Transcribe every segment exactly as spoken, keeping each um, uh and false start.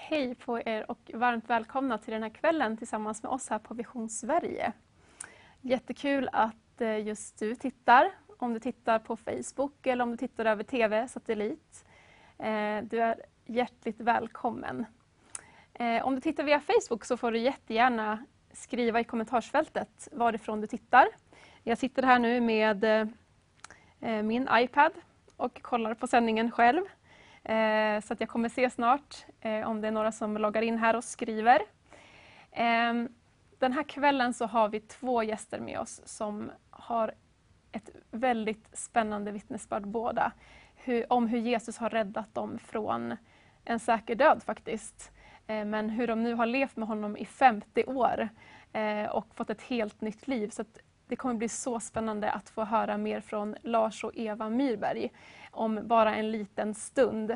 Hej på er och varmt välkomna till den här kvällen tillsammans med oss här på Vision Sverige. Jättekul att just du tittar, om du tittar på Facebook eller om du tittar över tv, satellit. Du är hjärtligt välkommen. Om du tittar via Facebook så får du jättegärna skriva i kommentarsfältet varifrån du tittar. Jag sitter här nu med min iPad och kollar på sändningen själv. Eh, så att jag kommer se snart eh, om det är några som loggar in här och skriver. Eh, den här kvällen så har vi två gäster med oss som har ett väldigt spännande vittnesbörd båda. Hur, om hur Jesus har räddat dem från en säker död faktiskt. Eh, men hur de nu har levt med honom i femtio år eh, och fått ett helt nytt liv. Så att det kommer bli så spännande att få höra mer från Lars och Eva Myrberg om bara en liten stund.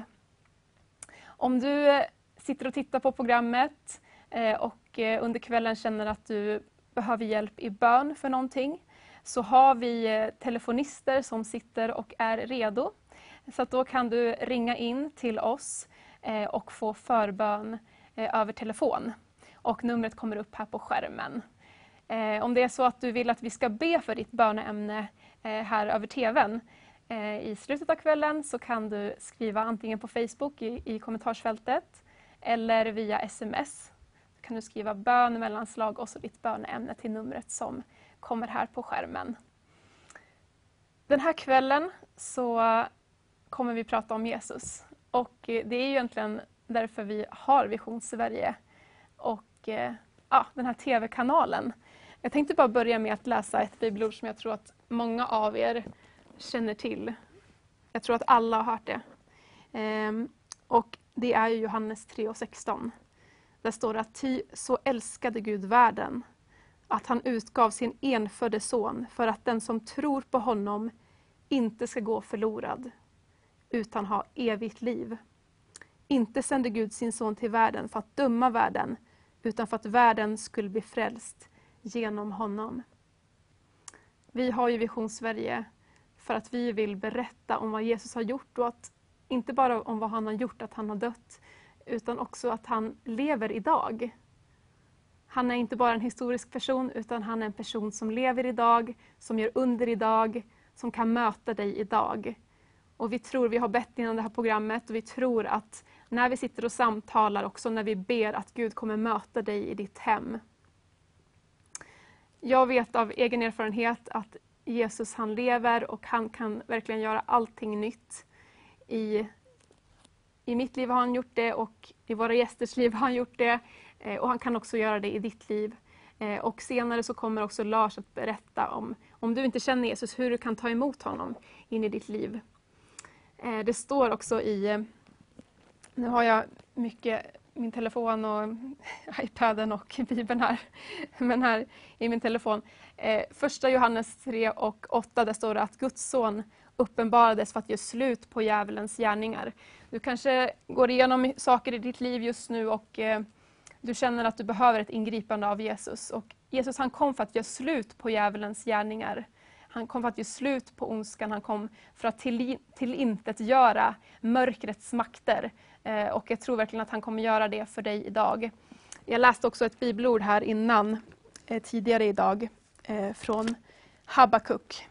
Om du sitter och tittar på programmet och under kvällen känner att du behöver hjälp i bön för någonting, så har vi telefonister som sitter och är redo. Så att då kan du ringa in till oss och få förbön över telefon. Och numret kommer upp här på skärmen. Eh, om det är så att du vill att vi ska be för ditt böneämne eh, här över tvn eh, i slutet av kvällen, så kan du skriva antingen på Facebook i, i kommentarsfältet eller via sms. Så kan du skriva bön mellanslag och så ditt böneämne till numret som kommer här på skärmen. Den här kvällen så kommer vi prata om Jesus. Och eh, det är ju egentligen därför vi har Vision Sverige och eh, ja, den här tv-kanalen. Jag tänkte bara börja med att läsa ett bibelord som jag tror att många av er känner till. Jag tror att alla har hört det. Ehm, och det är ju Johannes tre och sexton. Där står det att ty så älskade Gud världen, att han utgav sin enfödde son för att den som tror på honom inte ska gå förlorad, utan ha evigt liv. Inte sände Gud sin son till världen för att döma världen, utan för att världen skulle bli frälst genom honom. Vi har ju Vision Sverige för att vi vill berätta om vad Jesus har gjort, och att inte bara om vad han har gjort, att han har dött, utan också att han lever idag. Han är inte bara en historisk person, utan han är en person som lever idag, som gör under idag, som kan möta dig idag. Och vi tror, vi har bett innan det här programmet, och vi tror att när vi sitter och samtalar, också när vi ber, att Gud kommer möta dig i ditt hem. Jag vet av egen erfarenhet att Jesus, han lever och han kan verkligen göra allting nytt. I, i mitt liv har han gjort det, och i våra gästers liv har han gjort det. Och han kan också göra det i ditt liv. Och senare så kommer också Lars att berätta om, om du inte känner Jesus, hur du kan ta emot honom in i ditt liv. Det står också i, nu har jag mycket min telefon och iPaden och Bibeln här, men här i min telefon. Eh, första Johannes tre och åtta, där står det att Guds son uppenbarades för att ge slut på djävulens gärningar. Du kanske går igenom saker i ditt liv just nu och eh, du känner att du behöver ett ingripande av Jesus. Och Jesus, han kom för att göra slut på djävulens gärningar. Han kom för att göra slut på ondskan. Han kom för att till, till intet göra mörkrets makter. Eh, och jag tror verkligen att han kommer göra det för dig idag. Jag läste också ett bibelord här innan, eh, tidigare idag, eh, från Habakuk.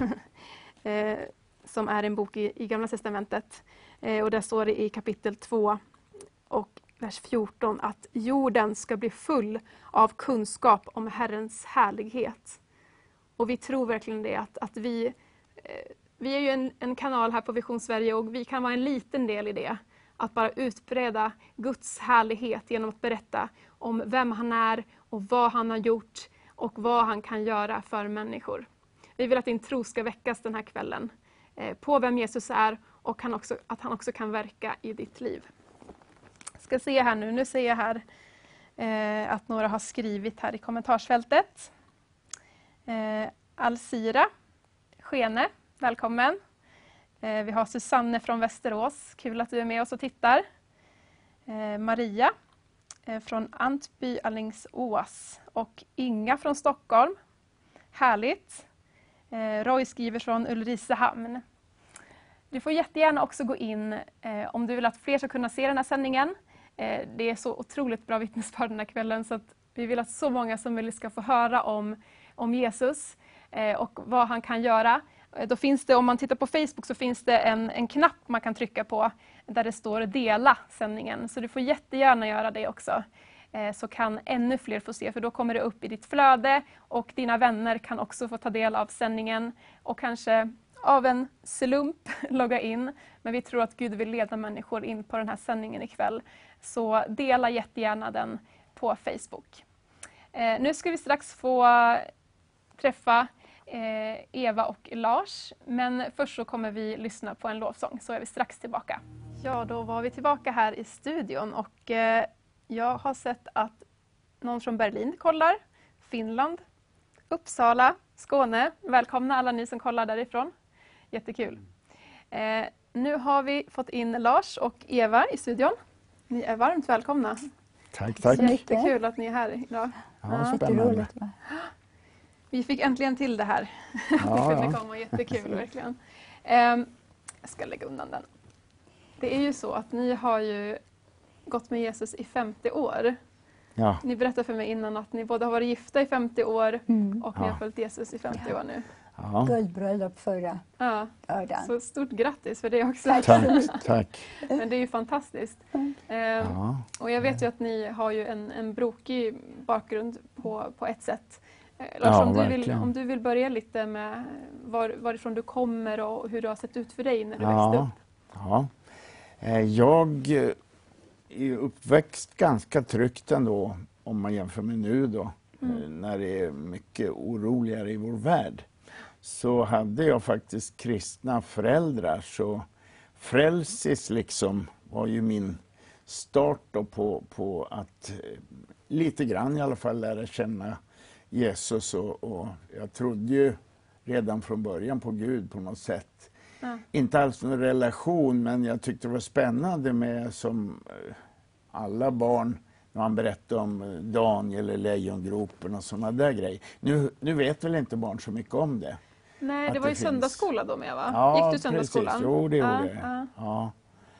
eh, som är en bok i, i Gamla testamentet. Eh, och där står det i kapitel två och vers fjorton att jorden ska bli full av kunskap om Herrens härlighet. Och vi tror verkligen det, att, att vi, eh, vi är ju en, en kanal här på Vision Sverige, och vi kan vara en liten del i det. Att bara utbreda Guds härlighet genom att berätta om vem han är och vad han har gjort och vad han kan göra för människor. Vi vill att din tro ska väckas den här kvällen eh, på vem Jesus är, och han också, att han också kan verka i ditt liv. Jag ska se här nu, nu ser jag här eh, att några har skrivit här i kommentarsfältet. Eh, Alcira Skene, välkommen. Eh, vi har Susanne från Västerås, kul att du är med oss och tittar. Eh, Maria eh, från Antby Alingsås och Inga från Stockholm. Härligt. Eh, Roy skriver från Ulricehamn. Du får jättegärna också gå in eh, om du vill att fler ska kunna se den här sändningen. Eh, det är så otroligt bra vittnesbörd den här kvällen så att vi vill att så många som möjligt ska få höra om, om Jesus eh, och vad han kan göra. Eh, då finns det, om man tittar på Facebook så finns det en, en knapp man kan trycka på där det står dela sändningen. Så du får jättegärna göra det också. Eh, så kan ännu fler få se, för då kommer det upp i ditt flöde och dina vänner kan också få ta del av sändningen och kanske av en slump logga in. Men vi tror att Gud vill leda människor in på den här sändningen ikväll. Så dela jättegärna den på Facebook. Eh, nu ska vi strax få träffa eh, Eva och Lars. Men först så kommer vi lyssna på en lovsång, så är vi strax tillbaka. Ja, då var vi tillbaka här i studion och eh, jag har sett att någon från Berlin kollar, Finland, Uppsala, Skåne. Välkomna alla ni som kollar därifrån. Jättekul. Eh, nu har vi fått in Lars och Eva i studion. Ni är varmt välkomna. Tack, tack. Jättekul att ni är här idag. Ja, spännande. Vi fick äntligen till det här. Ja, det kunde ja. komma jättekul, verkligen. Eh, jag ska lägga undan den. Det är ju så att ni har ju gått med Jesus i femtio år. Ja. Ni berättade för mig innan att ni båda har varit gifta i femtio år Mm. och ni Ja. har följt Jesus i femtio år nu. Ja. Guldbröllop förra Ja. lördagen. Så stort grattis för det också. Tack. Tack, tack. Men det är ju fantastiskt. Eh, Ja. och jag vet ju att ni har ju en, en brokig bakgrund på, på ett sätt. Eh, Lars, Ja, om, du vill, verkligen. om du vill börja lite med var, varifrån du kommer och hur det har sett ut för dig när du växte Ja. upp. Ja. Eh, Jag eh, är uppväxt ganska tryggt ändå, om man jämför med nu då, Mm. eh, när det är mycket oroligare i vår värld. Så hade jag faktiskt kristna föräldrar, så Frälsis liksom var ju min start då på, på att eh, lite grann i alla fall lära känna Jesus och, och jag trodde ju redan från början på Gud på något sätt. Ja. Inte alls någon relation, men jag tyckte det var spännande med som eh, alla barn när man berättade om eh, Daniel eller Lejongropen och sådana där grejer. Nu, nu vet väl inte barn så mycket om det. Nej, Att det var ju det finns. söndagsskola då med, va? Ja, Gick du söndagsskolan? precis. Jo, det gjorde ja, jag. ja. Ja.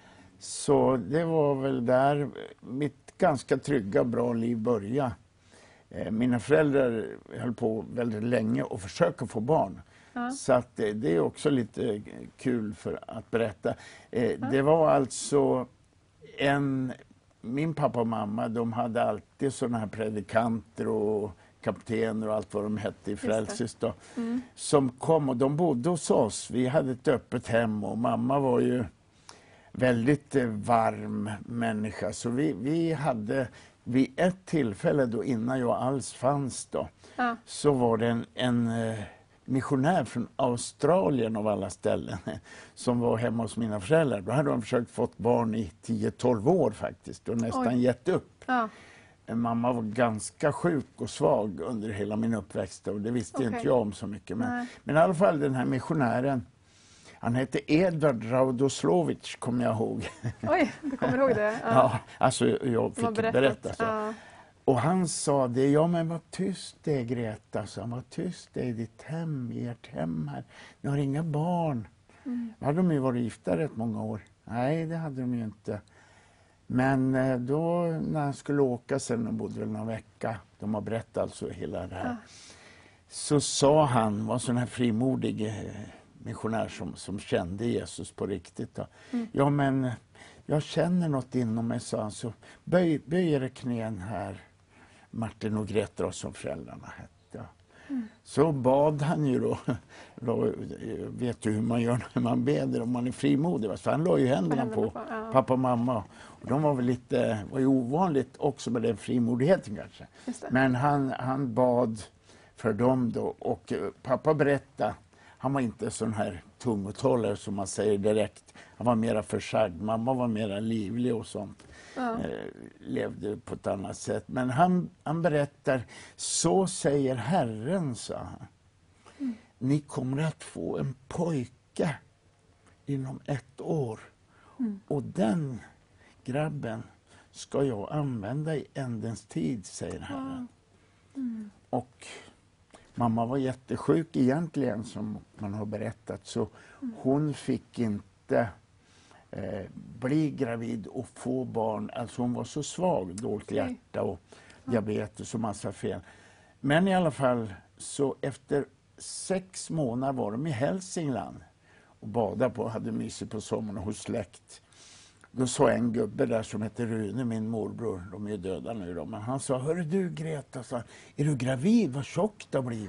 Så det var väl där mitt ganska trygga, bra liv började. Eh, Mina föräldrar höll på väldigt länge och försöka få barn. Ja. Så att det, det är också lite kul för att berätta. Eh, Det var alltså en... Min pappa och mamma, de hade alltid sådana här predikanter och kaptener och allt vad de hette i Frälsis då, Mm. som kom och de bodde hos oss. Vi hade ett öppet hem och mamma var ju väldigt eh, varm människa. Så vi, vi hade vid ett tillfälle då innan jag alls fanns då, Ja. så var det en, en eh, missionär från Australien av alla ställen som var hemma hos mina föräldrar. Då hade de försökt fått barn i tio tolv år faktiskt och nästan Oj. gett upp. Ja. Mamma var ganska sjuk och svag under hela min uppväxt och det visste Okej. inte jag om så mycket. Men, Nej. men i alla fall den här missionären, han hette Edvard Raudoslovic, kommer jag ihåg. Oj, du kommer ihåg det? Ja, alltså jag De har fick berättat. berätta så. Ja. Och han sa det, ja men vad tyst det är Greta, så han var tyst det är i ditt hem, i ert hem här. Ni har inga barn. Mm. Då hade de ju varit gifta rätt många år. Nej, det hade de ju inte. Men eh, då när han skulle åka sen, de bodde väl någon vecka, de har berättat alltså hela det här. Ja. Så sa han, var en sån här frimodig eh, missionär som, som kände Jesus på riktigt då. Mm. Ja men jag känner något inom mig, sa han, så böj, böj era knän här, Martin och Greta som föräldrarna hette. Mm. Så bad han ju då, då vet du hur man gör när man beder om man är frimodig, va? Så han la ju händerna Händerna på på, ja. pappa och mamma. Och de var väl lite, var ju ovanligt också med den frimodigheten kanske. Just det. Men han, han bad för dem då och eh, pappa berättade, han var inte sån här tungotalare som man säger direkt. Han var mera försagd, mamma var mera livlig och sånt. Ja. Eh, levde på ett annat sätt. Men han, han berättar, så säger Herren, sa han. Mm. Ni kommer att få en pojke inom ett år. Mm. Och den grabben ska jag använda i ändens tid, säger Herren. Mm. Och mamma var jättesjuk egentligen, som man har berättat. Så hon fick inte eh, bli gravid och få barn. Alltså hon var så svag, dåligt Okay. hjärta och diabetes och massa fel. Men i alla fall, så efter sex månader var de i Hälsingland och badade på, hade mysigt på sommaren hos släkt. Då sa en gubbe där som heter Rune, min morbror, de är ju döda nu då, men han sa, hörru du Greta, sa, är du gravid? Vad tjock du har blivit.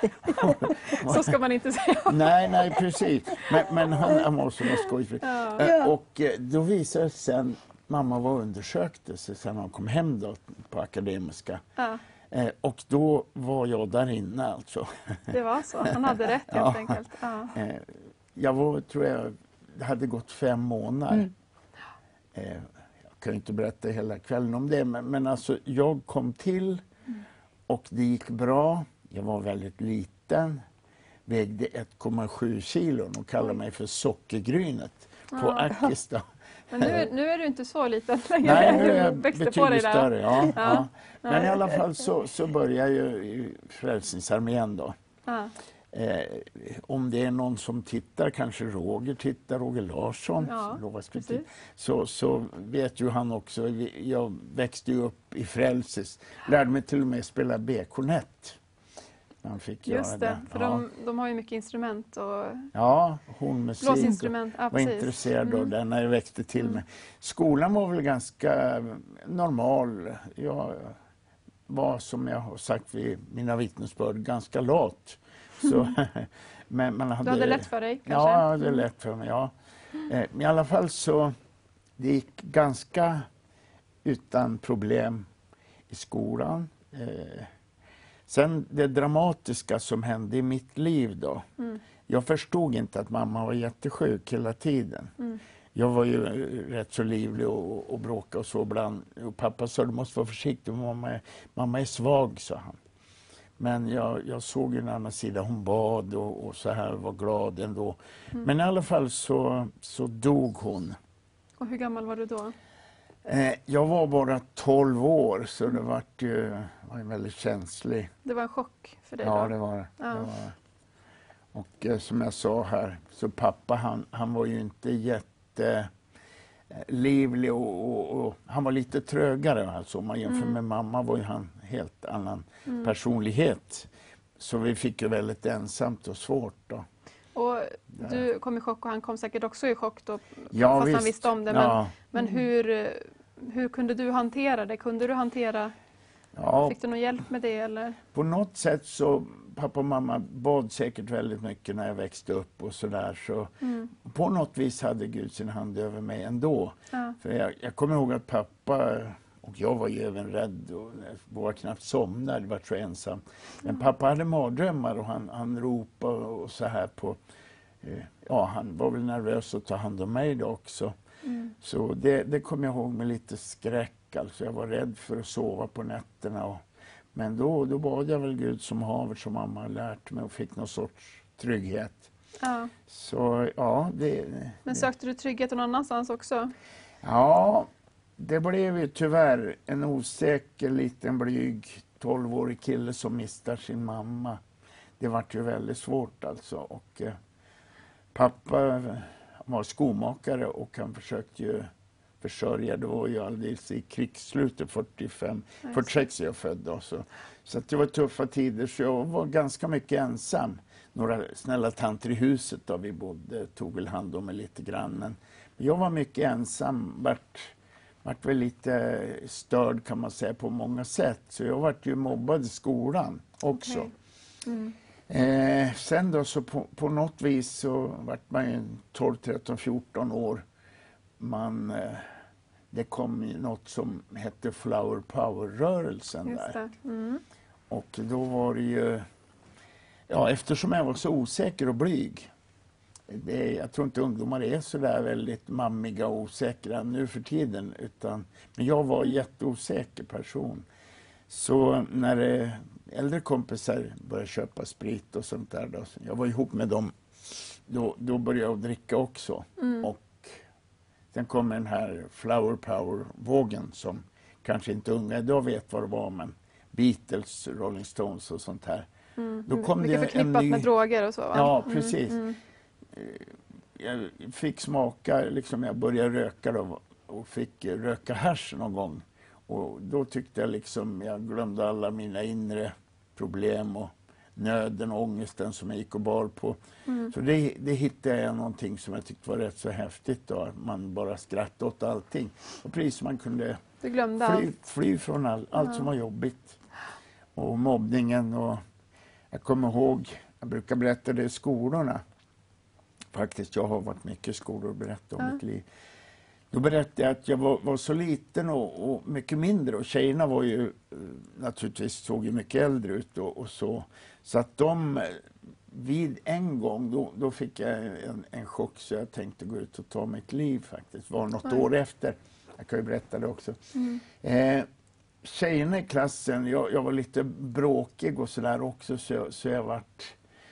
Så ska man inte säga. Nej, nej, precis. Men, men han, han var så skojfri. Ja. Eh, och eh, då visade det sen, mamma var undersökte sig sen han kom hem då på Akademiska. Ja, Eh, och då var jag där inne alltså. det var så. Han hade rätt helt Ja. enkelt. Ja. Eh, jag var, tror jag, det hade gått fem månader. Mm. Eh, jag kan ju inte berätta hela kvällen om det, men, men alltså jag kom till och det gick bra. Jag var väldigt liten, vägde ett komma sju kilo och kallade mig för sockergrynet på Ja. Akista. Men nu, nu är du inte så liten längre. Nej, nu är jag Du växte på betydligt dig där. större. Ja, Ja. ja. Men i alla fall så, så började jag ju i Frälsningsarmén då. Ja. Eh, om det är någon som tittar, kanske Roger tittar, Roger Larsson, Ja, Lovas precis. butik, så, så vet ju han också, vi- jag växte ju upp i Frälsis, lärde mig till och med spela B-kornett. Man fick göra Just det, för ja. de, de har ju mycket instrument och Ja, hornmusik. och blåsinstrument. Ja, var precis. intresserad av Mm. det när jag växte till mig. Skolan var väl ganska normal. Jag var, som jag har sagt vid mina vittnesbörd, ganska lat. Så, men man hade, Du hade lätt för dig kanske? Ja, jag hade Mm. lätt för mig. Ja. Eh, Men i alla fall så det gick ganska utan problem i skolan. Eh, Sen det dramatiska som hände i mitt liv då. Mm. Jag förstod inte att mamma var jättesjuk hela tiden. Mm. Jag var ju eh, rätt så livlig och, och bråkade och så ibland. Och pappa sa, du måste vara försiktig, mamma är, mamma är svag, sa han. Men jag, jag såg ju en annan sida, hon bad och, och så här, var glad ändå. Mm. Men i alla fall så, så dog hon. Och hur gammal var du då? Eh, jag var bara tolv år, så det var ju var ju väldigt känslig. Det var en chock för dig Ja, då? det var det. Ja. det var det. Och eh, som jag sa här, så pappa han, han var ju inte jätte eh, livlig och, och, och han var lite trögare. Alltså, om man jämför Mm. med mamma var ju han helt annan Mm. personlighet. Så vi fick ju väldigt ensamt och svårt då. Och du kom i chock och han kom säkert också i chock då, Ja, fast han visst. visste om det. Men, Ja, men hur, hur kunde du hantera det? Kunde du hantera, ja, fick du någon hjälp med det eller? på något sätt så, pappa och mamma bad säkert väldigt mycket när jag växte upp och sådär. Så Mm. på något vis hade Gud sin hand över mig ändå. Ja. För jag, jag kommer ihåg att pappa, och jag var ju även rädd och var knappt somnad, var så ensam. Men pappa hade mardrömmar och han, han ropade och så här på, eh, ja han var väl nervös att ta hand om mig då också. Mm. Så det, det kommer jag ihåg med lite skräck, alltså jag var rädd för att sova på nätterna. Och, men då, då bad jag väl Gud som haver som mamma har lärt mig och fick någon sorts trygghet. Ja. Så ja, det... Men sökte du trygghet någon annanstans också? Ja, det blev ju tyvärr en osäker, liten, blyg, tolvårig kille som mistar sin mamma. Det var ju väldigt svårt alltså. Och eh, pappa var skomakare och han försökte ju försörja. Det var ju alldeles i krigsslutet, fyrtiofem, fyrtiosex är jag född då. Så, så att det var tuffa tider, så jag var ganska mycket ensam. Några snälla tanter i huset då vi bodde tog väl hand om mig lite grann. Men jag var mycket ensam, vart, vart väl lite störd kan man säga på många sätt. Så jag vart ju mobbad i skolan också. Okej. Mm. Eh, sen då så på, på något vis så vart man ju tolv, tretton, fjorton år. Man, eh, det kom ju något som hette Flower Power-rörelsen Just där. det. Mm. Och då var det ju, ja eftersom jag var så osäker och blyg. Det, jag tror inte ungdomar är så där väldigt mammiga och osäkra nu för tiden. Utan, men jag var en jätteosäker person. Så när eh, äldre kompisar började köpa sprit och sånt där. Då, jag var ihop med dem. Då, då började jag dricka också. Mm. Och sen kom den här Flower Power-vågen som kanske inte unga idag vet vad det var. Men Beatles, Rolling Stones och sånt här. Mm. Då kom Mycket det förknippat en ny... med droger och så va? Ja, Mm, precis. Mm. jag fick smaka, liksom jag började röka då, och fick röka hasch någon gång. Och då tyckte jag liksom, jag glömde alla mina inre problem och nöden och ångesten som jag gick och bar på. Mm. Så det, det hittade jag någonting som jag tyckte var rätt så häftigt då. Man bara skrattade åt allting. Och precis som man kunde du glömde fly, allt. fly från all, allt ja. som var jobbigt. Och mobbningen och jag kommer ihåg, jag brukar berätta det i skolorna. Faktiskt, jag har varit mycket i skolor och berättat om ja. mitt liv. Då berättade jag att jag var, var så liten och, och mycket mindre. Och tjejerna var ju naturligtvis såg ju mycket äldre ut och, och så. Så att de vid en gång, då, då fick jag en, en chock så jag tänkte gå ut och ta mitt liv faktiskt. Var något Oj. år efter. Jag kan ju berätta det också. Mm. Eh, tjejerna i klassen, jag, jag var lite bråkig och sådär också så, så jag vart...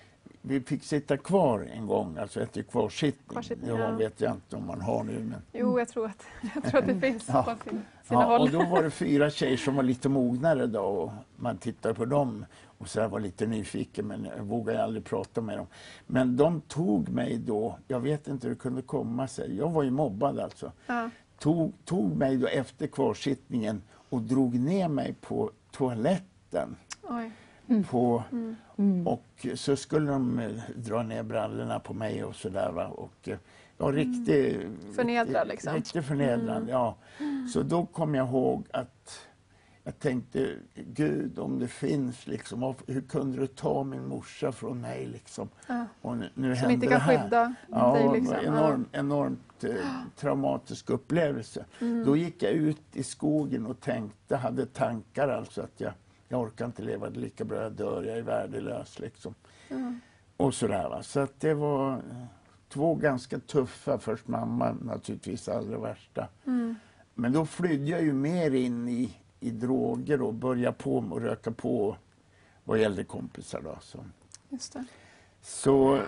Vi fick sitta kvar en gång, alltså efter kvarsittning. kvarsittning det ja. vet jag inte om man har nu. Men... Jo, jag tror att, jag tror att det finns ja. på sina ja, håll. Och då var det fyra tjejer som var lite mognare då och man tittade på dem och så var lite nyfiken men jag vågade aldrig prata med dem. Men de tog mig då, jag vet inte hur det kunde komma sig, jag var ju mobbad alltså. Ja. Tog, tog mig då efter kvarsittningen och drog ner mig på toaletten. Oj. Mm. På, mm. Mm. Och så skulle de dra ner brallorna på mig och sådär va. Och ja, riktigt mm. förnedrande liksom. Riktigt förnedrande, mm. ja. Så då kom jag ihåg att jag tänkte, Gud om det finns liksom, hur kunde du ta min morsa från mig liksom? Ja. Och nu, nu Som inte kan skydda ja, dig liksom. Enorm, enormt eh, traumatisk upplevelse. Mm. Då gick jag ut i skogen och tänkte, hade tankar alltså att jag Jag orkar inte leva lika bra, jag dör, jag är värdelös liksom. Mm. Och sådär va. Så att det var två ganska tuffa, först mamma naturligtvis allra värsta. Mm. Men då flydde jag ju mer in i, i droger och började på och röka på vad gällde kompisar då. Så. Just det. Så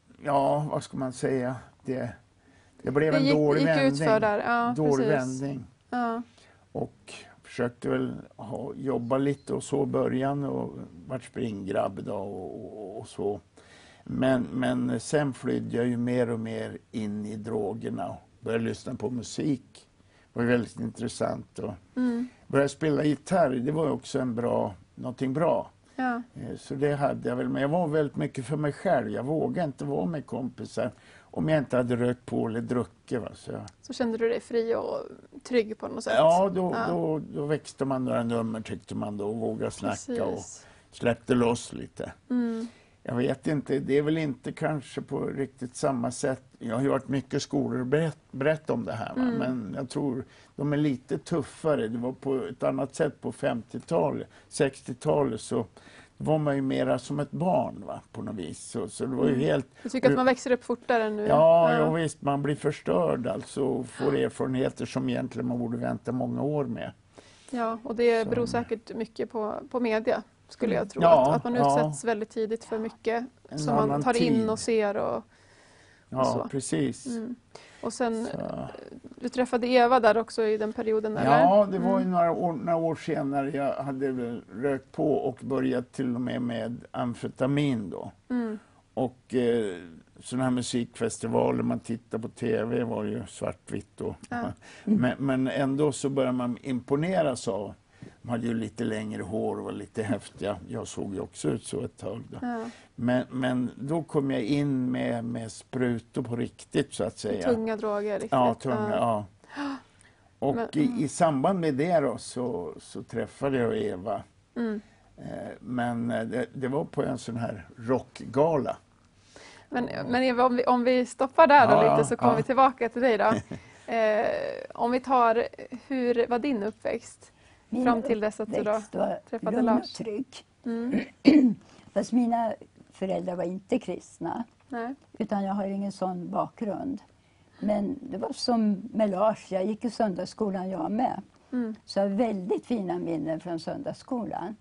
ja, vad ska man säga? Det, det blev det en gick, dålig gick vändning. Ut för där. Ja, dålig precis. vändning. Ja. Och försökte väl ha, jobba lite och så i början och vart springgrabb då och, och, och så. Men, men sen flydde jag ju mer och mer in i drogerna och började lyssna på musik. Det var väldigt intressant. Och mm. började spela gitarr, det var också en bra, någonting bra. Ja. Så det hade jag väl, men jag var väldigt mycket för mig själv. Jag vågade inte vara med kompisar om jag inte hade rökt på eller druckit. Va? Så, så kände du dig fri och trygg på något sätt? Ja, då, ja. Då, då växte man några nummer tyckte man då och vågade snacka. Precis. Och släppte loss lite. Mm. Jag vet inte, det är väl inte kanske på riktigt samma sätt. Jag har ju varit mycket skolor och berätt, berätt om det här. Va? Mm. Men jag tror de är lite tuffare. Det var på ett annat sätt på femtiotalet, sextiotalet så var man ju mera som ett barn va, på något vis. Så, så det var ju mm. helt... Du tycker att man växer upp fortare nu? Ja, ja. ja visst, man blir förstörd alltså och får erfarenheter som egentligen man borde vänta många år med. Ja, och det så. beror säkert mycket på, på media skulle jag tro. Ja, att, att man utsätts ja. väldigt tidigt för mycket en som man tar in tid. och ser och, och ja, så. precis. Mm. Och sen, så. du träffade Eva där också i den perioden? Eller? Ja, det var ju några år, några år senare. Jag hade väl rökt på och börjat till och med med amfetamin då. Mm. Och eh, sådana här musikfestivaler man tittar på tv var ju svartvitt då. Ja. Mm. Men, men ändå så började man imponeras av. De hade ju lite längre hår och var lite häftiga. Jag såg ju också ut så ett tag då. Ja. Men, men då kom jag in med, med sprutor på riktigt så att säga. Tunga droger riktigt. Ja, tunga, ja. ja. Och men, i, i samband med det då så, så träffade jag Eva. Mm. Eh, men det, det var på en sån här rockgala. Men, men Eva, om vi, om vi stoppar där då ja, lite så kommer ja. vi tillbaka till dig då. Eh, om vi tar, hur var din uppväxt? Min fram till dess att du då träffade Lars? Trygg. Mm. Fast mina föräldrar var inte kristna. Nej. Utan jag har ingen sån bakgrund. Men det var som med Lars, jag gick i söndagsskolan jag med. Mm. Så jag har väldigt fina minnen från söndagsskolan.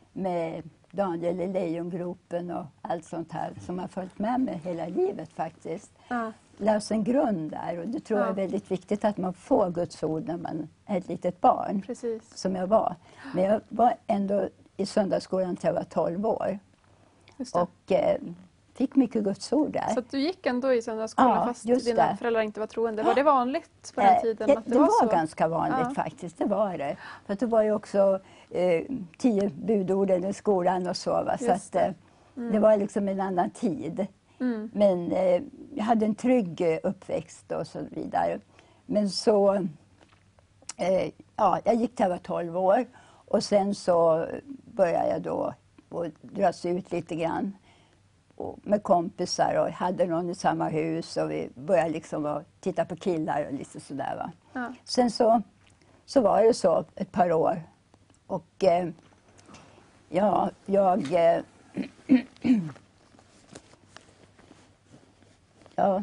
Med Daniel i Lejongropen och allt sånt här som har följt med mig hela livet faktiskt. Ja. Lös en grund där och det tror ja. jag är väldigt viktigt att man får Guds ord när man är ett litet barn. Precis. Som jag var. Men jag var ändå i söndagsskolan till jag var tolv år. Och eh, fick mycket Guds ord där. Så att du gick ändå i söndagsskola Ja, fast just dina det. föräldrar inte var troende? Var det vanligt på den Eh, tiden? det, Att det, det var, var, så? ganska vanligt Ja. faktiskt, det var det. För att det var ju också eh, tio budorden i skolan och så. Va? Så Just att, eh, Mm. det var liksom en annan tid. Mm. Men eh, jag hade en trygg eh, uppväxt och så vidare. Men så, eh, ja, jag gick till jag var tolv år och sen så började jag då att dras ut lite grann och med kompisar och hade någon i samma hus och vi började liksom att titta på killar och lite sådär. Va? Ja. Sen så, så var det så ett par år och eh, ja, jag eh, ja.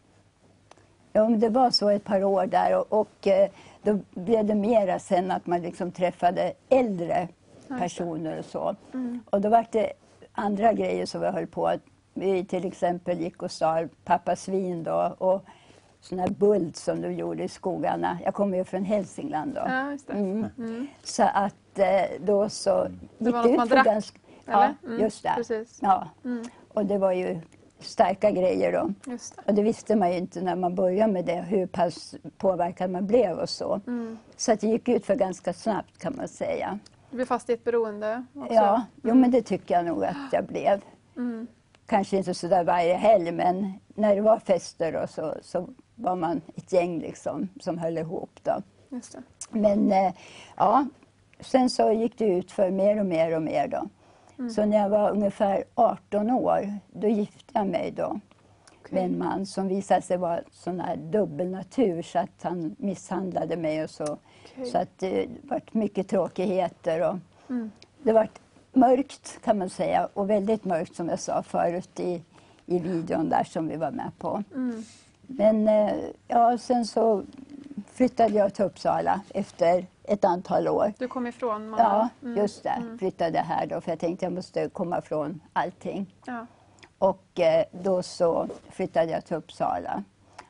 ja, men det var så ett par år där och, och eh, då blev det mera sen att man liksom träffade äldre personer och så. Mm. Och då var det andra grejer som vi höll på. Vi till exempel gick och stal pappas vin då och sån här bult som du gjorde i skogarna. Jag kommer ju från Hälsingland då. Ja, just det. Mm. Mm. Så att eh, då så gick var det något ut man för drack, ganska... eller? Ja, Mm, just det. precis. Ja. Mm. Och det var ju starka grejer då. Just det. Och det visste man ju inte när man började med det, hur pass påverkad man blev och så. Mm. Så att det gick ut för ganska snabbt kan man säga. Du blev fast i ett beroende också? Ja, jo men det tycker jag nog att jag blev. Mm. Kanske inte så där varje helg, men när det var fester och så, så var man ett gäng liksom som höll ihop då. Just det. Men eh, ja, sen så gick det ut för mer och mer och mer då. Mm. Så när jag var ungefär arton år, då gifte jag mig då. Okej. Med en man som visade sig vara sån här dubbelnatur så att han misshandlade mig och så. Okej. Så att det var mycket tråkigheter och Mm. det var mörkt kan man säga och väldigt mörkt som jag sa förut i, i videon där som vi var med på. Mm. Men eh, ja, sen så flyttade jag till Uppsala efter ett antal år. Du kom ifrån mamma? Ja, Mm. just det. Mm. Flyttade här då för jag tänkte jag måste komma från allting. Ja. Och eh, då så flyttade jag till Uppsala.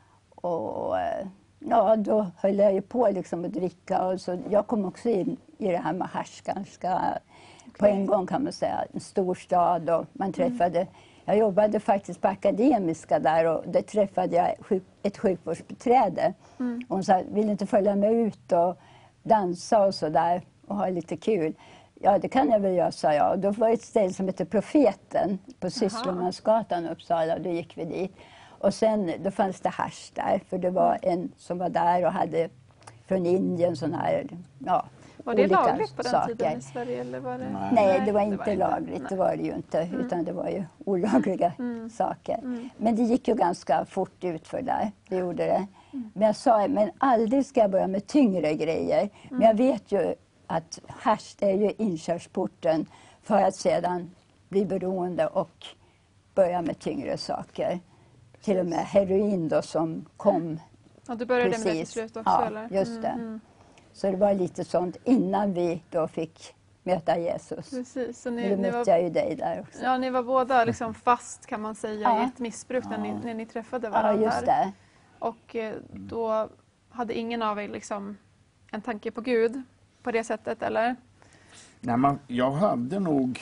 Och eh, ja, då höll jag ju på liksom att dricka. Och så jag kom också in i det här med hasch ganska på en gång kan man säga. En stor stad och man träffade... Mm. Jag jobbade faktiskt på Akademiska där och där träffade jag sjuk, ett sjukvårdsbiträde. Mm. Och hon sa, vill du inte följa med ut och dansa och så där och ha lite kul? Ja, det kan jag väl göra, sa jag. Och då var det ett ställe som heter Profeten på Sysslemansgatan i Uppsala och då gick vi dit. Och sen då fanns det hasch där, för det var en som var där och hade från Indien sån här, ja, Var det olika lagligt på den saker. tiden i Sverige? Eller var det... Nej. Nej, det var inte det var lagligt, Nej. det var det ju inte, Mm. utan det var ju olagliga Mm. saker. Mm. Men det gick ju ganska fort ut för där, det gjorde det. Mm. Men jag sa, men aldrig ska jag börja med tyngre grejer. Mm. Men jag vet ju att hasch är ju inkörsporten för att sedan bli beroende och börja med tyngre saker. Precis. Till och med heroin då som kom. Ja, du började precis. med det till slut också? Ja, eller? just det. Mm, mm. Så det var lite sånt innan vi då fick möta Jesus. Precis. Så Men ni, då ni, mötte var, jag ju dig där också. ja, ni var båda liksom fast kan man säga Ja. i ett missbruk när, ni, när ni träffade Ja, varandra. just det. Och eh, då hade ingen av er liksom en tanke på Gud på det sättet, eller? Nej, man, jag hade nog,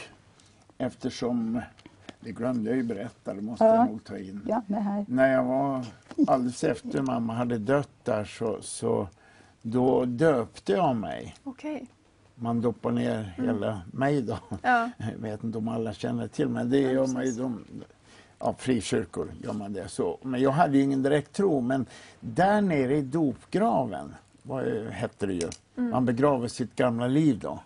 eftersom, det glömde jag ju berätta, det måste Ja. jag nog ta in. Ja, det här. När jag var alldeles efter mamma hade dött där så, så då döpte jag mig. Okej. Man doppar ner Mm. hela mig då. Ja. Jag vet inte om alla känner till, men det gör man ju de, ja, frikyrkor gör man det så. Men jag hade ju ingen direkt tro, men där nere i dopgraven, vad hette det ju, Mm. man begraver sitt gamla liv då.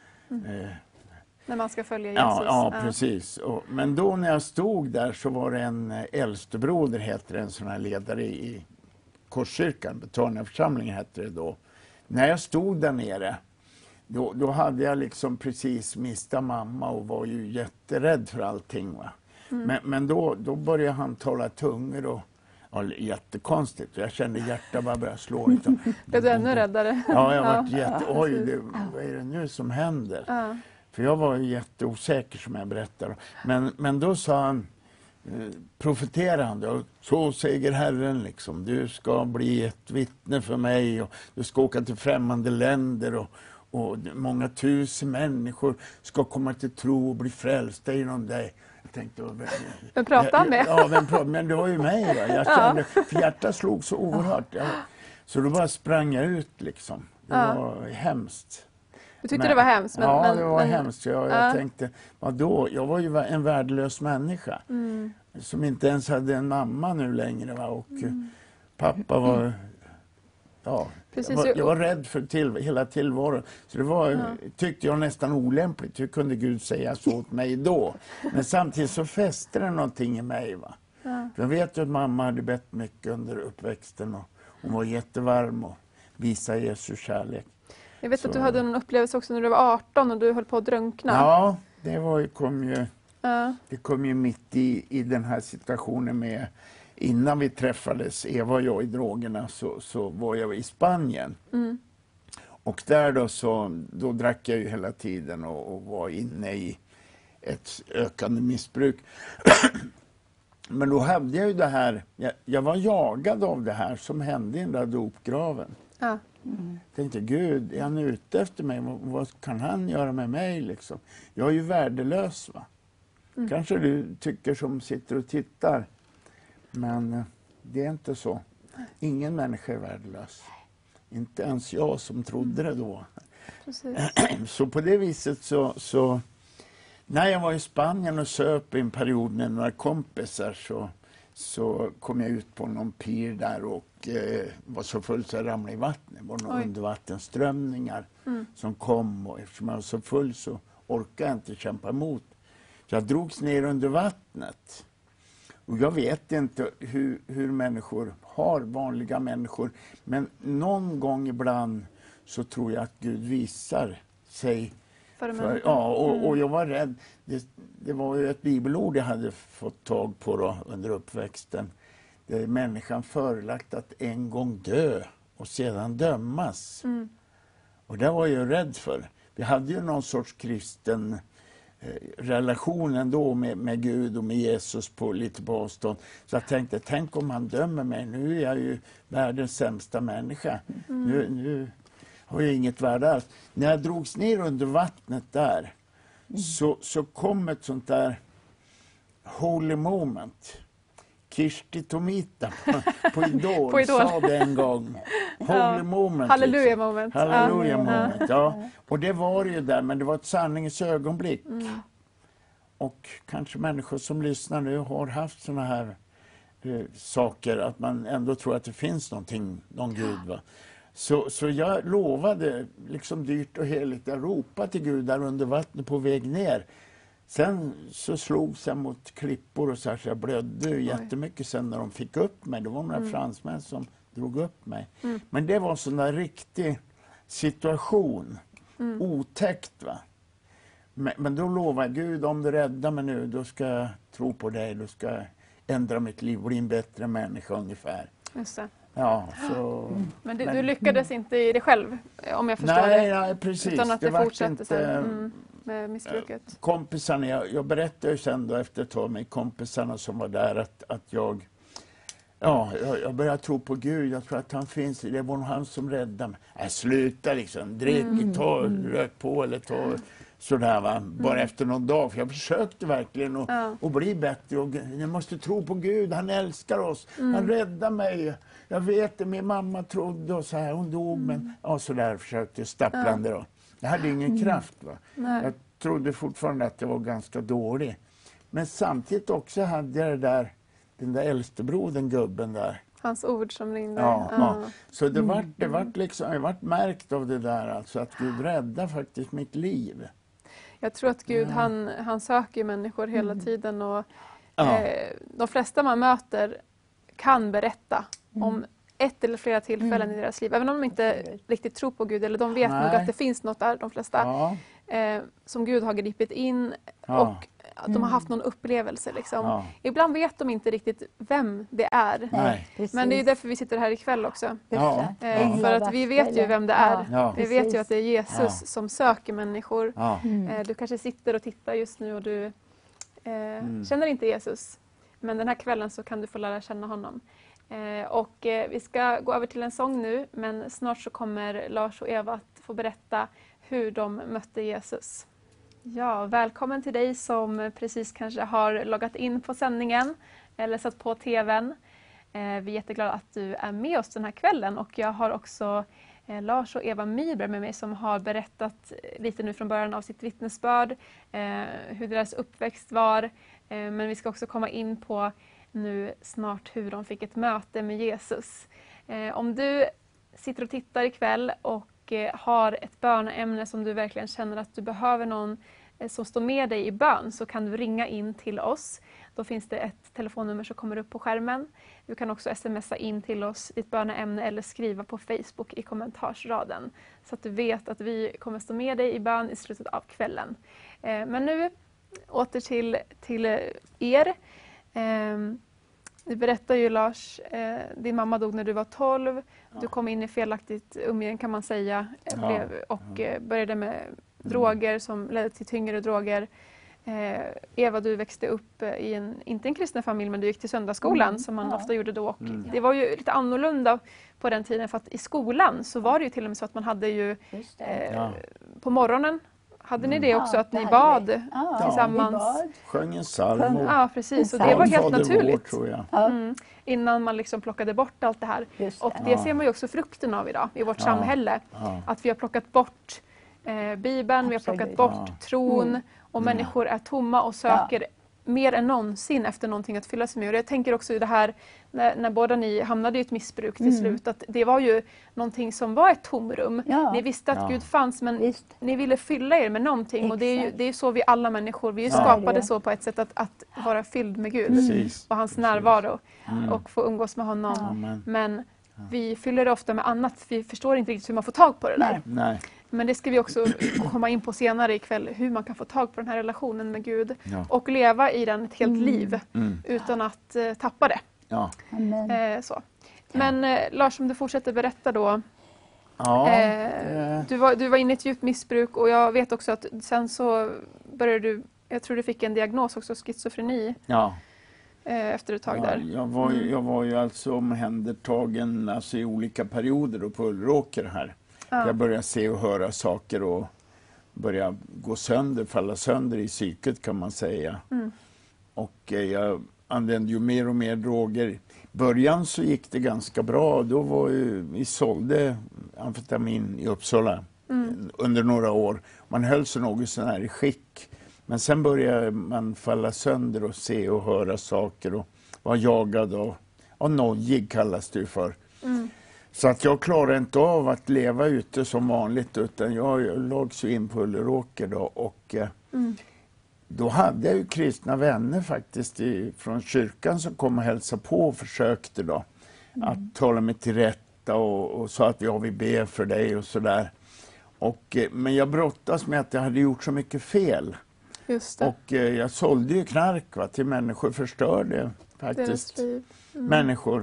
Mm. Eh, När man ska följa Jesus. Ja, ja, precis. Och, men då när jag stod där så var det en eh, äldstebroder, heter det, en sån här ledare i, i Korskyrkan, Betaniaförsamlingen hette det då. När jag stod där nere, då, då hade jag liksom precis mistat mamma och var ju jätterädd för allting. Va? Mm. Men, men då, då började han tala tungor och ja, jättekonstigt. Jag kände hjärtat bara började slå. Liksom. Blev du ännu räddare? Ja, jag var jätte... Ja, Oj, precis. det, vad är det nu som händer? Ja. För jag var ju jätteosäker som jag berättade. Men, men då sa han, eh, profeterade han då, så säger Herren liksom, du ska bli ett vittne för mig och du ska åka till främmande länder och, och många tusen människor ska komma till tro och bli frälsta genom dig. Jag tänkte, vem, vem pratade han med? Ja, vem pratade, men det var ju mig. Va? Jag kände, ja. För hjärtat slog så oerhört. Jag, så då bara sprang jag ut liksom. Det ja. var hemskt. Du tyckte men, det var hemskt? Men, ja, men, det var men, hemskt. Jag, ja. jag tänkte, vadå? Jag var ju en värdelös människa. Mm. Som inte ens hade en mamma nu längre. Va? Och mm. pappa var... Ja, jag var, jag var rädd för till, hela tillvaron. Så det var, ja. tyckte jag nästan olämpligt. Hur kunde Gud säga så åt mig då? Men samtidigt så fäste det någonting i mig. Va? Ja. För jag vet ju att mamma hade bett mycket under uppväxten. Och hon var jättevarm och visade Jesu kärlek. Jag vet så. att du hade en upplevelse också när du var arton och du höll på att drunkna. Ja, det var, kom, ju, ja. det kom ju mitt i, i den här situationen med... Innan vi träffades, Eva och jag, i drogerna, så, så var jag i Spanien. Mm. Och där då, så, då drack jag ju hela tiden och, och var inne i ett ökande missbruk. Men då hade jag ju det här, jag, jag var jagad av det här som hände i den där dopgraven. Ja. Mm. Jag tänkte, Gud, är han ute efter mig? Vad, vad kan han göra med mig liksom? Jag är ju värdelös, va? Mm. Kanske du tycker som sitter och tittar. Men det är inte så. Ingen människa är värdelös. Inte ens jag som trodde det då. Precis. Så på det viset så, så... När jag var i Spanien och söp i en period med några kompisar så, så kom jag ut på någon pier där och eh, var så full så jag ramlade i vattnet. Det var några undervattenströmningar mm. som kom och eftersom jag var så full så orkade jag inte kämpa emot. Så jag drogs ner under vattnet. Och jag vet inte hur, hur människor har, vanliga människor. Men någon gång ibland så tror jag att Gud visar sig. För, för, ja, och, och jag var rädd. Det, det var ju ett bibelord jag hade fått tag på då, under uppväxten. Där människan förelagt att en gång dö och sedan dömas. Mm. Och det var jag ju rädd för. Vi hade ju någon sorts kristen... relationen då med, med Gud och med Jesus på lite på avstånd. Så jag tänkte, tänk om han dömer mig. Nu är jag ju världens sämsta människa. Mm. Nu, nu har jag inget värde alls. När jag drogs ner under vattnet där mm. så, så kom ett sånt där holy moment. Kirsti Tomita på, på Idol, på Idol sa det en gång. Holy ja. moment. Halleluja liksom. moment. Halleluja ja. moment, ja. Och det var ju där, men det var ett sanningens ögonblick. Mm. Och kanske människor som lyssnar nu har haft såna här eh, saker, att man ändå tror att det finns någonting, någon Gud, va. Så, så jag lovade, liksom dyrt och heligt, jag ropade till Gud där under vattnet på väg ner. Sen så slogs jag mot klippor och så, här, så jag blödde ju jättemycket sen när de fick upp mig. Det var några mm. fransmän som drog upp mig. Mm. Men det var en sån där riktig situation. Mm. Otäckt, va. Men, men då lovade jag, Gud, om du räddar mig nu, då ska jag tro på dig. Då ska jag ändra mitt liv, bli en bättre människa ungefär. Just det. Ja, så, men, du, men du lyckades inte i dig själv, om jag förstår nej, det? Nej, precis. Utan att det, det fortsatte inte, sen mm, med missbruket? Kompisarna, jag, jag berättade ju sen då efter ett tag med kompisarna som var där att, att jag, ja, jag, jag började tro på Gud. Jag tror att han finns, det var nog han som räddade mig. Jag sluta liksom, drick, mm. ta, rök på eller ta... Sådär, va? Bara mm. efter någon dag. För jag försökte verkligen att, ja. att bli bättre. Och jag måste tro på Gud. Han älskar oss. Mm. Han räddar mig. Jag vet det. Min mamma trodde och så här. Hon dog. Mm. Men ja, sådär försökte jag stapplande ja. då. Jag hade ingen mm. kraft. Va? Jag trodde fortfarande att jag var ganska dålig. Men samtidigt också hade jag det där, den där äldstebrodern, gubben där. Hans ord som ringde. Ja, ja. ja. Så det vart, det vart liksom, jag vart märkt av det där. Alltså att Gud räddade faktiskt mitt liv. Jag tror att Gud, ja. han, han söker människor hela mm. tiden och ja. eh, de flesta man möter kan berätta mm. om ett eller flera tillfällen mm. i deras liv. Även om de inte riktigt tror på Gud, eller de vet Nej. nog att det finns något där, de flesta, ja. eh, som Gud har gripit in ja. och de har haft någon upplevelse. Liksom. Ja. Ibland vet de inte riktigt vem det är. Nej. Men det är därför vi sitter här ikväll också. Ja. Eh, för att vi vet ju vem det är. Ja. Vi vet ju att det är Jesus ja. som söker människor. Ja. Mm. Eh, du kanske sitter och tittar just nu och du eh, mm. känner inte Jesus. Men den här kvällen så kan du få lära känna honom. Eh, och eh, vi ska gå över till en sång nu. Men snart så kommer Lars och Eva att få berätta hur de mötte Jesus. Ja, välkommen till dig som precis kanske har loggat in på sändningen eller satt på tvn. Vi är jätteglada att du är med oss den här kvällen, och jag har också Lars och Eva Myberg med mig som har berättat lite nu från början av sitt vittnesbörd, hur deras uppväxt var. Men vi ska också komma in på nu snart hur de fick ett möte med Jesus. Om du sitter och tittar ikväll och har ett böneämne som du verkligen känner att du behöver någon som står med dig i bön, så kan du ringa in till oss. Då finns det ett telefonnummer som kommer upp på skärmen. Du kan också smsa in till oss ditt böneämne eller skriva på Facebook i kommentarsraden, så att du vet att vi kommer stå med dig i bön i slutet av kvällen. Men nu åter till, till er. Du berättar ju, Lars, din mamma dog när du var tolv. Du kom in i felaktigt umgänge, kan man säga, blev, och började med droger som ledde till tyngre droger. Eh, Eva, du växte upp i en, inte en kristen familj, men du gick till söndagsskolan mm. som man ja. ofta gjorde då. Och mm. Det var ju lite annorlunda på den tiden, för att i skolan så var det ju till och med så att man hade ju eh, ja. på morgonen hade ni det också, ja, att ni bad ja, tillsammans? Ja, sjöng en psalm. Och ja, precis. Och det var helt naturligt. Vår, tror jag. Mm. Innan man liksom plockade bort allt det här. Just och det ja. ser man ju också frukten av idag i vårt ja. samhälle. Ja. Att vi har plockat bort eh, Bibeln, Absolut. vi har plockat bort ja. tron. Mm. Och människor är tomma och söker ja. mer än någonsin efter någonting att fylla sig med. Och jag tänker också i det här, när, när båda ni hamnade i ett missbruk till mm. slut, att det var ju någonting som var ett tomrum. Ja. Ni visste att ja. Gud fanns, men Visst. ni ville fylla er med någonting. Exakt. Och det är ju det är så vi alla människor, vi är ju ja. skapade så på ett sätt att, att vara fylld med Gud. Mm. Och hans Precis. närvaro. Mm. Och få umgås med honom. Ja. Men vi fyller det ofta med annat. Vi förstår inte riktigt hur man får tag på det där. Nej. Nej. Men det ska vi också komma in på senare ikväll, hur man kan få tag på den här relationen med Gud Ja. och leva i den ett helt Mm. liv Mm. utan att eh, tappa det. Ja. Amen. Eh, så. Men eh, Lars, om du fortsätter berätta då. Ja. Eh, Eh. du, var, du var inne i ett djupt missbruk, och jag vet också att sen så började du, jag tror du fick en diagnos också, schizofreni, Ja. eh, efter ett tag Ja, där. jag, var ju, jag var ju alltså omhändertagen alltså, i olika perioder då, på Ulleråker här. Ja. Jag började se och höra saker och började gå sönder, falla sönder i psyket, kan man säga. Mm. Och eh, jag använde ju mer och mer droger. I början så gick det ganska bra. Då var ju, vi sålde amfetamin i Uppsala Mm. under några år. Man höll sig något sån här i skick. Men sen började man falla sönder och se och höra saker och vara jagad och, och nojig, kallas det för. Mm. Så att jag klarade inte av att leva ute som vanligt, utan jag, jag låg så in på Ulleråker då, och eh, Mm. då hade jag ju kristna vänner faktiskt i, från kyrkan som kom och hälsade på och försökte då Mm. att tala mig till rätta och, och sa att jag vill be för dig och sådär. Och, eh, men jag brottas med att jag hade gjort så mycket fel. Just det. Och eh, jag sålde ju knark va, till människor, förstörde faktiskt Mm. människor.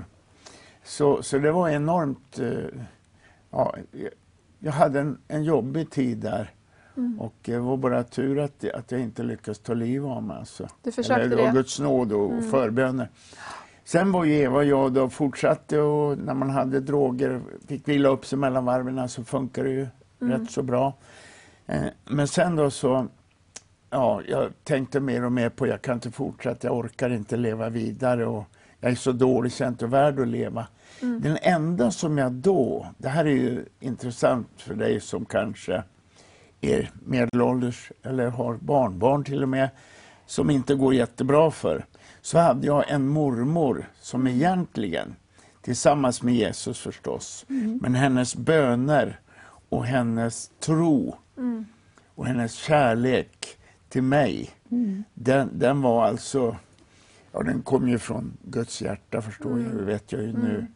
Så, så det var enormt, eh, ja, jag, jag hade en, en jobbig tid där. Mm. Och det var bara tur att, att jag inte lyckades ta liv av mig. Alltså. Du försökte Eller, det. det var Guds nåd och Mm. förböner. Sen var ju Eva och jag då fortsatte, och när man hade droger, fick vila upp sig mellan varven, så funkar det ju Mm. rätt så bra. Eh, men sen då så, ja, jag tänkte mer och mer på jag kan inte fortsätta, jag orkar inte leva vidare och jag är så dålig så jag är inte värd att leva. Mm. Den enda som jag då, det här är ju intressant för dig som kanske är medelålders eller har barnbarn till och med, som inte går jättebra för, så hade jag en mormor som egentligen, tillsammans med Jesus förstås, Mm. men hennes böner och hennes tro Mm. och hennes kärlek till mig, Mm. den, den var alltså, ja, den kom ju från Guds hjärta, förstår Mm. jag, det vet jag ju Mm. nu.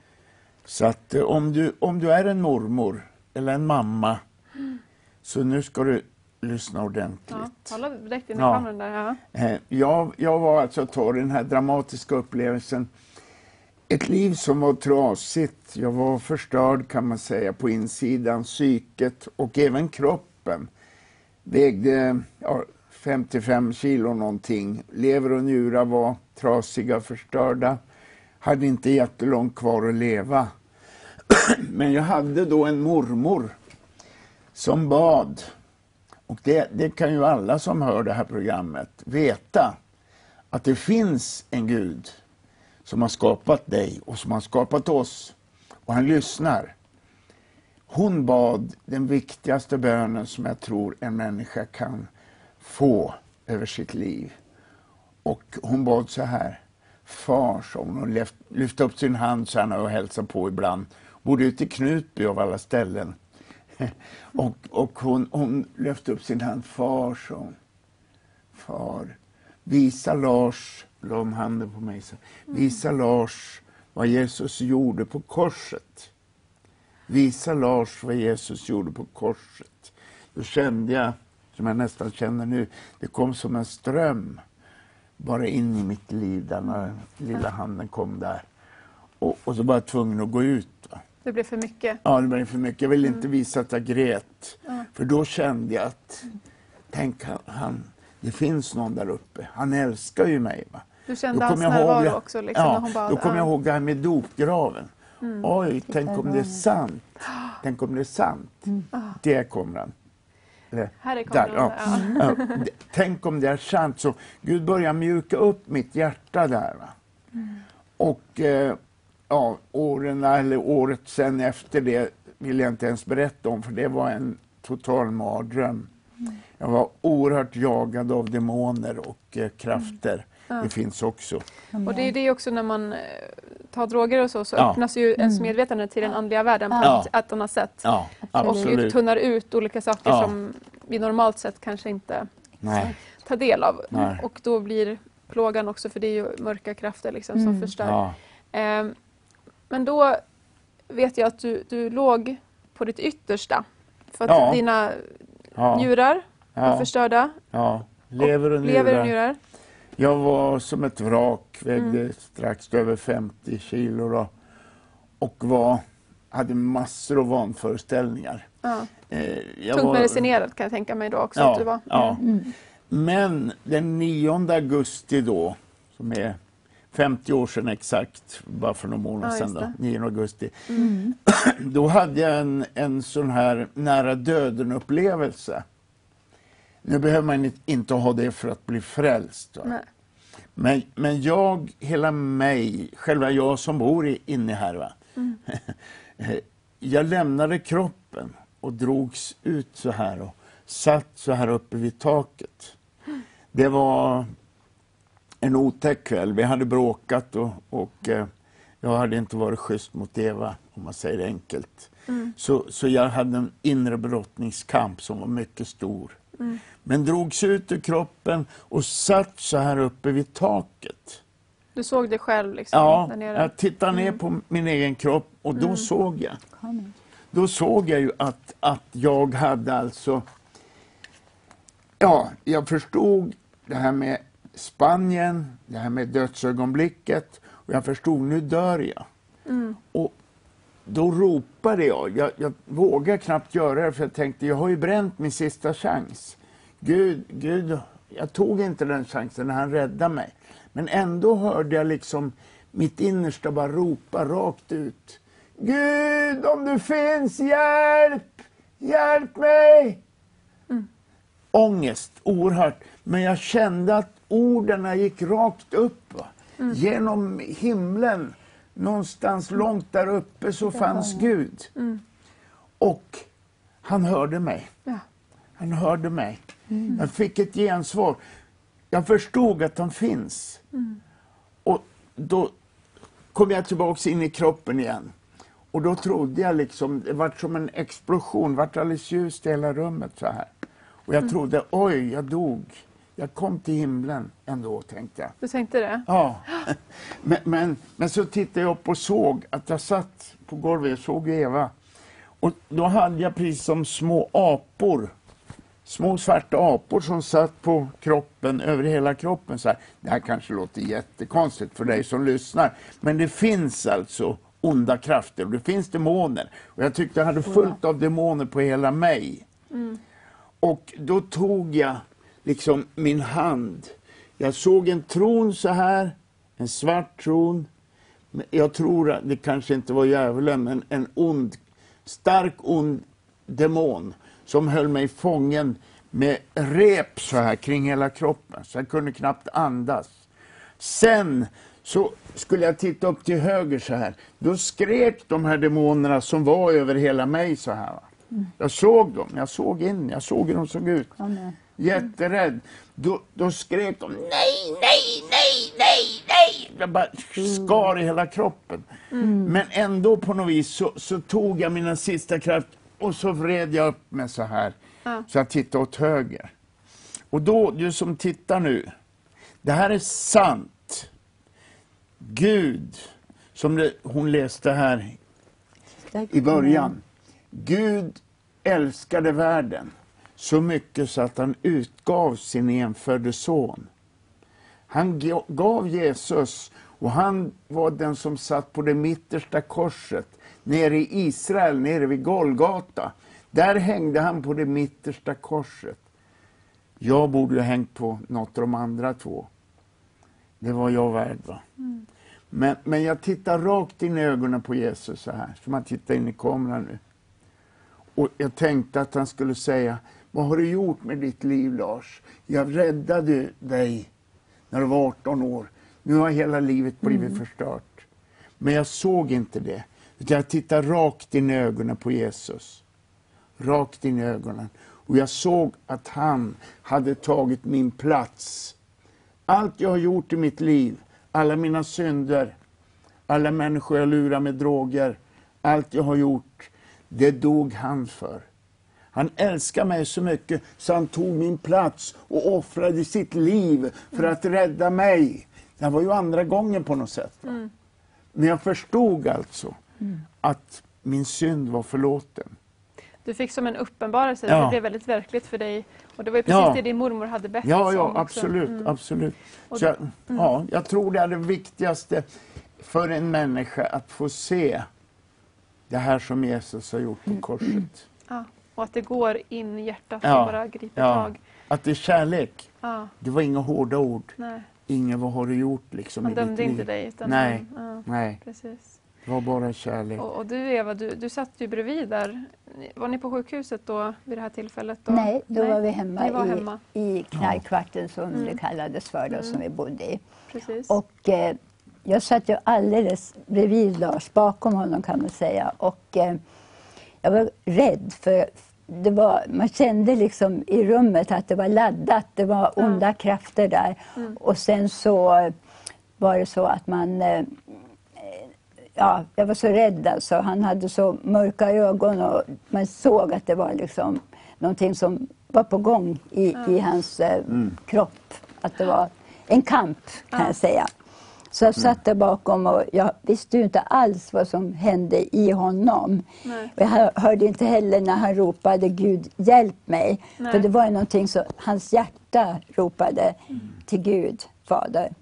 Så att eh, om du, om du är en mormor eller en mamma, Mm. så nu ska du lyssna ordentligt. Ja, tala direkt in i Ja. kameran där. Ja. Eh, jag, jag var alltså tar den här dramatiska upplevelsen. Ett liv som var trasigt. Jag var förstörd, kan man säga, på insidan, psyket och även kroppen. Vägde ja, femtiofem kilo någonting. Lever och njurar var trasiga, förstörda. Hade inte jättelångt kvar att leva. Men jag hade då en mormor som bad Och det, det kan ju alla som hör det här programmet veta, att det finns en Gud som har skapat dig och som har skapat oss. Och han lyssnar. Hon bad den viktigaste bönen som jag tror en människa kan få över sitt liv. Och hon bad så här: Far, sa hon, och lyft, lyfte upp sin hand så han har hälsat på ibland. Bodde ute i Knutby av alla ställen. och och hon, hon lyfte upp sin hand. Far, sa hon. Far, visa Lars, la om handen på mig. Så, visa Lars vad Jesus gjorde på korset. Visa Lars vad Jesus gjorde på korset. Då kände jag, som jag nästan känner nu, det kom som en ström bara in i mitt liv där när lilla handen kom där. Och, och så var jag tvungen att gå ut. Va? Det blev för mycket. Ja, det blev för mycket. Jag ville inte Mm. visa att jag grät. Ja. För då kände jag att, tänk han, han, det finns någon där uppe. Han älskar ju mig. Va? Du kände Då hans kom jag närvaro ihåg, också. Liksom, ja, när hon bad. då kom jag Ja. ihåg det här med dopgraven. Mm. Oj, tänk om det är sant. Tänk om det är sant. Mm. Det kommer han. Eller, Här är där, kameran. ja. Ja. Ja, d- tänk om det är sant. Så Gud börjar mjuka upp mitt hjärta där. Va? Mm. Och eh, ja, åren, eller året sen efter det vill jag inte ens berätta om, för det var en total mardröm. Mm. Jag var oerhört jagad av demoner och eh, krafter. Ja. Det finns också. Och det är det också när man eh, tar droger och så, så Ja. öppnas ju ens Mm. medvetande till den andliga världen på Ja. ett, ett annat sätt. Ja, Och absolut. tunnar ut olika saker Ja. som vi normalt sett kanske inte Nej. tar del av. Nej. Och då blir plågan också, för det är ju mörka krafter liksom, som Mm. förstör. Ja. Ehm, men då vet jag att du, du låg på ditt yttersta. För att Ja. dina Ja. njurar var Ja. förstörda. Ja. Lever och njurar. Lever och njurar. Jag var som ett vrak, vägde Mm. strax över femtio kilo då, och var, hade massor av vanföreställningar. Ja. Eh, jag Tungt var- medicinerad kan jag tänka mig då också Ja, att du var. ja. Mm. Men den nionde augusti då, som är femtio år sedan exakt, bara för några månader Ja, sedan just då, det. nionde augusti, Mm. då hade jag en, en sån här nära döden-upplevelse. Nu behöver man inte ha det för att bli frälst. Va? Nej. Men, men jag, hela mig, själva jag som bor i, inne här, va? Mm. jag lämnade kroppen och drogs ut så här och satt så här uppe vid taket. Det var en otäck kväll. Vi hade bråkat och, och eh, jag hade inte varit schysst mot Eva, om man säger det enkelt. Mm. Så, så jag hade en inre brottningskamp som var mycket stor. Mm. Men drogs ut ur kroppen och satt så här uppe vid taket. Du såg dig själv liksom Ja, där nere. jag tittade ner Mm. på min egen kropp och då Mm. såg jag. Kom. Då såg jag ju att, att jag hade alltså... Ja, jag förstod det här med Spanien, det här med dödsögonblicket, och jag förstod, nu dör jag. Mm. Och då ropade jag, jag, jag vågade knappt göra det, för jag tänkte, jag har ju bränt min sista chans. Gud, Gud, jag tog inte den chansen när han räddade mig. Men ändå hörde jag liksom mitt innersta bara ropa rakt ut. Gud, om du finns, hjälp! Hjälp mig! Mm. Ångest, oerhört. Men jag kände att orden gick rakt upp. Va? Mm. Genom himlen. Någonstans långt där uppe så fanns Gud. Mm. Och han hörde mig. Ja. Han hörde mig. Mm. Jag fick ett gensvar. Jag förstod att han finns. Mm. Och då kom jag tillbaka in i kroppen igen. Och då trodde jag liksom, det var som en explosion, det var alldeles ljust i hela rummet så här. Och jag Mm. trodde, oj, jag dog. Jag kom till himlen ändå, tänkte jag. Du tänkte det? Ja, men, men, men så tittade jag upp och såg att jag satt på golvet, jag såg Eva. Och då hade jag precis som små apor, små svarta apor som satt på kroppen, över hela kroppen. Så här. Det här kanske låter jättekonstigt för dig som lyssnar, men det finns alltså onda krafter och det finns demoner. Och jag tyckte jag hade fullt av demoner på hela mig. Mm. Och då tog jag liksom min hand. Jag såg en tron så här, en svart tron. Jag tror att det kanske inte var djävulen, men en ond, stark ond demon som höll mig fången med rep så här kring hela kroppen. Så jag kunde knappt andas. Sen så skulle jag titta upp till höger så här. Då skrek de här demonerna som var över hela mig så här. Mm. Jag såg dem, jag såg in, jag såg hur de såg ut. Amen. Jätterädd. Då, då skrek de nej, nej, nej, nej, nej. Jag bara skar i hela kroppen. Mm. Men ändå på något vis så, så tog jag mina sista kraft och så vred jag upp mig så här. Mm. Så jag tittade åt höger. Och då, du som tittar nu. Det här är sant. Gud, som det, hon läste här i början. Gud älskade världen så mycket så att han utgav sin enfödde son. Han gav Jesus, och han var den som satt på det mittersta korset nere i Israel, nere vid Golgata. Där hängde han på det mittersta korset. Jag borde ha hängt på något av de andra två. Det var jag värd, va? Mm. Men, men jag tittar rakt in i ögonen på Jesus så här, som man tittar in i kameran nu. Och jag tänkte att han skulle säga: vad har du gjort med ditt liv, Lars? Jag räddade dig när du var arton år. Nu har hela livet blivit mm. förstört. Men jag såg inte det. Utan jag tittade rakt in i ögonen på Jesus. Rakt in i ögonen. Och jag såg att han hade tagit min plats. Allt jag har gjort i mitt liv, alla mina synder, alla människor jag lurar med droger, allt jag har gjort, det dog han för. Han älskar mig så mycket så han tog min plats och offrade sitt liv för att rädda mig. Det var ju andra gången på något sätt. Mm. Men jag förstod alltså mm. att min synd var förlåten. Du fick som en uppenbarelse, ja. Det blev väldigt verkligt för dig. Och det var ju precis ja. det din mormor hade bett ja, om. Ja, absolut. Mm. absolut. Så jag, mm. ja, jag tror det är det viktigaste för en människa att få se det här som Jesus har gjort på korset. Mm. Ja, och att det går in i hjärtat ja. och bara griper ja. tag. Att det är kärlek. Ja. Det var inga hårda ord. Nej. Ingen, vad har du gjort liksom han i ditt liv? dömde inte dig. Utan nej, han, ja, nej. Precis. Det var bara kärlek. Och, och du Eva, du, du satt ju bredvid där. Var ni på sjukhuset då vid det här tillfället? Då? Nej, då Nej. var vi hemma, var i, hemma. i knarkkvarten som mm. det kallades för då, mm. som vi bodde i. Precis. Och eh, jag satt ju alldeles bredvid Lars, bakom honom kan man säga. Och eh, jag var rädd för det var, man kände liksom i rummet att det var laddat, det var onda mm. krafter där. Mm. Och sen så var det så att man, eh, ja, jag var så rädd alltså. Han hade så mörka ögon och man såg att det var liksom någonting som var på gång i, mm. i hans eh, mm. kropp. Att det var en kamp kan mm. jag säga. Så jag satt där bakom och jag visste ju inte alls vad som hände i honom. Nej. Och jag hörde inte heller när han ropade Gud, hjälp mig. Nej. För det var ju någonting så hans hjärta ropade mm. till Gud, Fader.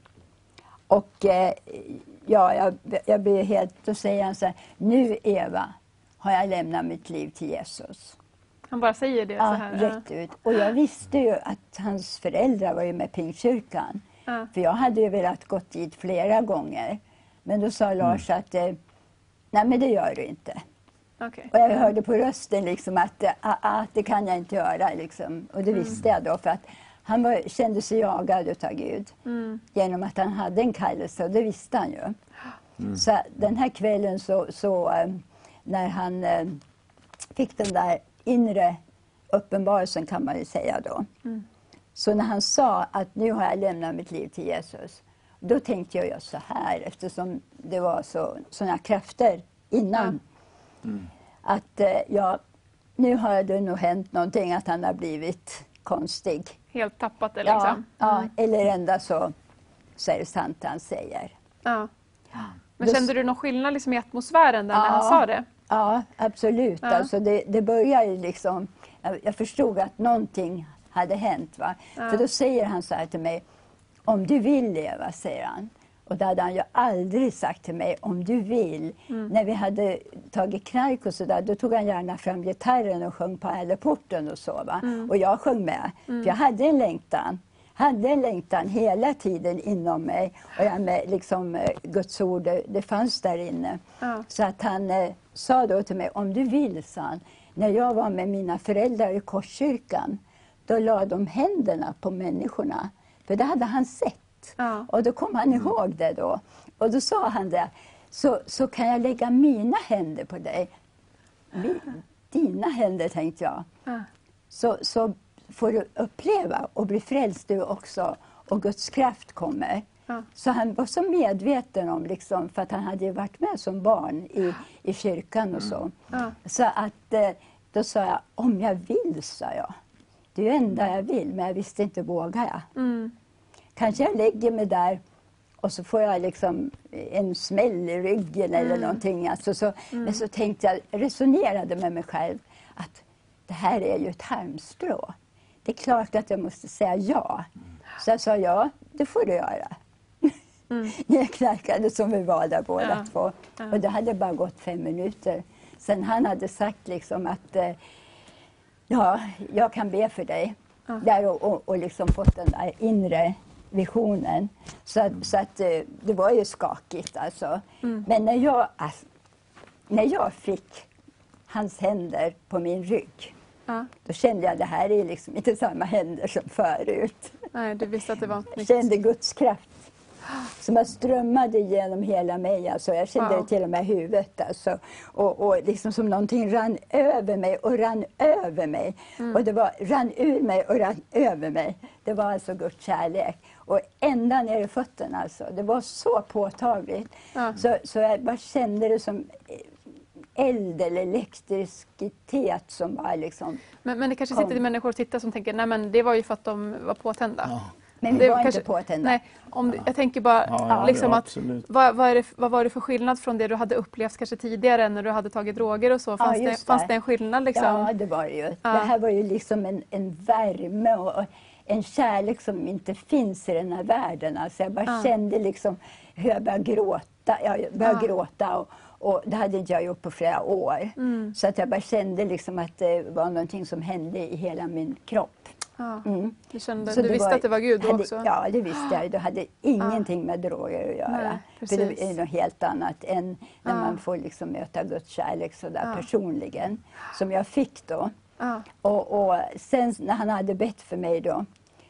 Och eh, ja, jag, jag blev helt, då säger han så här: nu Eva har jag lämnat mitt liv till Jesus. Han bara säger det ja, så här. Rätt ut. Och jag visste ju att hans föräldrar var ju med Pingstkyrkan. Ja. För jag hade ju velat gått dit flera gånger. Men då sa Lars mm. att eh, nej men det gör du inte. Okay. Och jag hörde på rösten liksom att ah, ah, det kan jag inte göra. Liksom. Och det mm. visste jag då för att han var, kände sig jagad utav Gud. Mm. Genom att han hade en kallelse och det visste han ju. Mm. Så den här kvällen så, så äh, när han äh, fick den där inre uppenbarelsen kan man ju säga då. Mm. Så när han sa att nu har jag lämnat mitt liv till Jesus, då tänkte jag just så här, eftersom det var så, såna krafter innan. Mm. Att eh, ja, nu har det nog hänt någonting, att han har blivit konstig. Helt tappat det liksom? Ja, mm. ja eller ändå så, så är det sant han säger. Ja. Men då, kände du någon skillnad liksom i atmosfären där ja, när han sa det? Ja, absolut. Ja. Alltså det, det började liksom, jag, jag förstod att någonting hade hänt. Va? Ja. För då säger han så här till mig: om du vill leva, säger han. Och det hade han ju aldrig sagt till mig, om du vill. Mm. När vi hade tagit knark och sådär, då tog han gärna fram gitarren och sjöng på Älleporten och så. Va? Mm. Och jag sjöng med. Mm. För jag hade en längtan. Hade en längtan hela tiden inom mig. Och jag med liksom Guds ord, det, det fanns där inne. Ja. Så att han eh, sa då till mig, om du vill, sa han. När jag var med mina föräldrar i Korskyrkan, då la de händerna på människorna. För det hade han sett. Ja. Och då kom han ihåg det då. Och då sa han det, så, så kan jag lägga mina händer på dig. Vi, dina händer, tänkte jag. Ja. Så, så får du uppleva och bli frälst du också. Och Guds kraft kommer. Ja. Så han var så medveten om, liksom, för att han hade ju varit med som barn i, i kyrkan och så. Ja. Så att, då sa jag, om jag vill, sa jag. Det är ju enda jag vill, men jag visste inte, vågar jag. Mm. Kanske jag lägger mig där och så får jag liksom en smäll i ryggen eller Mm. någonting. Alltså så, Mm. Men så tänkte jag, resonerade med mig själv att det här är ju ett halmstrå. Det är klart att jag måste säga ja. Så jag sa ja, det får du göra. Mm. Jag knarkade som vi var där båda Ja. två. Ja. Och det hade bara gått fem minuter. Sen han hade sagt liksom att eh, ja, jag kan be för dig. Ja. Där och, och, och liksom fått den där inre visionen. Så, att- så att eh, det var ju skakigt alltså. Mm. Men när jag, alltså, när jag fick hans händer på min rygg, Ja. då kände jag att det här är liksom inte samma händer som förut. Nej, du visste att det var något Jag nytt. kände Guds kraft som jag strömmade genom hela mig. Alltså. Jag kände Wow. det till och med i huvudet. Alltså. Och, och liksom som någonting rann över mig och rann över mig. Mm. Och det var, rann ur mig och rann över mig. Det var alltså Guds kärlek. Och ända ner i fötterna. Alltså. Det var så påtagligt. Ja. Så, så jag bara kände det som eld eller elektricitet som bara liksom... Men, men det kanske Kom. sitter människor och tittar som tänker, nej men det var ju för att de var påtända. Ja. Men vi Det var kanske- inte påtända. Nej, om, jag tänker bara Ja, ja, liksom ja, att absolut. vad, vad, är det, vad var det för skillnad från det du hade upplevt kanske tidigare när du hade tagit droger och så? Fanns, det, just fanns det. det en skillnad liksom? Ja, det var det ju. Ja. Det här var ju liksom en, en värme och, och en kärlek som inte finns i den här världen. Alltså jag bara Ja. kände liksom hur jag började gråta. Jag började Ja. gråta och, och det hade inte jag gjort på flera år. Mm. Så att jag bara kände liksom att det var någonting som hände i hela min kropp. Ja. Mm. Du, kände, Så du det visste var- att det var Gud då hade, också? Ja, det visste jag. Det hade ingenting med droger att göra. Nej, För det precis. är något helt annat än när Ja. man får liksom möta Guds kärlek så där Ja. personligen. Som jag fick då. Ja. Och, och sen när han hade bett för mig då,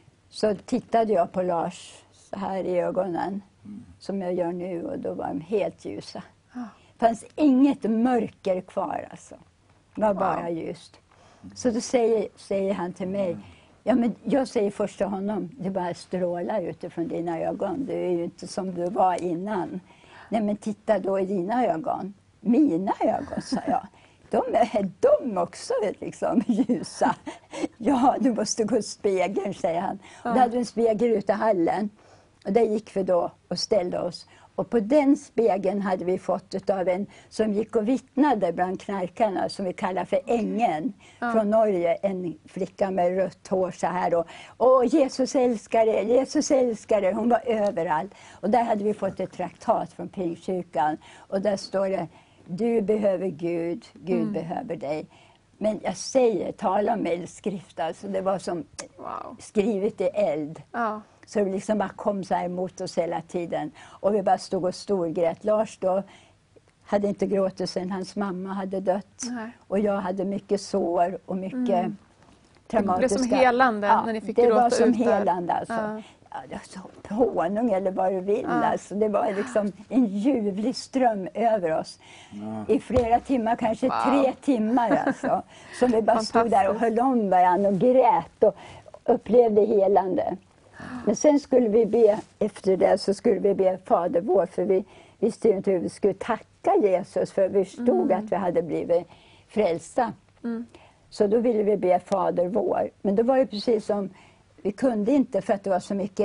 så tittade jag på Lars så här i ögonen, som jag gör nu, och då var de helt ljusa. Ja. Det fanns inget mörker kvar alltså. Det var Wow. bara ljust. Så då säger, säger han till mig, ja, men jag säger först till honom, det bara strålar utifrån dina ögon. Du är ju inte som du var innan. Nej, men titta då i dina ögon. Mina ögon, sa jag. De är de också liksom ljusa. Ja, du måste gå i spegeln, säger han. Och då hade vi en spegel ute i hallen. Och där gick vi då och ställde oss. Och på den spegeln hade vi fått av en som gick och vittnade bland knarkarna, som vi kallar för Ängeln, Ja. från Norge. En flicka med rött hår så här. Och, Åh, Jesus älskare, Jesus älskare. Hon var överallt. Och där hade vi fått ett traktat från Pingstkyrkan. Och där står det, du behöver Gud, Gud Mm. behöver dig. Men jag säger, tala om eldskrift. Alltså det var som Wow. skrivet i eld. Ja. Så det liksom bara kom så här emot oss hela tiden. Och vi bara stod och storgrät. Lars då hade inte gråtit sen hans mamma hade dött. Nej. Och jag hade mycket sår och mycket Mm. traumatiska... Det blev som helande ja, när ni fick det gråta var som ut där. helande alltså. Ja. Ja, det var så honung eller vad du vill. Ja. Alltså. Det var liksom en ljuvlig ström över oss. Ja. I flera timmar, kanske Wow. tre timmar alltså. Som vi bara stod där och Fantastiskt. höll om varandra och grät och upplevde helande. Men sen skulle vi be, efter det så skulle vi be Fader vår, för vi visste ju inte hur vi skulle tacka Jesus, för vi förstod Mm. att vi hade blivit frälsta. Mm. Så då ville vi be Fader vår. Men det var ju precis som, vi kunde inte för att det var så mycket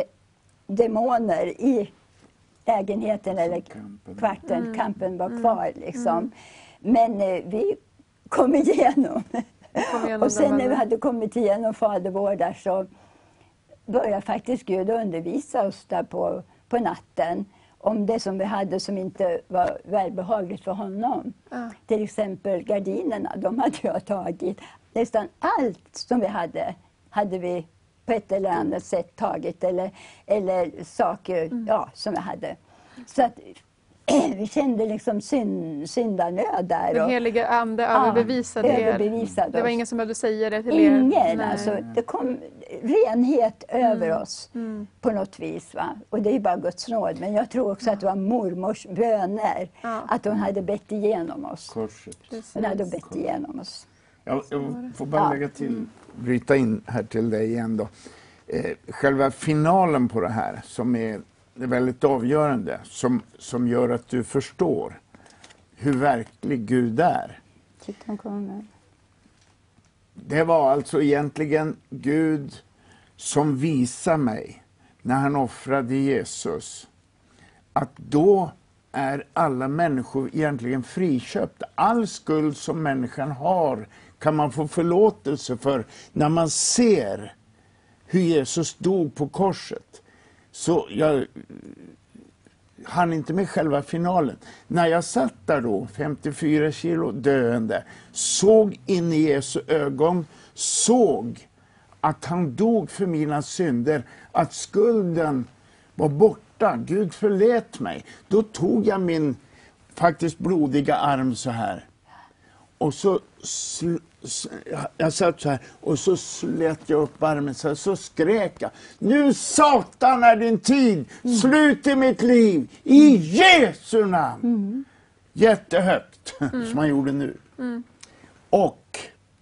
demoner i lägenheten eller Kampen. kvarten. Mm. Kampen var Mm. kvar liksom. Mm. Men eh, vi kom igenom. Kom igenom Och sen den när vi här- hade kommit igenom Fader vår där, så började faktiskt Gud undervisa oss där på, på natten om det som vi hade som inte var välbehagligt för honom. Ja. Till exempel gardinerna, de hade jag tagit. Nästan allt som vi hade, hade vi på ett eller annat sätt tagit. Eller, eller saker Mm. ja, som vi hade. Så att vi kände liksom synd, syndanöd där. Den helige ande överbevisade ja, er. överbevisade Det var oss. ingen som behövde säga det till er. Ingen, alltså. Det kom renhet över Mm. oss Mm. på något vis. Va? Och det är bara Guds nåd. Men jag tror också att det var mormors böner. Ja. Att hon hade bett igenom oss. Korset. Hon hade bett igenom oss. Jag, jag får bara lägga till, bryta in här till dig igen då. Eh, själva finalen på det här som är, är väldigt avgörande, som, som gör att du förstår hur verklig Gud är. Titta, han kommer. Det var alltså egentligen Gud som visade mig när han offrade Jesus att då är alla människor egentligen friköpta. All skuld som människan har kan man få förlåtelse för när man ser hur Jesus dog på korset. Så jag hann inte med själva finalen. När jag satt där då, femtiofyra kilo döende, såg in i Jesu ögon, såg att han dog för mina synder, att skulden var borta. Gud förlät mig. Då tog jag min faktiskt blodiga arm så här. Och så sl- jag satt så här och så slet jag upp armen så, här, så skrek jag: nu Satan är din tid, mm. slut i mitt liv i Jesu namn. Mm. Jättehögt mm. som man gjorde nu. Mm. Och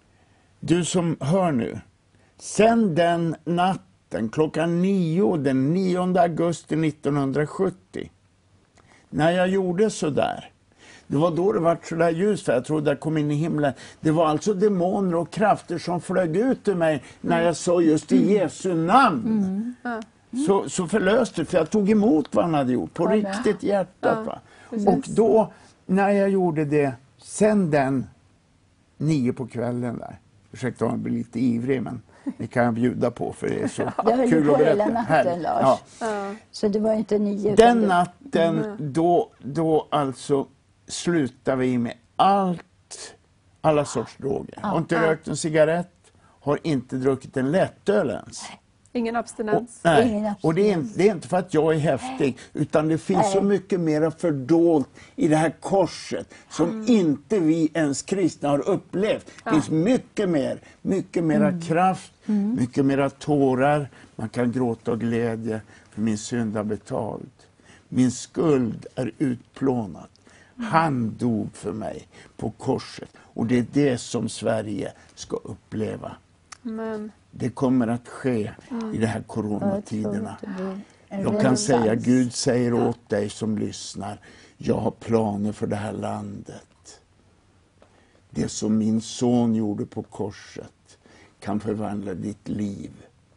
du som hör nu, sen den natten klockan nio den nionde augusti nittonhundrasjuttio, när jag gjorde så där, det var då det var så där ljus, för jag trodde jag kom in i himlen. Det var alltså demoner och krafter som flög ut ur mig när jag sa just i Jesu namn. Mm. Mm. Så, så förlöste, för jag tog emot vad han hade gjort på mm. riktigt hjärtat. Va? Mm. Och då, när jag gjorde det, sen den nio på kvällen där, ursäkta om jag blir lite ivrig, men det kan jag bjuda på för det är så jag kul att berätta. Hela natten, Lars. Ja. Ja. Så det var inte nio. Den natten, mm. då, då alltså slutar vi med allt, alla sorts droger. Har inte rökt en cigarett, har inte druckit en lättöl ens. Ingen abstinens. Och, nej, Ingen abstinens. och det är, inte, det är inte för att jag är häftig, utan det finns nej. så mycket mer fördolt i det här korset som mm. inte vi ens kristna har upplevt. Det finns ja. mycket mer, mycket mera mm. kraft, mm. mycket mera tårar. Man kan gråta och glädje, för min synd har betalt. Min skuld är utplånad. Han dog för mig på korset. Och det är det som Sverige ska uppleva. Men. Det kommer att ske mm. i de här coronatiderna. Jag kan säga, Gud säger åt dig som lyssnar: jag har planer för det här landet. Det som min son gjorde på korset kan förvandla ditt liv.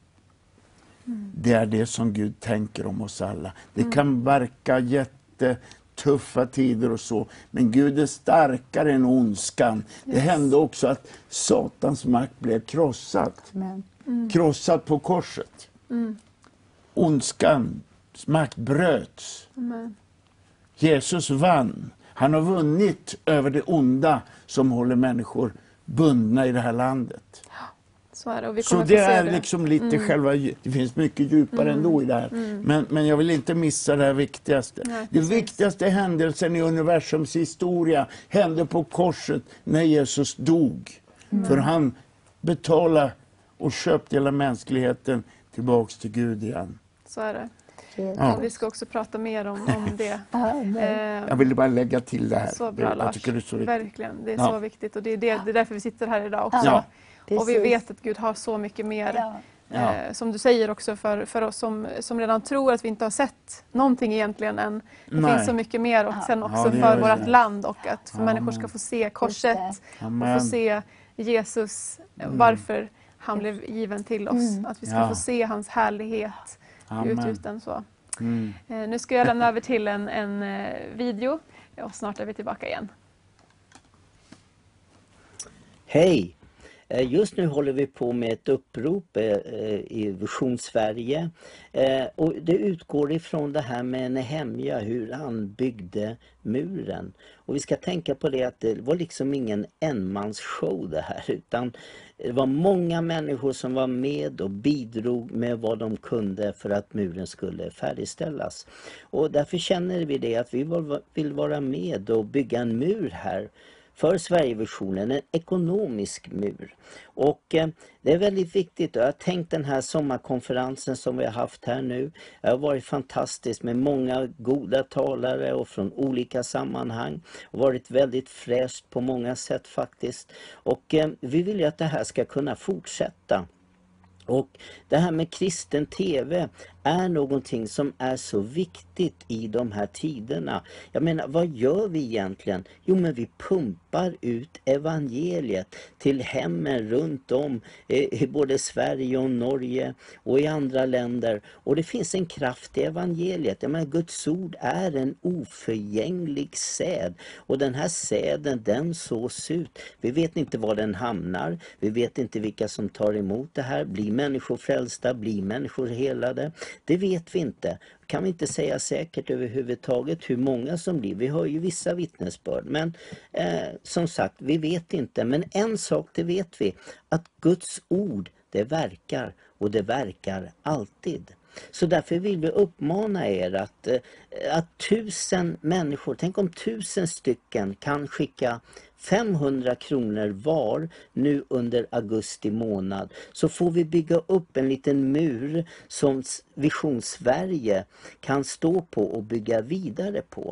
Mm. Det är det som Gud tänker om oss alla. Det mm. kan verka jätte tuffa tider och så, men Gud är starkare än ondskan. Yes. Det hände också att Satans makt blev krossad. Mm. Krossad på korset. Mm. Ondskans makt bröts. Mm. Jesus vann. Han har vunnit över det onda som håller människor bundna i det här landet. Så är det, och vi så kommer det få se är det. liksom lite Mm. själva, det finns mycket djupare mm. ändå i det här. Mm. Men, men jag vill inte missa det här viktigaste. Nej, det viktigaste händelsen i universums historia hände på korset när Jesus dog. Mm. För han betalade och köpte hela mänskligheten tillbaks till Gud igen. Så är det. Ja. Vi ska också prata mer om, om det. Jag ville bara lägga till det här. Så bra, det, Lars. det är så verkligen, det är ja. så viktigt. Och det är, det, det är därför vi sitter här idag också. Ja. Och vi vet att Gud har så mycket mer. Ja. Ja. Eh, som du säger också för, för oss som, som redan tror att vi inte har sett någonting egentligen än. Det Nej. finns så mycket mer. Och sen också Ja, för det. vårt land. Och att för Amen. människor ska få se korset. Amen. Och få se Jesus. Mm. Varför han blev given till oss. Mm. Att vi ska Ja. få se hans härlighet Amen. utgjuten så. Mm. Eh, nu ska jag lämna över till en, en eh, video. Och snart är vi tillbaka igen. Hej! Just nu håller vi på med ett upprop i Vision Sverige. Och det utgår ifrån det här med Nehemja, hur han byggde muren. Och vi ska tänka på det att det var liksom ingen enmansshow det här, utan det var många människor som var med och bidrog med vad de kunde för att muren skulle färdigställas. Och därför känner vi det att vi vill vara med och bygga en mur här för Sverigevisionen, en ekonomisk mur. Och eh, det är väldigt viktigt. Jag har tänkt den här sommarkonferensen som vi har haft här nu. Det har varit fantastiskt med många goda talare och från olika sammanhang. Det har varit väldigt fräscht på många sätt faktiskt. Och eh, vi vill ju att det här ska kunna fortsätta. Och det här med kristen tv är någonting som är så viktigt i de här tiderna. Jag menar, vad gör vi egentligen? Jo, men vi pumpar ut evangeliet till hemmen runt om i både Sverige och Norge och i andra länder. Och det finns en kraft i evangeliet. Jag menar, Guds ord är en oförgänglig säd. Och den här säden, den sås ut. Vi vet inte var den hamnar. Vi vet inte vilka som tar emot det här. Blir människor frälsta? Blir människor helade? Det vet vi inte. Kan vi inte säga säkert överhuvudtaget hur många som blir. Vi har ju vissa vittnesbörd. Men eh, som sagt, vi vet inte. Men en sak det vet vi. Att Guds ord, det verkar. Och det verkar alltid. Så därför vill vi uppmana er att, att tusen människor, tänk om tusen stycken kan skicka femhundra kronor var nu under augusti månad, så får vi bygga upp en liten mur som Vision Sverige kan stå på och bygga vidare på.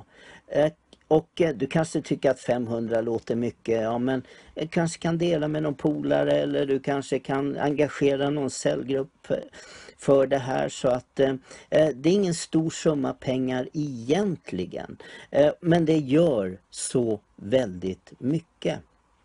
Och du kanske tycker att femhundra låter mycket, ja, men du kanske kan dela med någon polare eller du kanske kan engagera någon cellgrupp för det här, så att eh, det är ingen stor summa pengar egentligen, eh, men det gör så väldigt mycket.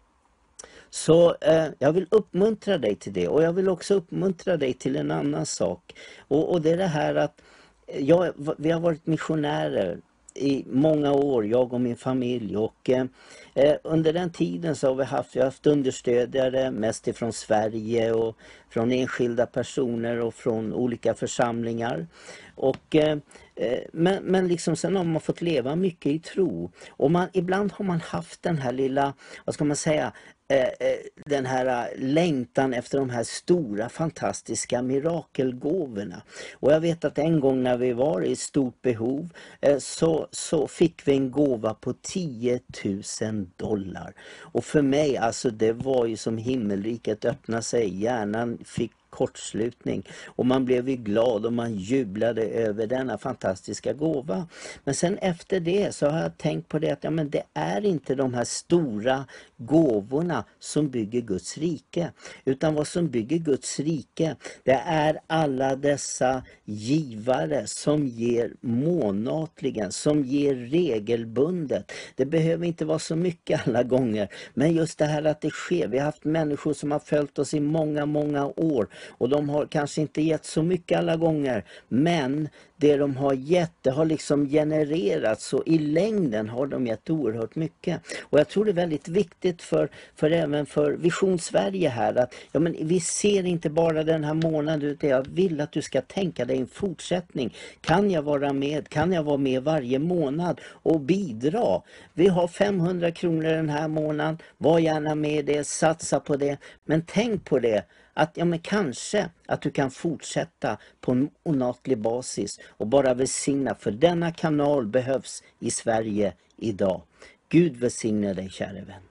Så eh, jag vill uppmuntra dig till det, och jag vill också uppmuntra dig till en annan sak, och, och det är det här att jag, vi har varit missionärer i många år, jag och min familj, och eh, under den tiden så har vi haft, vi har haft understödjare mest ifrån Sverige och från enskilda personer och från olika församlingar. Och, eh, men, men liksom sen har man fått leva mycket i tro, och man, ibland har man haft den här lilla, vad ska man säga, den här längtan efter de här stora fantastiska mirakelgåvorna. Och jag vet att en gång när vi var i stort behov så, så fick vi en gåva på tio tusen dollar. Och för mig, alltså det var ju som himmelriket öppnade sig, hjärnan fick kortslutning och man blev ju glad och man jublade över denna fantastiska gåva. Men sen efter det så har jag tänkt på det att ja, men det är inte de här stora gåvorna som bygger Guds rike, utan vad som bygger Guds rike, det är alla dessa givare som ger månatligen, som ger regelbundet. Det behöver inte vara så mycket alla gånger, men just det här att det sker. Vi har haft människor som har följt oss i många, många år, och de har kanske inte gett så mycket alla gånger, men det de har gett, det har liksom genererat, så i längden har de gett oerhört mycket. Och jag tror det är väldigt viktigt för, för även för Vision Sverige här, att ja, men vi ser inte bara den här månaden, utan jag vill att du ska tänka dig en fortsättning. Kan jag vara med? Kan jag vara med varje månad och bidra? Vi har femhundra kronor den här månaden, var gärna med det, satsa på det, men tänk på det, att ja, men kanske att du kan fortsätta på en månatlig basis och bara välsigna, för denna kanal behövs i Sverige idag. Gud välsigne dig, kära vän.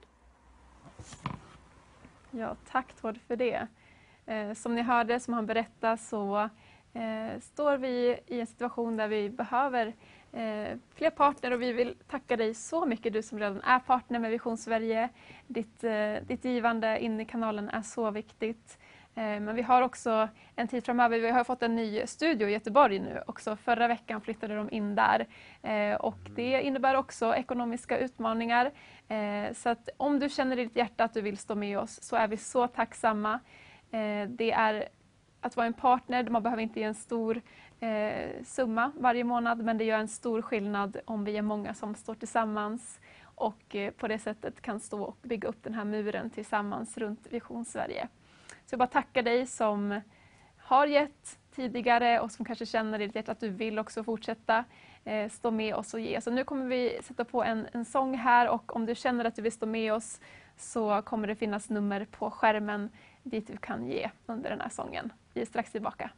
Ja, tack Tord för det. Eh, som ni hörde, som han berättade, så eh, står vi i en situation där vi behöver eh, fler partner, och vi vill tacka dig så mycket, du som redan är partner med Vision Sverige. Ditt, eh, ditt givande in i kanalen är så viktigt. Men vi har också en tid framöver, vi har fått en ny studio i Göteborg nu också. Förra veckan flyttade de in där, och det innebär också ekonomiska utmaningar. Så att om du känner i ditt hjärta att du vill stå med oss, så är vi så tacksamma. Det är att vara en partner, man behöver inte ge en stor summa varje månad, men det gör en stor skillnad om vi är många som står tillsammans. och på det sättet kan stå och bygga upp den här muren tillsammans runt Vision Sverige. Så jag bara tackar dig som har gett tidigare och som kanske känner i ditt hjärta att du vill också fortsätta eh, stå med oss och ge. Så nu kommer vi sätta på en, en sång här, och om du känner att du vill stå med oss så kommer det finnas nummer på skärmen dit du kan ge under den här sången. Vi är strax tillbaka.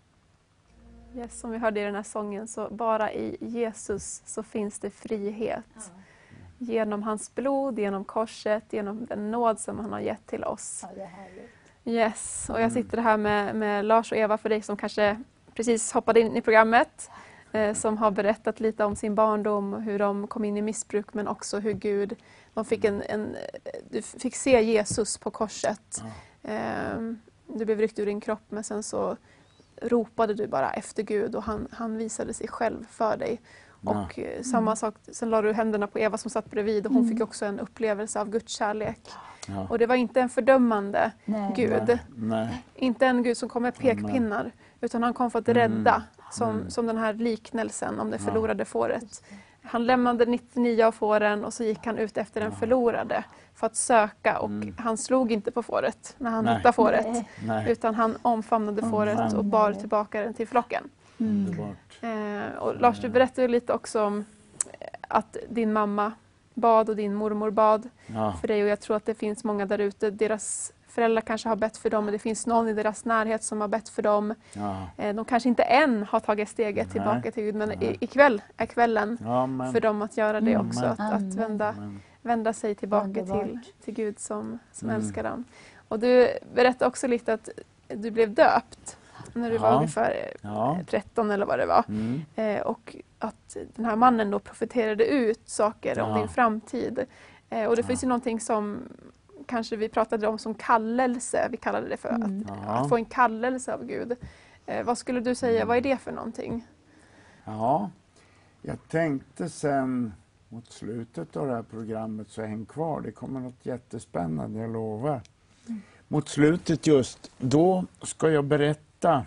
Yes, som vi hörde i den här sången, så bara i Jesus så finns det frihet. Ja. Genom hans blod, genom korset, genom den nåd som han har gett till oss. Ja, det är härligt. Yes, och jag sitter här med, med Lars och Eva, för dig som kanske precis hoppade in i programmet. Eh, som har berättat lite om sin barndom och hur de kom in i missbruk, men också hur Gud, de fick en, en, du fick se Jesus på korset. Ja. Eh, du blev ryckt ur din kropp, men sen så ropade du bara efter Gud och han, han visade sig själv för dig. Ja. Och eh, samma sak, sen la du händerna på Eva som satt bredvid och hon mm. fick också en upplevelse av Guds kärlek. Ja. Och det var inte en fördömande Nej. Gud. Nej. Nej. Inte en Gud som kom med pekpinnar, Nej. utan han kom för att rädda, mm. som, mm. som den här liknelsen om det förlorade ja. fåret. Han lämnade nittionio av fåren och så gick han ut efter den förlorade för att söka, och mm. han slog inte på fåret när han Nej. hittade fåret. Nej. Utan han omfamnade fåret mm. och bar tillbaka den till flocken. Mm. Eh, och Lars, du berättade lite också om att din mamma bad och din mormor bad ja. för dig, och jag tror att det finns många där ute, deras föräldrar kanske har bett för dem, och det finns någon i deras närhet som har bett för dem. Ja. Eh, de kanske inte än har tagit steget Nej. tillbaka till Gud, men i, ikväll är kvällen ja, men... för dem att göra det också, mm, att, att vända, vända sig tillbaka till, till Gud som, som mm. älskar dem. Och du berättade också lite att du blev döpt när du ja. var ungefär ja. tretton eller vad det var. Mm. Eh, och att den här mannen då profeterade ut saker ja. om din framtid. Eh, och det ja. finns ju någonting som kanske vi pratade om som kallelse. Vi kallade det för mm. att, ja. att få en kallelse av Gud. Eh, vad skulle du säga, vad är det för någonting? Ja, jag tänkte sen mot slutet av det här programmet, så häng kvar. Det kommer något jättespännande, jag lovar. Mm. Mot slutet just, då ska jag berätta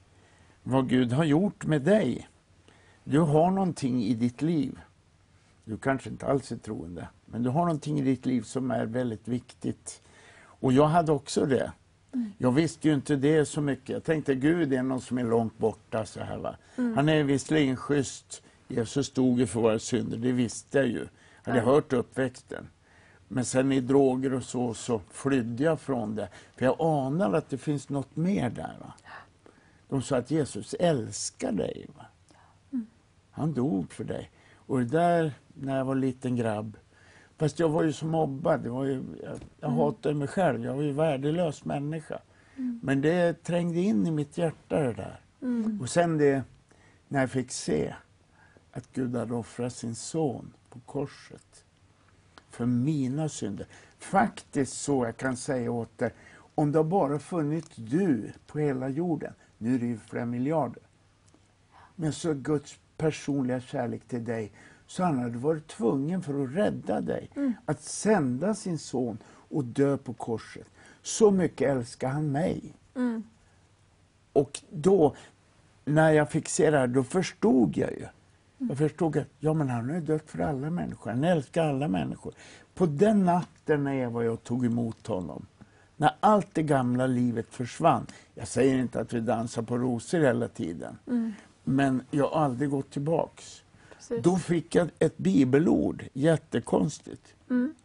vad Gud har gjort med dig. Du har någonting i ditt liv. Du kanske inte alls är troende, men du har någonting i ditt liv som är väldigt viktigt. Och jag hade också det. Mm. Jag visste ju inte det så mycket. Jag tänkte Gud är någon som är långt borta så här, va. Mm. Han är visserligen schysst. Jesus stod ju för våra synder, det visste jag ju. Jag hade mm. hört uppväxten. Men sen i droger och så, så flydde jag från det. För jag anade att det finns något mer där, va. De sa att Jesus älskar dig, va. Mm. Han dog för dig. Och det där, när jag var liten grabb. Fast jag var ju så mobbad. Det var ju, jag jag mm. hatade mig själv. Jag var ju värdelös människa. Mm. Men det trängde in i mitt hjärta det där. Mm. Och sen det, när jag fick se att Gud hade offrat sin son på korset. För mina synder. Faktiskt så jag kan säga åt dig. Om det har bara funnits du på hela jorden. Nu är det ju flera miljarder. Men så Guds personliga kärlek till dig. Så han hade varit tvungen för att rädda dig. Mm. Att sända sin son och dö på korset. Så mycket älskar han mig. Mm. Och då, när jag fick se det här, då förstod jag ju. Mm. Jag förstod att ja, men han har dött för alla människor. Han älskar alla människor. På den natten när jag var och tog emot honom. När allt det gamla livet försvann. Jag säger inte att vi dansar på rosor hela tiden. Mm. Men jag har aldrig gått tillbaks. Precis. Då fick jag ett bibelord. Jättekonstigt. Mm.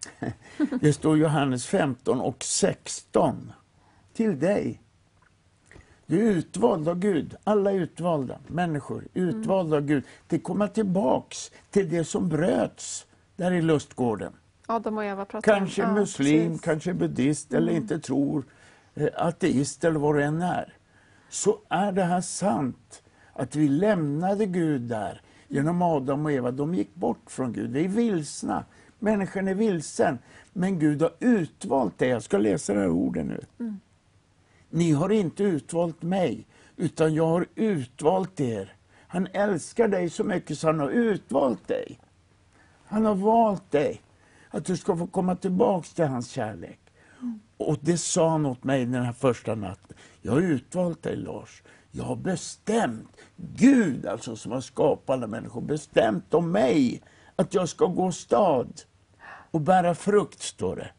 Det står Johannes femton och sexton. Till dig. Du är utvald av Gud. Alla är utvalda människor. Utvalda mm. av Gud. Till komma tillbaks till det som bröts där i lustgården. Adam och Eva pratar kanske om. muslim, ja, kanske buddhist mm. eller inte tror. Eh, ateist eller vad det än är. Så är det här sant. Att vi lämnade Gud där. Genom Adam och Eva. De gick bort från Gud. Vi är vilsna. Människan är vilsen. Men Gud har utvalt det. Jag ska läsa det här orden nu. Mm. Ni har inte utvalt mig. Utan jag har utvalt er. Han älskar dig så mycket så han har utvalt dig. Han har valt dig. Att du ska få komma tillbaka till hans kärlek. Mm. Och det sa han åt mig den här första natten. Jag har utvalt dig, Lars. Jag har bestämt. Gud alltså som har skapat alla människor. Bestämt om mig. Att jag ska gå stad. och bära frukt, står det.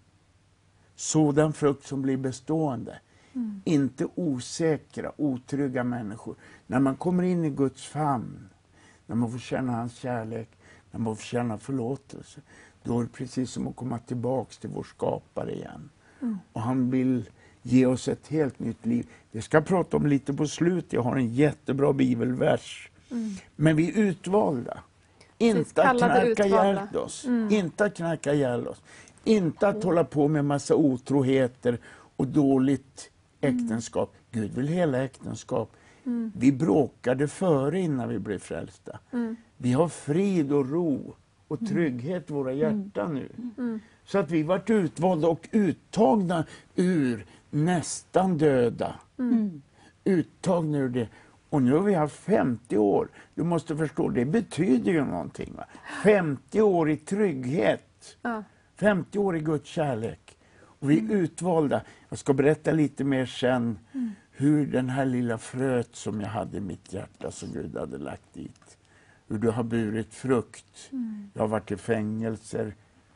Sådan frukt som blir bestående. Mm. Inte osäkra, otrygga människor. När man kommer in i Guds famn, när man får känna hans kärlek, när man får känna förlåtelse, då är det precis som att komma tillbaka till vår skapare igen. Mm. Och han vill ge oss ett helt nytt liv. Det ska jag prata om lite på slut. Jag har en jättebra bibelvers. Mm. Men vi är utvalda. Inte att knacka ihjäl oss. Mm. Inte att knacka ihjäl oss. Inte att mm. hålla på med massa otroheter och dåligt äktenskap. Mm. Gud vill hela äktenskap. Mm. Vi bråkade före innan vi blev frälsta. Mm. Vi har frid och ro och trygghet i våra hjärtan nu. Mm. Så att vi varit utvalda och uttagna ur nästan döda. Mm. Uttagna ur det. Och nu har vi haft femtio år. Du måste förstå, det betyder ju någonting. Va? femtio år i trygghet. Ja. femtio år i Guds kärlek. Och vi är mm. utvalda. Jag ska berätta lite mer sen mm. hur den här lilla fröet som jag hade i mitt hjärta som Gud hade lagt dit. Hur du har burit frukt. Mm. Jag har varit i fängelser.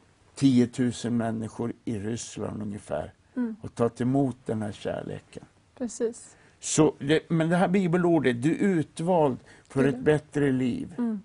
tio tusen människor i Ryssland ungefär. Mm. Och tagit emot den här kärleken. Precis. Så det, men det här bibelordet, du är utvald för ett bättre liv. Mm.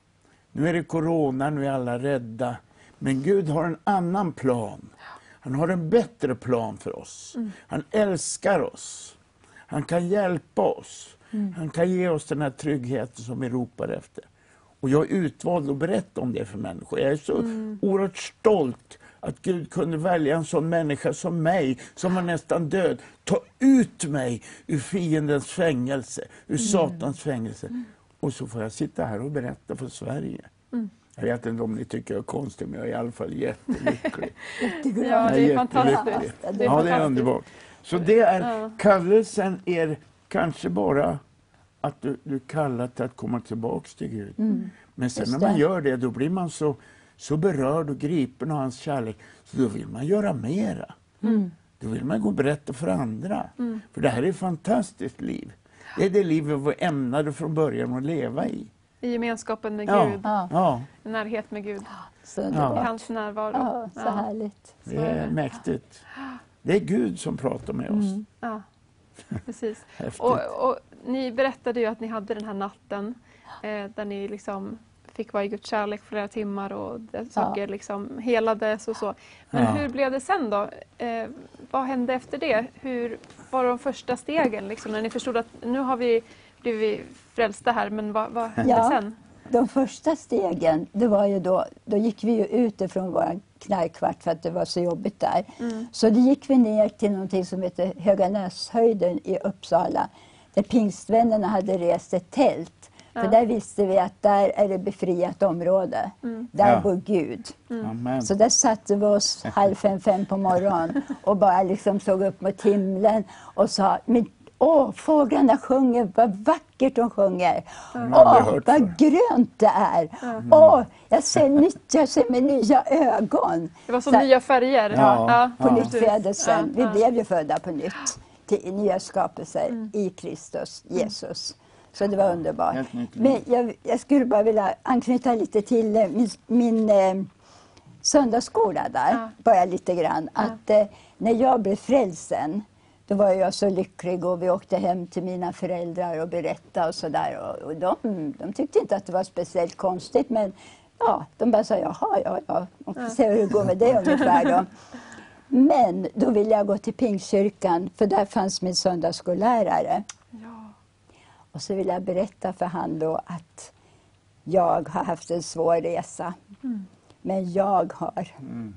Nu är det corona, nu är alla rädda. Men Gud har en annan plan. Han har en bättre plan för oss. Mm. Han älskar oss. Han kan hjälpa oss. Mm. Han kan ge oss den här tryggheten som vi ropar efter. Och jag är utvald att berätta om det för människor. Jag är så mm. oerhört stolt att Gud kunde välja en sån människa som mig, som var nästan död. Ta ut mig ur fiendens fängelse, ur mm. satans fängelse. Mm. Och så får jag sitta här och berätta för Sverige. Mm. Jag vet inte om ni tycker jag är konstig, men jag är i alla fall jättelycklig. Ja, det är fantastiskt. Det är ja, det är underbart. Så det är, ja. Kallelsen är kanske bara att du, du kallar till att komma tillbaka till Gud. Mm. Men sen när man gör det, då blir man så, så berörd och gripen av hans kärlek. Så då vill man göra mera. Mm. Då vill man gå och berätta för andra. Mm. För det här är ett fantastiskt liv. Det är det liv vi var ämnade från början att leva i. I gemenskapen med ja. Gud. Ja. I närhet med Gud. Så ja. I hans närvaro. Ja, så ja. härligt. Det är så. Mäktigt. Det är Gud som pratar med oss. Mm. Ja, precis. och, och ni berättade ju att ni hade den här natten eh, där ni liksom fick vara i Guds kärlek flera timmar och saker ja. liksom helades och så. Men ja. hur blev det sen då? Eh, vad hände efter det? Hur var de första stegen liksom, när ni förstod att nu har vi blivit frälsta här, men vad, vad hände ja. sen? De första stegen, det var ju då, då gick vi ju ut ifrån vår knarkkvart för att det var så jobbigt där. Mm. Så då gick vi ner till någonting som heter Höganäshöjden i Uppsala, där pingstvännerna hade rest ett tält. Ja. För där visste vi att där är det befriat område. Mm. Där ja. bor Gud. Mm. Så där satte vi oss halv fem, fem på morgonen och bara liksom såg upp mot himlen och sa, men åh, fåglarna sjunger, vad vackert de sjunger. Mm. Åh, vad grönt det är. Mm. Åh, jag ser nytt, jag ser med nya ögon. Det var som så, nya färger. Ja, ja. På ja. nytt födelsen. Ja. Vi blev ju födda på nytt. Till nya skapelser mm. i Kristus, Jesus. Så det var underbart. Men jag, jag skulle bara vilja anknyta lite till min, min eh, söndagsskola där. Ja. Bara lite grann. Ja. Att eh, när jag blev frälsen, då var jag så lycklig och vi åkte hem till mina föräldrar och berättade och sådär. Och, och de, de tyckte inte att det var speciellt konstigt, men ja, de bara sa jaha, ja, ja. Och ja. se hur det går med det ungefär då. Men då ville jag gå till Pingstkyrkan, för där fanns min söndagsskollärare. Ja. Och så vill jag berätta för han då att jag har haft en svår resa. Mm. Men jag har mm.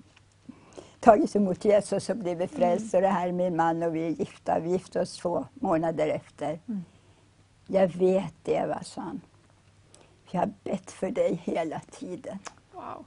tagit emot Jesus och blivit frälst. Mm. Och det här är min man och vi är gifta. Vi gifte oss två månader efter. Mm. Jag vet det, va, sa han. Jag har bett för dig hela tiden. Wow.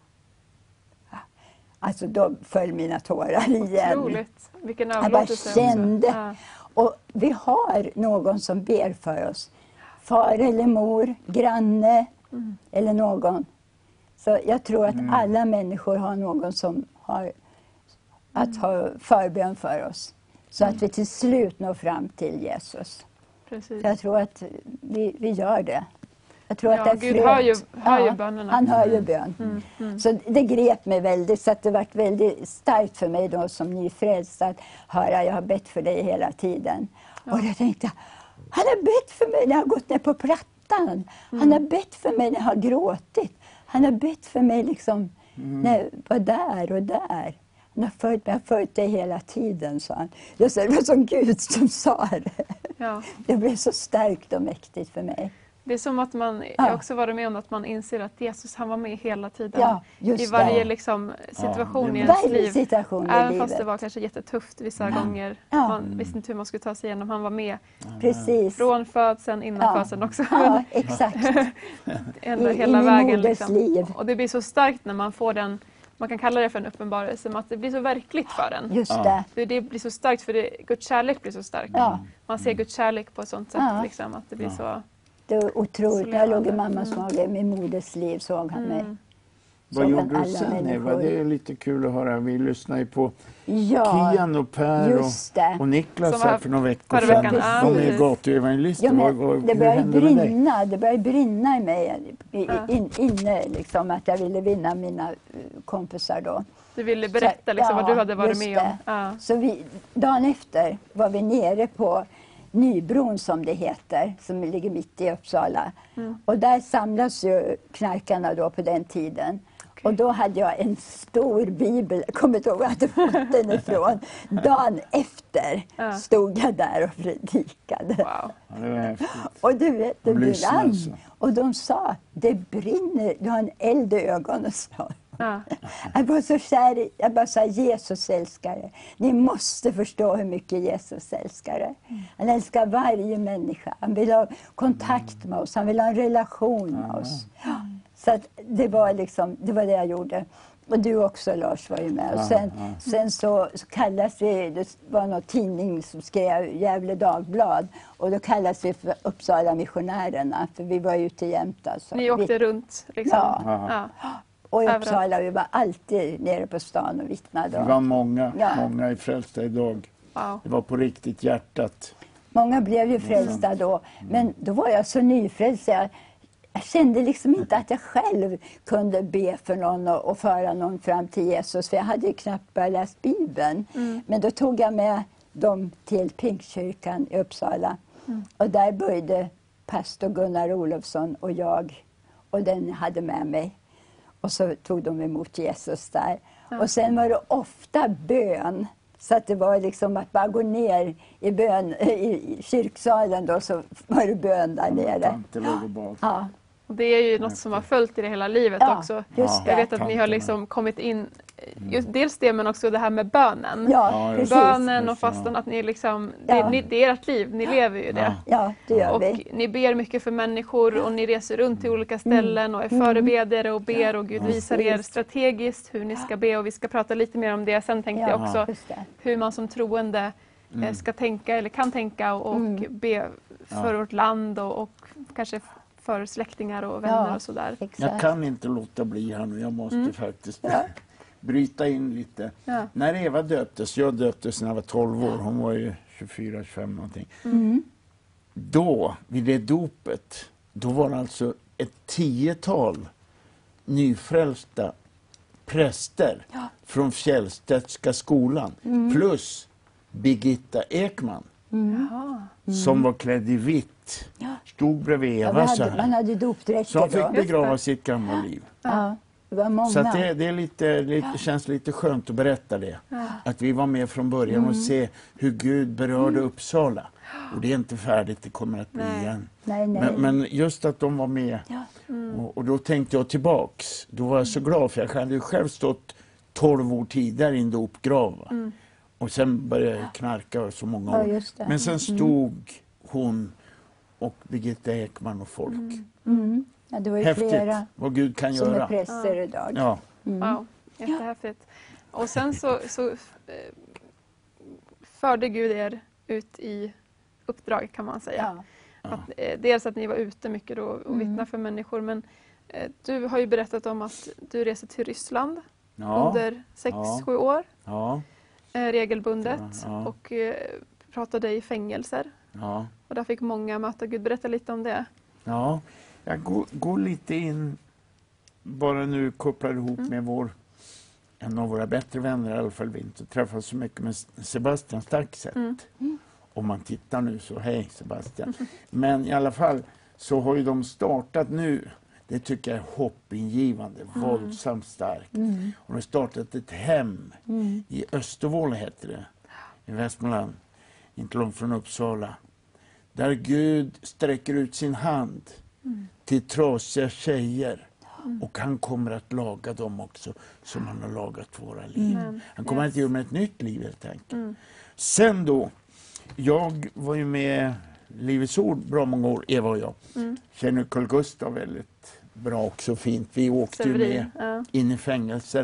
Alltså då föll mina tårar igen. Otroligt. Vilken avlåtelse. Jag bara kände. Ja. Och vi har någon som ber för oss. Far eller mor, granne mm. eller någon. Så jag tror att mm. alla människor har någon som har att mm. ha förbön för oss. Så mm. att vi till slut når fram till Jesus. Precis. Jag tror att vi, vi gör det. Jag tror ja, att det är Gud fröet. hör ju, hör ju Ja, bönerna. han hör ju bön. Mm, mm. Så det grep mig väldigt, så att det var väldigt starkt för mig då som nyfrälst att höra, jag har bett för dig hela tiden. Ja. Och jag tänkte, han har bett för mig när jag har gått ner på plattan. Mm. Han har bett för mig när jag har gråtit. Han har bett för mig liksom Mm. när jag var där och där. Han har följt mig, jag har följt dig hela tiden, sa han. Jag sa, det var som Gud som sa det. Ja. Det blev så starkt och mäktigt för mig. Det är som att man, Ja. jag har också varit med om att man inser att Jesus, han var med hela tiden. Ja, just I varje det. liksom, situation Ja, i ens Varje liv. situation i Även livet. fast det var kanske jättetufft vissa Ja. gånger. Ja. Man visste inte hur man skulle ta sig igenom. Han var med Precis. från födseln, innan Ja. födseln också. Ja, exakt. Ändå I- hela in i vägen. moders Liksom. liv. Och det blir så starkt när man får den, man kan kalla det för en uppenbarelse, men att det blir så verkligt för en. Just Ja. det. Det, det blir så starkt för det, Guds kärlek blir så stark. Ja. Man ser Guds kärlek på ett sånt sätt Ja. liksom, att det blir Ja. så... Det var otroligt. Så När jag låg i levande. mammas mage, med moders liv, såg han mig. Mm. Vad Som gjorde en du alla sen, Eva? människor. Det är lite kul att höra. Vi lyssnar ju på Ja, Kian och Per just det. och, och Niklas Som var här för några veckor förra sedan. veckan. Ja, De är precis. gatuevangelister. Ja, Vad- men vad- det hur började hände med dig? brinna, det började brinna i mig, i, Ja. in, inne liksom, att jag ville vinna mina eh, kompisar då. Du ville berätta Så- liksom, ja, vad du hade varit just med om. det. Ja. Så vi, dagen efter var vi nere på Nybron, som det heter, som ligger mitt i Uppsala. Mm. Och där samlas ju knarkarna då på den tiden. Och då hade jag en stor bibel, jag kommer inte ihåg var jag hade fått den ifrån. Dagen efter Ja. stod jag där och predikade. Wow. Ja, det var häftigt. Och du vet, det De lyssnar brann. alltså. Och de sa, det brinner, du har en eld i ögonen, sa de. Ja. Jag var så kär i, jag bara sa, Jesus älskare. Ni måste förstå hur mycket Jesus älskar. Han älskar varje människa. Han vill ha kontakt med oss. Han vill ha en relation med oss. Ja. Så att det var liksom, det var det jag gjorde. Och du också, Lars, var ju med. Och sen, sen så, så kallas vi, det var någon tidning som skrev Gävle Dagblad. Och då kallas vi för Uppsala missionärerna. För vi var ute jämt. Alltså. Ni åkte vi, runt liksom. Ja. Ja. och i överallt. Uppsala, vi var alltid nere på stan och vittnade. Det var många, Ja. många i Frälsta idag. Wow. Det var på riktigt hjärtat. Många blev ju frälsta då, men då var jag så nyfrälst. Jag, jag kände liksom inte att jag själv kunde be för någon och, och föra någon fram till Jesus, för jag hade ju knappt börjat läsa Bibeln. Mm. Men då tog jag med dem till Pingstkyrkan i Uppsala. Och där började pastor Gunnar Olofsson och jag, och den hade med mig. Och så tog de emot Jesus där. Ja. Och sen var det ofta bön. Så att det var liksom att bara gå ner i, bön, i kyrksalen då, så var det bön där nere. Tanter låg och bad. Ja, Och det är ju något som har följt i det hela livet ja också. just Jag det. vet att ni har tanterna. liksom kommit in, just dels det men också det här med bönen. Ja, Ja, precis. Bönen och Just det, ja. fastan, att ni liksom, det, Ja. ni, det är ert liv, ni lever ju det. Ja. Ja, det gör Och vi. ni ber mycket för människor och ni reser runt till olika ställen och är förebedjare och ber och Gud visar er Precis. strategiskt hur ni ska be, och vi ska prata lite mer om det. Sen tänkte Ja, jag också just det. hur man som troende eh, ska tänka eller kan tänka och, och Mm. be för Ja. vårt land och, och kanske för släktingar och vänner Ja. och sådär. Jag Exakt. kan inte låta bli här nu. Jag måste faktiskt Ja. bryta in lite. Ja. När Eva döptes, jag döptes när jag var tolv år. Hon var ju tjugofyra, tjugofem någonting. Mm. Då, vid det dopet, då var det alltså ett tiotal nyfrälsta präster Ja. från Fjällstedtska skolan. Plus Birgitta Ekman Jaha. som var klädd i vitt. Ja. Stod bredvid Ja, Eva vi så hade, man här. hade dopdräkter Som fick då. begrava sitt gamla liv. Ja, det var många. Så att det, det är lite, lite, känns lite skönt att berätta det. Att vi var med från början och se hur Gud berörde Uppsala. Och det är inte färdigt, det kommer att bli Nej. igen. Nej, nej. Men, men just att de var med. Ja. Och, och då tänkte jag tillbaks. Då var jag så glad, för jag hade ju själv stått tolv år tidigare i en dopgrav. va. Och sen började jag knarka och så många Ja, år. just det. Men sen stod hon och Birgitta Ekman och folk. Mm. Ja, det var ju Häftigt flera vad Gud kan som är göra. präster idag. Ja. Wow, jättehäftigt. Och sen så, så eh, förde Gud er ut i uppdrag, kan man säga. Ja. Att, eh, dels att ni var ute mycket då och vittnade för människor, men eh, du har ju berättat om att du reser till Ryssland Ja. under sex, Ja. sju år Ja. eh, regelbundet Ja. och eh, pratade i fängelser. Ja. Och där fick många möta Gud. Berätta lite om det. Ja, Jag går, går lite in, bara nu kopplar ihop Mm. med vår, en av våra bättre vänner i alla fall, vi inte träffas så mycket med Sebastian Staxet. Mm. Om man tittar nu så, hej Sebastian. Men i alla fall så har ju de startat nu, det tycker jag är hoppingivande, Mm. våldsamt starkt. Mm. Och de har startat ett hem Mm. i Östervåla heter det, i Västmanland, inte långt från Uppsala. Där Gud sträcker ut sin hand Mm. till trasiga tjejer. Och han kommer att laga dem också som han har lagat våra liv. Mm. Han kommer Yes. att ge dem ett nytt liv helt enkelt. Mm. Sen då, jag var ju med Livets Ord bra många år, Eva och jag. Mm. Känner Carl Gustaf väldigt bra också, fint. Vi åkte ju med Severin, ja. in i fängelser.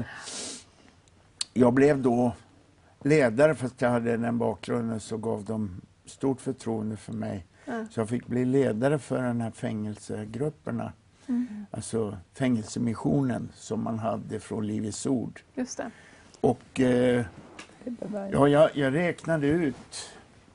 Jag blev då ledare, fast jag hade den bakgrunden så gav de stort förtroende för mig. Ja. Så jag fick bli ledare för den här fängelsegrupperna. Mm. Alltså fängelsemissionen som man hade från Livets Ord. Just det. Och eh, ja, jag, jag räknade ut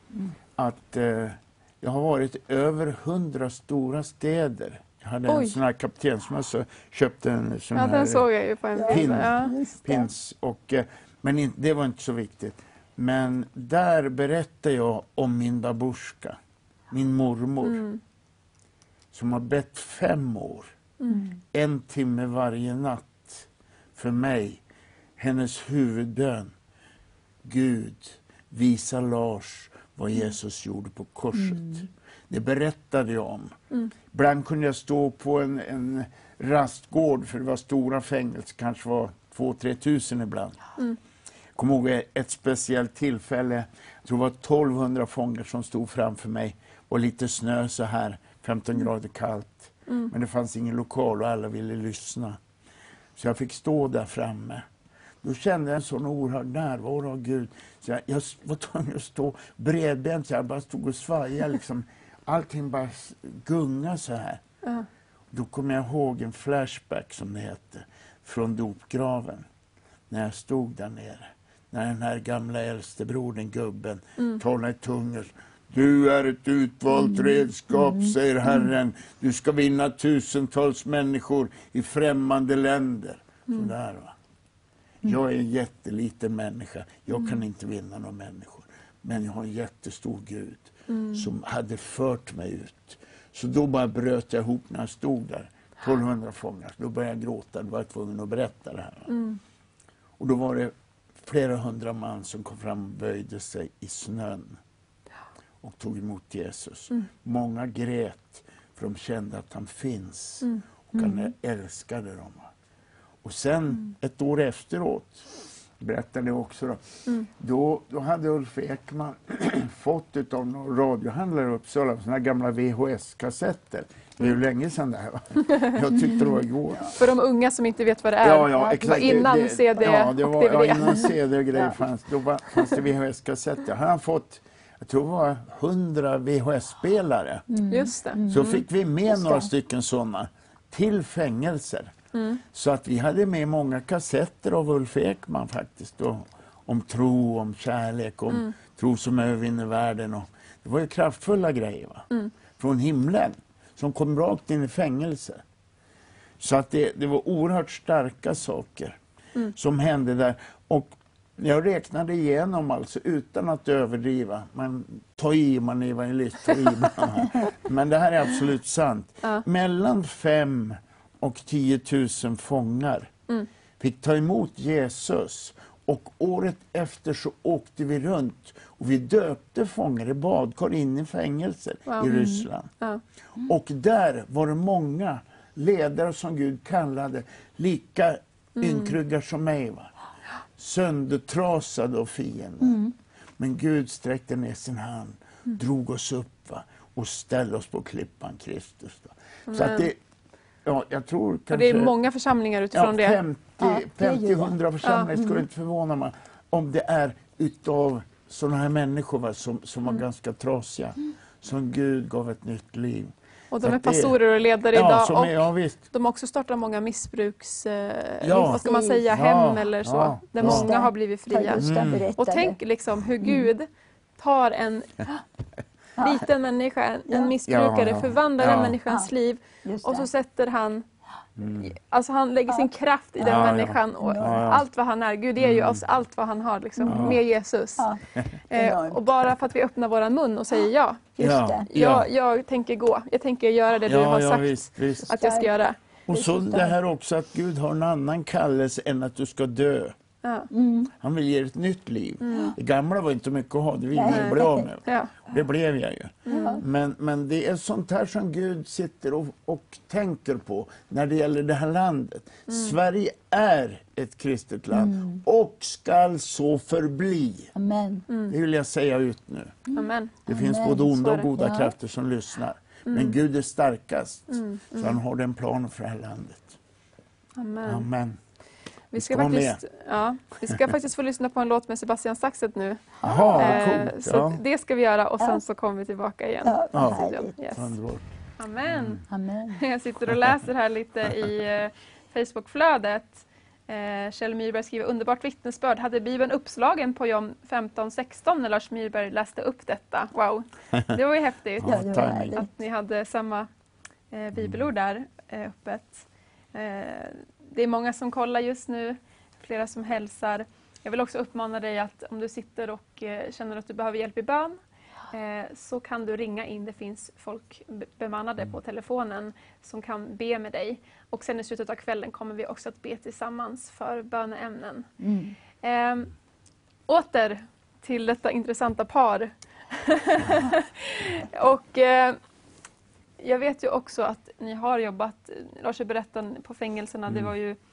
att eh, jag har varit i över hundra stora städer. Jag hade Oj. en sån här kaptensmössa, köpte en sån Ja, här den såg jag ju på en Ja. bild. Pin. Ja. Just det. pins. Och, eh, men in, det var inte så viktigt. Men där berättar jag om min babushka, min mormor, Mm. som har bett fem år. Mm. En timme varje natt för mig. Hennes huvudbön. Gud, visa Lars vad Jesus gjorde på korset. Mm. Det berättade jag om. Mm. Ibland kunde jag stå på en, en rastgård, för det var stora fängelser, kanske var två tre tusen ibland. Mm. Jag kommer ihåg ett speciellt tillfälle, jag tror det var tolvhundra fångar som stod framför mig och lite snö så här, femton grader kallt. Mm. Men det fanns ingen lokal och alla ville lyssna. Så jag fick stå där framme. Då kände jag en sån oerhörd närvaro av Gud. Så jag, jag var tvungen att stå bredbent, så jag bara stod och svajade. Liksom. Allting bara gunga så här. Ja. Då kom jag ihåg en flashback, som det heter, från dopgraven. När jag stod där nere. När den här gamla äldstebrodern, gubben, Mm. talade i tungor. Du är ett utvalt redskap, säger Herren. Du ska vinna tusentals människor i främmande länder. Mm. Sådär, va. Jag är en jätteliten människa. Jag kan inte vinna några människor. Men jag har en jättestor Gud Mm. som hade fört mig ut. Så då bara bröt jag ihop när jag stod där. tolvhundra fångar. Då började jag gråta. Då var jag tvungen att berätta det här. va. Mm. Och då var det flera hundra man som kom fram och böjde sig i snön och tog emot Jesus. Mm. Många grät för de kände att han finns Mm. och han älskade dem. Och sen ett år efteråt, berättade jag också då, Mm. då, då hade Ulf Ekman fått utav någon radiohandlare i Uppsala såna här gamla V H S-kassetter. Det är ju länge sedan det här, va? Jag tyckte det var igår. För de unga som inte vet vad det är. Ja, ja, Det var exakt. innan det, C D ja, det var, och D V D. ja, innan C D och grejer Ja. fanns. Då var, fanns det V H S-kassetter. Han har fått, jag tror det var hundra V H S-spelare. Just det. Så fick vi med Just det. några stycken sådana till fängelser. Mm. Så att vi hade med många kassetter av Ulf Ekman faktiskt. Då, om tro, om kärlek, om Mm. tro som övervinner världen. Och, det var ju kraftfulla grejer, va? Mm. Från himlen. Som kom rakt in i fängelse. Så att det, det var oerhört starka saker Mm. som hände där. Och jag räknade igenom, alltså utan att överdriva. Man tar i, man är evangelist, tar i ibland. Men det här är absolut sant. Ja. Mellan fem och tio tusen fångar Mm. fick ta emot Jesus. Och året efter så åkte vi runt och vi döpte fångar i badkar in i fängelser Wow. i Ryssland. Ja. Och där var det många ledare som Gud kallade lika ynkryggar som mig. Va? Söndertrasade av fienden. Men Gud sträckte ner sin hand, drog oss upp, va? Och ställde oss på klippan Kristus. Va? Så att det, ja, jag tror kanske... Och det är många församlingar utifrån ja, det. Ja, det är ju femtio till det. hundra församlingar, Ja. skulle inte förvåna mig om det är utav sådana här människor, va, som, som var ganska trasiga. Som Gud gav ett nytt liv. Och Så de är att det- pastorer och ledare Ja, idag. som Och är, ja visst. de har också startat många missbruks... Eh, Ja. vad ska man säga? Ja, Hem eller så. ja, där ja. många har blivit Carl fria. Gustaf Mm. berättade. Och tänk liksom hur Gud tar en liten människa, en, en missbrukare, Ja. förvandlar Ja. en människans Ja. liv Just och så det. sätter han, Mm. alltså han lägger sin kraft i den Ja, ja. människan och Ja, ja. allt vad han är, Gud ger ju oss allt vad han har liksom, Ja. med Jesus. Ja, Eh, enormt. och bara för att vi öppnar våran mun och säger ja, Just Ja. det. Ja. jag, jag tänker gå, jag tänker göra det du Ja, har ja, sagt visst, visst. att jag ska göra. Och så Precis. det här också att Gud har en annan kallelse än att du ska dö. Ja. Han vill ge dig ett nytt liv. Det gamla var inte mycket att ha, det ville Nej. jag bli av med. Ja. Det blev jag ju. Ja. Men, men det är sånt här som Gud sitter och, och tänker på när det gäller det här landet. Sverige är ett kristet land och skall så förbli. Amen. Det vill jag säga ut nu. Amen. Det finns Amen. både onda Så är och det. goda Ja. krafter som lyssnar. Men Gud är starkast. Så han har den planen för det här landet. Amen. Amen. Vi ska, Ska vara faktiskt, ja, vi ska faktiskt få lyssna på en låt med Sebastian Saxet nu. Jaha, vad Eh, coolt. så Ja. det ska vi göra och sen Ja. så kommer vi tillbaka igen. Ja, Ja. vad härligt. Yes. Underbart. Amen. Amen. Jag sitter och läser här lite i eh, Facebookflödet. Eh, Kjell Myrberg skriver underbart vittnesbörd. Hade Bibeln uppslagen på John femton sexton när Lars Myrberg läste upp detta. Wow, det var ju häftigt Ja, det var timing. härligt. att ni hade samma eh, bibelord där eh, öppet. Eh, det är många som kollar just nu, flera som hälsar. Jag vill också uppmana dig att om du sitter och eh, känner att du behöver hjälp i bön eh, så kan du ringa in. Det finns folk be- bemannade på telefonen som kan be med dig. Och sen i slutet av kvällen kommer vi också att be tillsammans för böneämnen. Mm. Eh, åter till detta intressanta par. och eh, jag vet ju också att ni har jobbat, Lars berättade på fängelserna, det var ju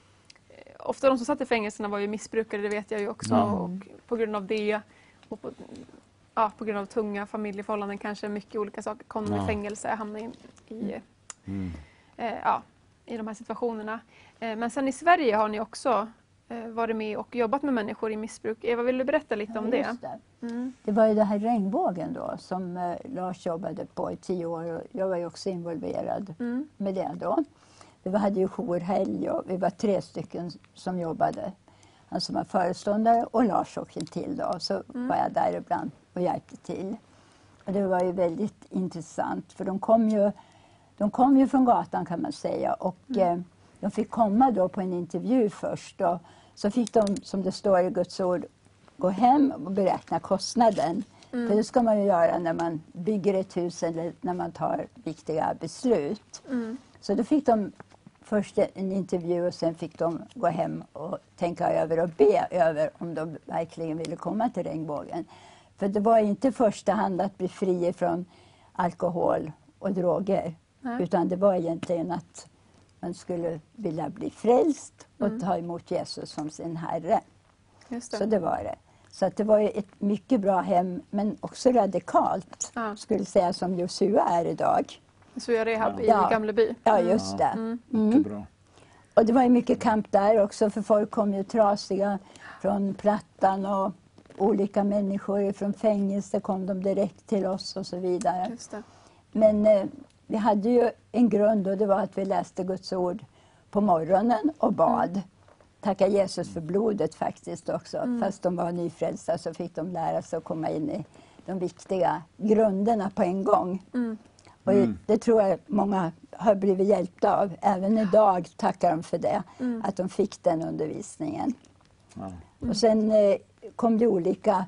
ofta de som satt i fängelserna var ju missbrukare, det vet jag ju också. Ja. Och på grund av det och på, ja, på grund av tunga familjeförhållanden kanske mycket olika saker kom de Ja. i fängelse, hamnade i, i, Mm. eh, ja, i de här situationerna. Eh, men sen i Sverige har ni också eh, varit med och jobbat med människor i missbruk. Eva, vill du berätta lite om Ja, det? just det. Mm. Det var ju det här regnbågen då som eh, Lars jobbade på i tio år och jag var ju också involverad Mm. med det då. Vi hade ju jourhelg och vi var tre stycken som jobbade. Han som var föreståndare och Lars och en till då. Så var jag där ibland och hjälpte till. Och det var ju väldigt intressant för de kom ju, de kom ju från gatan kan man säga och eh, de fick komma då på en intervju först. Och så fick de, som det står i Guds ord, gå hem och beräkna kostnaden. För det ska man ju göra när man bygger ett hus eller när man tar viktiga beslut. Mm. Så då fick de först en intervju och sen fick de gå hem och tänka över och be över om de verkligen ville komma till regnbågen. För det var inte i första hand att bli fri från alkohol och droger. Nej. Utan det var egentligen att man skulle vilja bli frälst och Mm. ta emot Jesus som sin Herre. Just Så det. det var det. Så att det var ju ett mycket bra hem men också radikalt. Ja. Skulle säga som Josua är idag. Så jag rehab i Ja. Gamleby. Ja, just det. Mm. Mycket bra. Och det var ju mycket kamp där också för folk kom ju trasiga från Plattan och olika människor från fängelse kom de direkt till oss och så vidare. Just det. Men eh, vi hade ju en grund och det var att vi läste Guds ord på morgonen och bad. Tacka Jesus för blodet faktiskt också. Fast de var nyfrälsta så fick de lära sig att komma in i de viktiga grunderna på en gång. Mm. Och det tror jag många har blivit hjälpta av. Även idag tackar de för det, Mm. att de fick den undervisningen. Ja. Och sen eh, kom det olika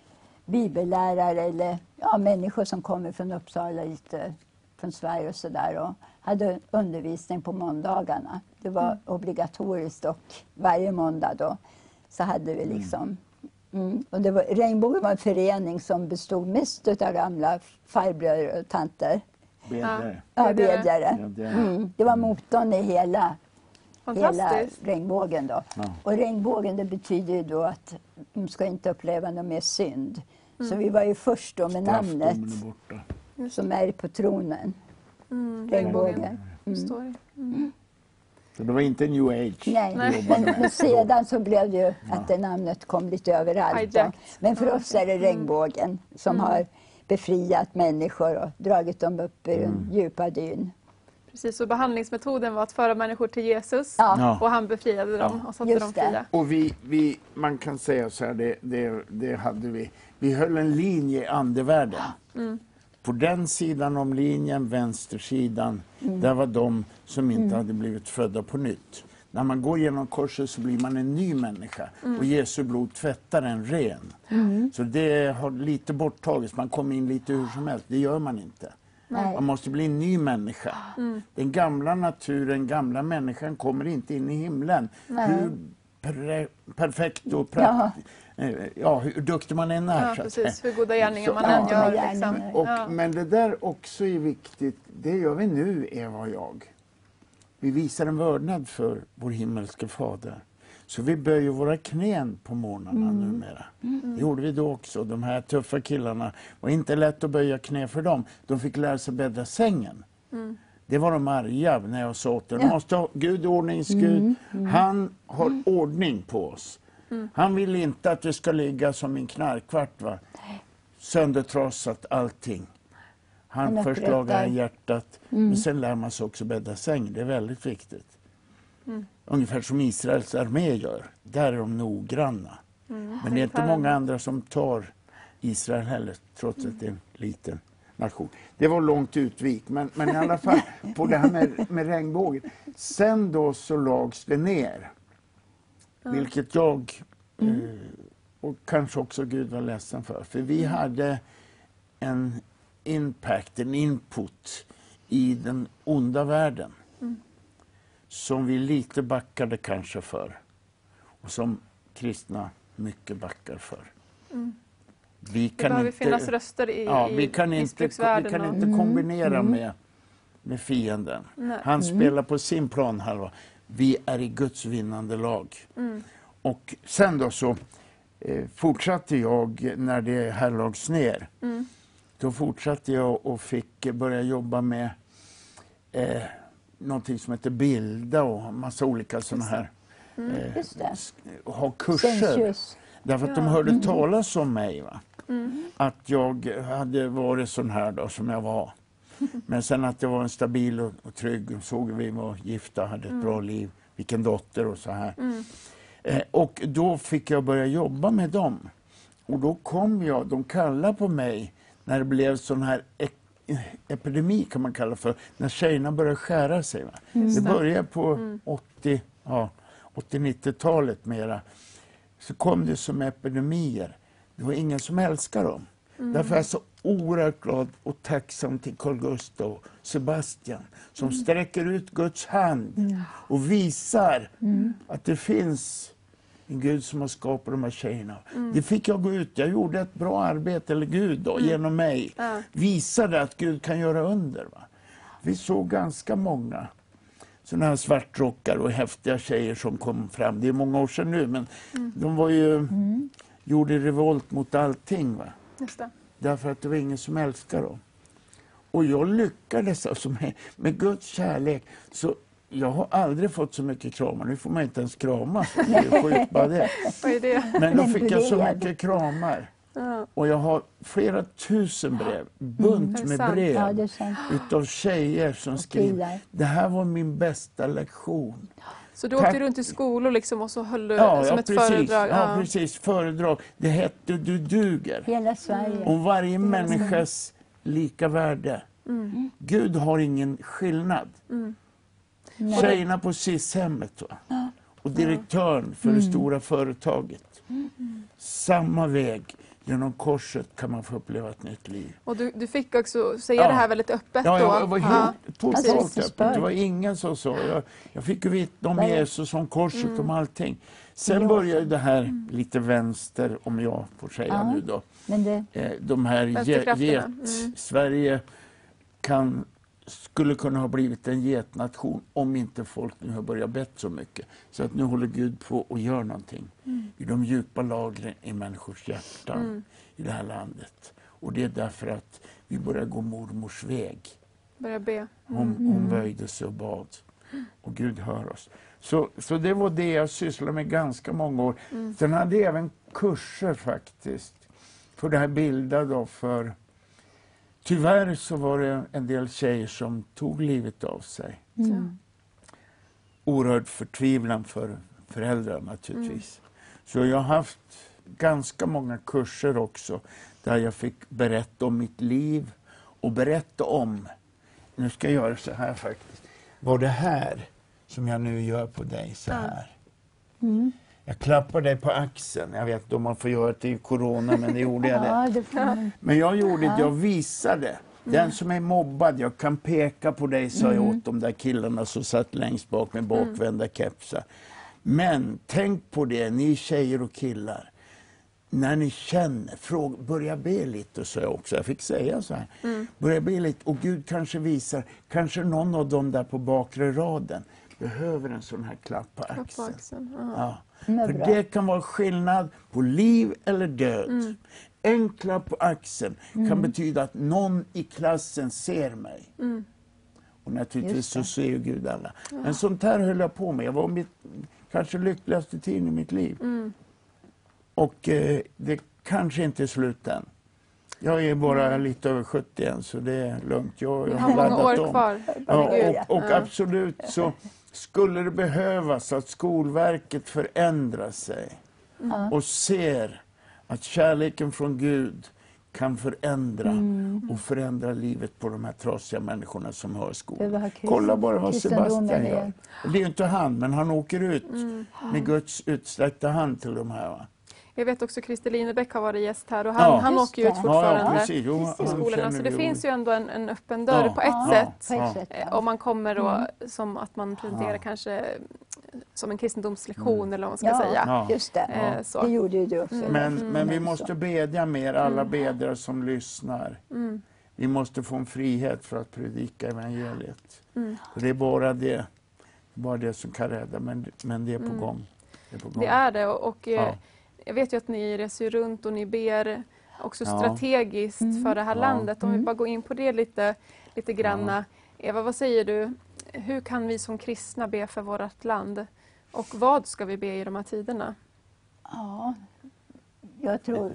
bibellärare eller ja, människor som kommer från Uppsala, lite från Sverige och sådär och hade undervisning på måndagarna. Det var Mm. obligatoriskt och varje måndag då så hade vi liksom mm. Och det var, Regnbågen var en förening som bestod mest av gamla farbröder och tanter. Bedjare. Ja, Bedjare. bedjare. Bedjare. Mm. Det var motorn i hela hela Fantastiskt. regnbågen då. Ja. Och regnbågen det betyder ju då att de ska inte uppleva någon mer synd. Så vi var ju först då med namnet Straffdomen är borta. som är på tronen. Mm. Regnbågen. Regnbågen. Mm. Står det. Mm. Så det var inte new age. Nej, Nej. vi jobbade men, med. men sedan så blev det ju att det namnet kom lite överallt. Då. Hijacked. Men för Ja, oss är det regnbågen som har befriat människor och dragit dem upp ur den djupa dyn. Precis, så behandlingsmetoden var att föra människor till Jesus Ja, Ja. och han befriade dem och satte Just dem det. fria. Och vi, vi, man kan säga så här, det, det, det hade vi. Vi höll en linje i andevärlden. Mm. på den sidan om linjen, vänstersidan, mm. där var de som inte mm. hade blivit födda på nytt. När man går genom korset så blir man en ny människa. Mm. Och Jesu blod tvättar en ren. Mm. Så det har lite borttagits. Man kommer in lite hur som helst. Det gör man inte. Nej. Man måste bli en ny människa. Mm. Den gamla naturen, gamla människan kommer inte in i himlen. Nej. Hur per perfekt och praktiskt. Ja. ja, hur duktig man än är. Ja, precis. Hur goda gärningar man än gör. Liksom. Och, ja. Men det där också är viktigt. Det gör vi nu, Eva och jag. Vi visar en vördnad för vår himmelske fader. Så vi böjer våra knän på morgnarna mm. numera. Mm. Det gjorde vi då också. De här tuffa killarna var inte lätt att böja knä för dem. De fick lära sig bädda sängen. Mm. Det var de arga när jag sa åt dem. De måste ha Gud ordningsgud. Mm. Mm. Han har mm. ordning på oss. Mm. Han vill inte att vi ska ligga som en knarkvart. Va? Söndertrossat allting. Han, Han först lagar hjärtat, mm. men sen lär man sig också bädda säng. Det är väldigt viktigt. Mm. Ungefär som Israels armé gör. Där är de noggranna. Mm. Men det är inte många andra som tar Israel heller, trots mm. att det är en liten nation. Det var långt utvik, men, men i alla fall på det här med, med regnbågen. Sen då så lags det ner. Mm. Vilket jag mm. eh, och kanske också Gud var ledsen för. För vi mm. hade en impact, en input i den onda världen. Mm. Som vi lite backade kanske för. Och som kristna mycket backar för. Mm. Vi kan det behöver inte, finnas röster i, ja, vi kan i inte, vi kan och... inte kombinera mm. med, med fienden. Nej. Han mm. spelar på sin planhalva. Vi är i Guds vinnande lag. Mm. Och sen då så eh, fortsatte jag när det här lags ner. Mm. Då fortsatte jag och fick börja jobba med eh, någonting som heter Bilda och massa olika sådana här mm. eh, ha kurser. Därför att ja. de hörde mm. talas om mig. Va? Mm. Att jag hade varit sån här då som jag var. Men sen att jag var en stabil och, och trygg. Och såg vi var gifta, hade ett mm. bra liv. Vilken dotter och så här. Mm. Eh, och då fick jag börja jobba med dem. Och då kom jag, de kallade på mig när det blev sån här epidemi kan man kalla för, när tjejerna började skära sig. Va? Mm. Det började på mm. åttio, ja, åttio-nittiotalet mera. Så kom det som epidemier. Det var ingen som älskar dem. Mm. Därför är jag så oerhört glad och tacksam till Carl Gustaf och Sebastian som mm. sträcker ut Guds hand mm. och visar mm. att det finns en Gud som har skapat de här tjejerna. Mm. Det fick jag gå ut. Jag gjorde ett bra arbete, eller Gud då, mm. genom mig. Ja. Visade att Gud kan göra under. Va? Vi såg ganska många sådana här svartrockar och häftiga tjejer som kom fram. Det är många år sedan nu, men mm. de var ju mm. gjorde revolt mot allting. Va? Just det. Därför att det var ingen som älskade dem. Och jag lyckades alltså med, med Guds kärlek. Så jag har aldrig fått så mycket kramar. Nu får man inte ens krama. Så det är sjukt bara det. Vad är det? Men då fick jag så mycket kramar. Ja. Och jag har flera tusen brev. Bunt mm. med brev. Ja, utav tjejer som skriver. Det här var min bästa lektion. Så du åkte runt i skolor liksom och så höll du ja, som ja, ett precis. föredrag? Ja. ja, precis. Föredrag. Det hette Du duger. Hela Sverige. Om varje Hela människas Sverige. Lika värde. Mm. Gud har ingen skillnad. Mm. Tjejerna på S I S-hemmet va? Ja. Och direktören för mm. det stora företaget. Mm. Samma väg. Genom korset kan man få uppleva ett nytt liv. Och du, du fick också säga ja. det här väldigt öppet ja, då? Ja, jag var helt ja. totalt öppet. Det var ingen som sa. Jag, jag fick ju vittna om Jesus, om korset, mm. om allting. Sen började det här mm. lite vänster, om jag får säga ja. nu då. Men det... De här get, get mm. Sverige kan... skulle kunna ha blivit en getnation om inte folk nu har börjat bett så mycket. Så att nu håller Gud på och gör någonting mm. i de djupa lagren i människors hjärtan mm. i det här landet. Och det är därför att vi börjar gå mormors väg. Börjar be. Mm. Hon, hon böjde sig och bad. Och Gud hör oss. Så, så det var det jag sysslade med ganska många år. Mm. Sen hade jag även kurser faktiskt. För det här Bilda då för... Tyvärr så var det en del tjejer som tog livet av sig. Mm. Oerhörd förtvivlan för föräldrar naturligtvis. Mm. Så jag har haft ganska många kurser också där jag fick berätta om mitt liv och berätta om, nu ska jag göra så här faktiskt, var det här som jag nu gör på dig så här. Mm. Jag klappar dig på axeln. Jag vet inte om man får göra det i corona, men det gjorde jag det. Ja, det får man. Men jag gjorde det, jag visade. Den som är mobbad, jag kan peka på dig, sa jag åt de där killarna som satt längst bak med bakvända kepsar. Men tänk på det, ni tjejer och killar. När ni känner, fråga, börja be lite, så jag också. Jag fick säga så här. Mm. Börja be lite, och Gud kanske visar, kanske någon av dem där på bakre raden behöver en sån här klapp på axeln. Klapp på axeln. Ja. För det kan vara skillnad på liv eller död. Mm. En klapp på axeln mm. kan betyda att någon i klassen ser mig. Mm. Och naturligtvis så ser ju Gud alla. Ja. Men sånt här höll jag på med. Jag var mitt kanske lyckligaste tid i mitt liv. Mm. Och eh, det kanske inte är slut än. Jag är bara mm. lite över sjuttio än, så det är lugnt. Jag, jag har många år om. kvar. Ja, och och ja. absolut så skulle det behövas att Skolverket förändrar sig mm. och ser att kärleken från Gud kan förändra mm. och förändra livet på de här trasiga människorna som har skolan. Kolla bara vad Sebastian gör. Det är ju inte han, men han åker ut mm. med Guds utsträckta hand till de här. Va? Jag vet också att Christer Linebäck har varit gäst här och han, ja. han åker ju ut fortfarande ja, ja, precis. Jo, i skolorna. Så det finns ju ändå en, en öppen dörr ja. på ett ja, sätt. På ett sätt ja. Om man kommer då, mm. som att man presenterar ja. kanske som en kristendomslektion mm. eller vad man ska ja, säga. Ja, just det. Eh, så. Det gjorde ju du också. Mm. Men, mm. men vi måste bedja mer, alla bedjare som lyssnar. Mm. Vi måste få en frihet för att predika evangeliet. Mm. Och det är bara det, bara det som kan rädda, men, men det är på mm. gång. Det är på gång. Det är det och, och ja. jag vet ju att ni reser runt och ni ber också ja. strategiskt mm. för det här ja. landet. Om mm. vi bara går in på det lite, lite granna. Ja. Eva, vad säger du? Hur kan vi som kristna be för vårt land? Och vad ska vi be i de här tiderna? Ja, jag tror...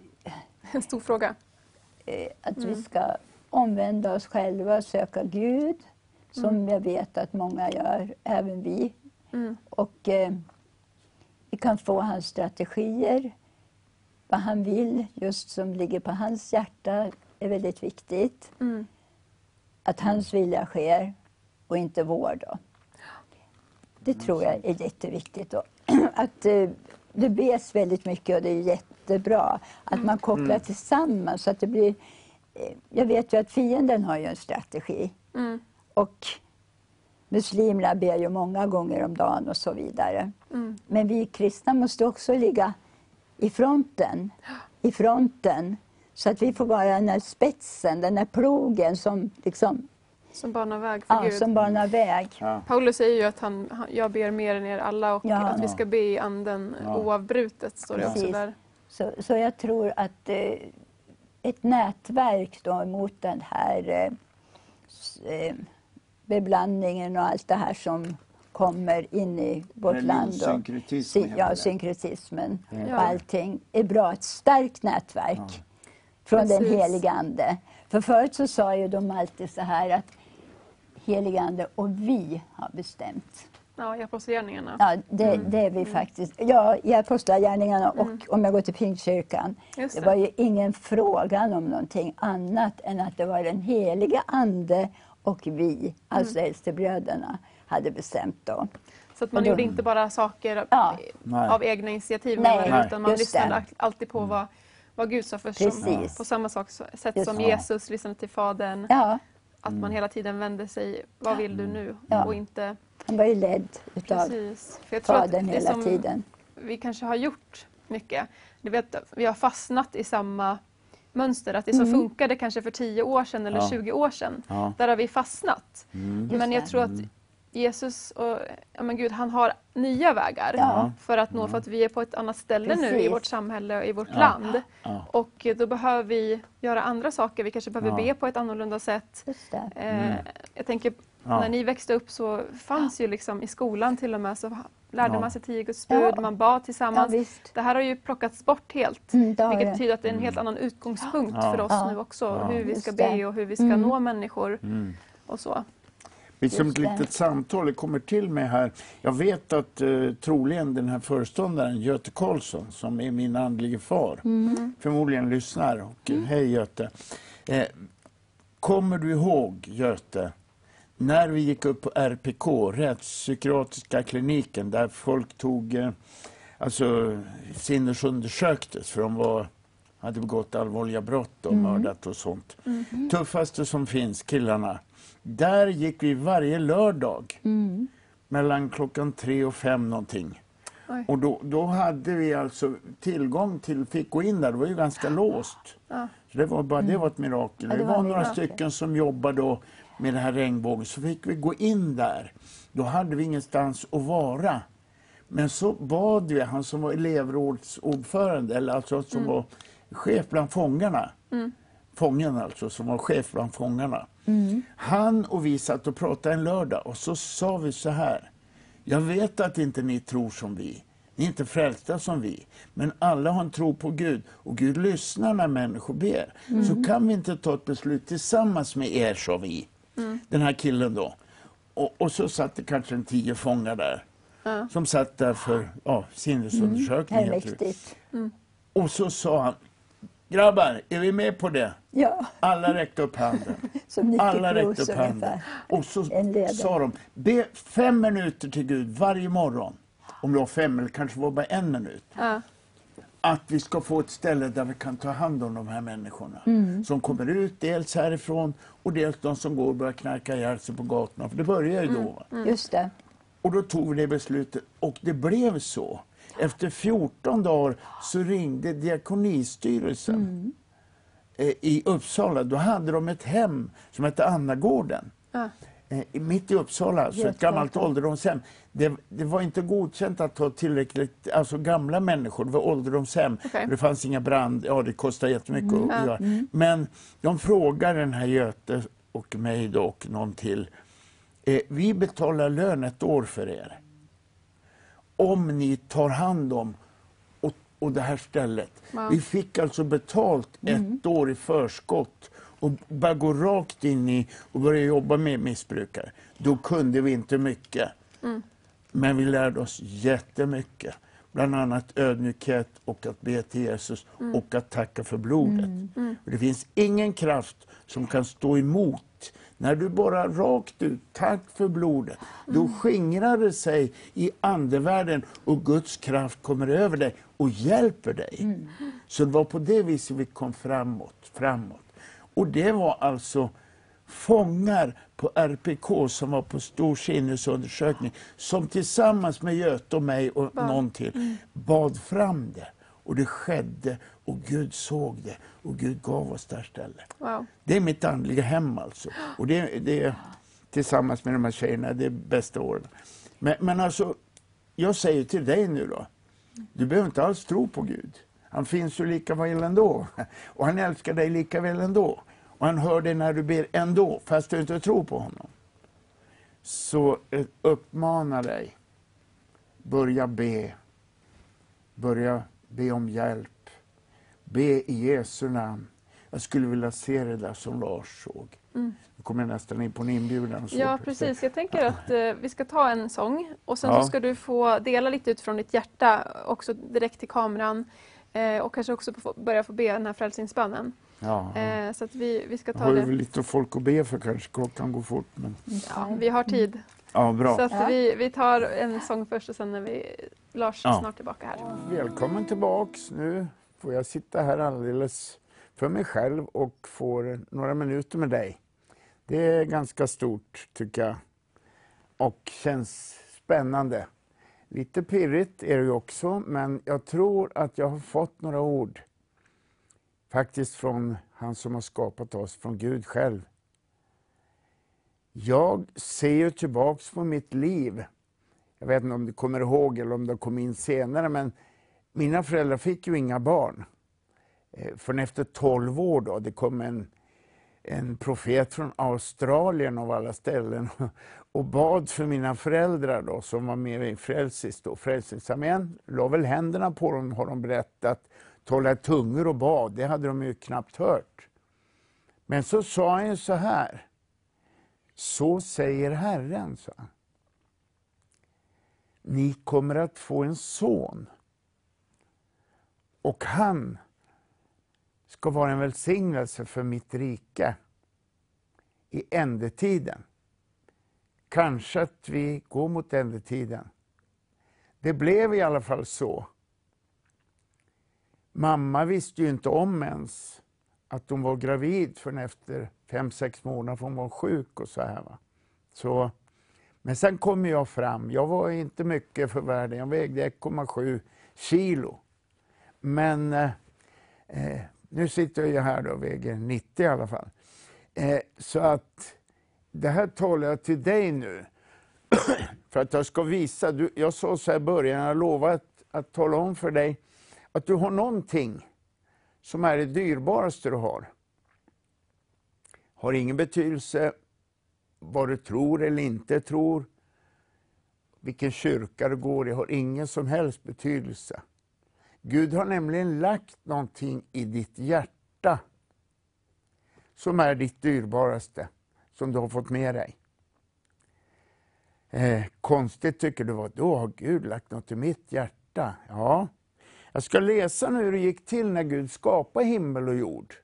En stor fråga. Att mm. vi ska omvända oss själva och söka Gud. Som mm. jag vet att många gör, även vi. Mm. Och... Eh, Vi kan få hans strategier, vad han vill, just som ligger på hans hjärta, är väldigt viktigt. Mm. Att hans vilja sker och inte vår då. Det tror jag är jätteviktigt. Då. Att eh, det bes väldigt mycket och det är jättebra. Att man kopplar mm. tillsammans så att det blir... Eh, jag vet ju att fienden har ju en strategi. Mm. Och... Muslimerna ber ju många gånger om dagen och så vidare. Mm. Men vi kristna måste också ligga i fronten. I fronten. Så att vi får vara den här spetsen, den här plogen som liksom... Som banar väg för ja, Gud. som banar väg. Ja. Paulus säger ju att han, han, jag ber mer än er alla och ja. att vi ska be i anden ja. oavbrutet, står det också där. Så, så jag tror att eh, ett nätverk då mot den här... Eh, beblandningen och allt det här som kommer in i vårt land. Och sy- ja, synkretismen ja. och allting är bra. Ett starkt nätverk ja. från Precis. den heliga ande. För förut så sa ju de alltid så här att heliga ande och vi har bestämt. Ja, i apostlagärningarna. Ja, det, mm. det är vi mm. faktiskt. Ja, i apostlagärningarna och mm. om jag går till Pingstkyrkan. Det. det var ju ingen frågan om någonting annat än att det var den heliga ande och vi, mm. alltså äldstebröderna, hade bestämt då. Så att man då, gjorde inte bara saker ja. av egna initiativ, Nej, med, utan man lyssnade det. alltid på vad, vad Gud sa först. Som, på samma sak, sätt just som det. Jesus lyssnade till Fadern. Ja. Att man hela tiden vände sig, vad vill du nu? Ja. Och inte... Han var ju ledd utav Fadern hela som tiden. Vi kanske har gjort mycket. Du vet, vi har fastnat i samma... mönster, att det som mm. funkade kanske för tio år sedan eller ja. tjugo år sedan, ja. där har vi fastnat. Mm. Men jag tror att Jesus och ja, men Gud, han har nya vägar ja. för att nå, för att vi är på ett annat ställe Precis. nu i vårt samhälle och i vårt ja. land. Ja. Och då behöver vi göra andra saker. Vi kanske behöver ja. be på ett annorlunda sätt. Mm. Eh, jag tänker, ja. när ni växte upp så fanns ju liksom i skolan till och med så lärde ja. man sig tio Guds bud, ja. man bad tillsammans. Ja, det här har ju plockats bort helt. Mm, vilket det. betyder att det är en helt annan utgångspunkt ja. för oss ja. nu också. Ja. Hur vi ska be och hur vi ska mm. nå människor mm. och så. Vi som ett litet samtal det kommer till mig här. Jag vet att eh, troligen den här föreståndaren Göte Karlsson, som är min andlige far, mm. förmodligen lyssnar. Och, mm. hej Göte. Eh, kommer du ihåg, Göte, när vi gick upp på R P K, rättspsykiatriska kliniken, där folk tog, eh, alltså sinnesundersöktes för de var, hade begått allvarliga brott och mm. mördat och sånt. Mm. Tuffaste som finns, killarna. Där gick vi varje lördag mm. mellan klockan tre och fem någonting. Oj. Och då, då hade vi alltså tillgång till, fick gå in där, det var ju ganska låst. Ja. Så det var bara, mm. det var ett mirakel. Ja, det, det var, var några mirakel. stycken som jobbade då med det här regnbågen, så fick vi gå in där. Då hade vi ingenstans att vara. Men så bad vi, han som var elevrådsordförande, eller alltså som mm. var chef bland fångarna. Mm. Fången alltså, som var chef bland fångarna. Mm. Han och vi satt och pratade en lördag och så sa vi så här: jag vet att inte ni tror som vi. Ni är inte frälsta som vi. Men alla har en tro på Gud. Och Gud lyssnar när människor ber. Mm. Så kan vi inte ta ett beslut tillsammans med er, sa vi. Mm. Den här killen då. Och, och så satt det kanske en tio fångar där. Mm. Som satt där för ja, sinnesundersökning. Mm. Mm. Och så sa han: grabbar, är vi med på det? Ja. Alla räckte upp handen. Alla räckte upp handen. Och så sa de: be fem minuter till Gud varje morgon. Om det var fem eller kanske var bara en minut. Ja. Att vi ska få ett ställe där vi kan ta hand om de här människorna. Mm. Som kommer ut dels härifrån och dels de som går och börjar knarka ihjäl sig på gatorna. För det börjar ju då. Mm. Mm. Just det. Och då tog vi det beslutet och det blev så. Efter fjorton dagar så ringde diakonistyrelsen mm. eh, i Uppsala. Då hade de ett hem som hette Annagården. Ja. Eh, mitt i Uppsala, så ett gammalt ålderdomshem. Det, det var inte godkänt att ta tillräckligt, alltså gamla människor, det var ålderdomshem. Okay. Det fanns inga brand, ja det kostar jättemycket mm. att göra. Mm. Men de frågar den här Göte och mig då och någon till: eh, vi betalar lön ett år för er. Om ni tar hand om och, och det här stället. Wow. Vi fick alltså betalt mm. ett år i förskott och bara gå rakt in i och börja jobba med missbrukare. Då kunde vi inte mycket. Mm. Men vi lärde oss jättemycket. Bland annat ödmjukhet och att be till Jesus mm. och att tacka för blodet. Mm. Mm. Det finns ingen kraft som kan stå emot. När du bara rakt ut, tack för blodet, mm. då skingrar det sig i andevärlden och Guds kraft kommer över dig och hjälper dig. Mm. Så det var på det viset vi kom framåt, framåt. Och det var alltså fångar på R P K som var på stor sinnesundersökning som tillsammans med Göte och mig och Bad. någon till mm. bad fram det. Och det skedde och Gud såg det och Gud gav oss det här stället. Wow. Det är mitt andliga hem alltså. Och det, det är tillsammans med de här tjejerna, det är bästa åren. Men, men alltså, jag säger till dig nu då, du behöver inte alls tro på Gud. Han finns ju lika väl ändå. Och han älskar dig lika väl ändå. Och han hör dig när du ber ändå, fast du inte tror på honom. Så uppmana dig. Börja be. Börja be om hjälp. Be i Jesu namn. Jag skulle vilja se det där som Lars såg. Mm. Nu kommer jag nästan in på en inbjudan. Ja, precis. Jag tänker att eh, vi ska ta en sång. Och sen ja. så ska du få dela lite utifrån ditt hjärta. Också direkt till kameran. Eh, och kanske också få, börja få be den här frälsningsbönen. Ja. Eh, så att vi, vi ska ta har det. Har vi lite folk att be för kanske klockan går fort. Men... Ja, vi har tid. Ja, bra. Så att ja. vi, vi tar en sång först och sen är vi Lars ja. snart tillbaka här. Välkommen tillbaks. Nu får jag sitta här alldeles för mig själv och får några minuter med dig. Det är ganska stort tycker jag. Och känns spännande. Lite pirrigt är det ju också, men jag tror att jag har fått några ord. Faktiskt från han som har skapat oss, från Gud själv. Jag ser ju tillbaks på mitt liv. Jag vet inte om du kommer ihåg eller om det kom in senare, men mina föräldrar fick ju inga barn. För efter tolv år då, det kom en, en profet från Australien av alla ställen och bad för mina föräldrar då, som var med i Frälsis då. Frälsningsarmén la väl händerna på dem, har de berättat. Tala tungor och bad, det hade de ju knappt hört. Men så sa han ju så här. Så säger Herren, sa han. Ni kommer att få en son. Och han ska vara en välsignelse för mitt rike. i ändetiden. Kanske att vi går mot ändetiden. Det blev i alla fall så. Mamma visste ju inte om ens att hon var gravid förrän efter fem, sex månader för hon var sjuk och så här va. Så, men sen kom jag fram. Jag var inte mycket för världen. Jag vägde ett komma sju kilo. Men eh, nu sitter jag här då och väger nittio i alla fall. Eh, så att det här talar jag till dig nu. För att jag ska visa. Du, jag sa så här i början, jag lovade att, att tala om för dig att du har någonting som är det dyrbaraste du har. Har ingen betydelse vad du tror eller inte tror. Vilken kyrka du går i har ingen som helst betydelse. Gud har nämligen lagt någonting i ditt hjärta som är ditt dyrbaraste, som du har fått med dig. Eh, konstigt tycker du, vad då har Gud lagt något i mitt hjärta? Ja, jag ska läsa nu hur det gick till när Gud skapade himmel och jord.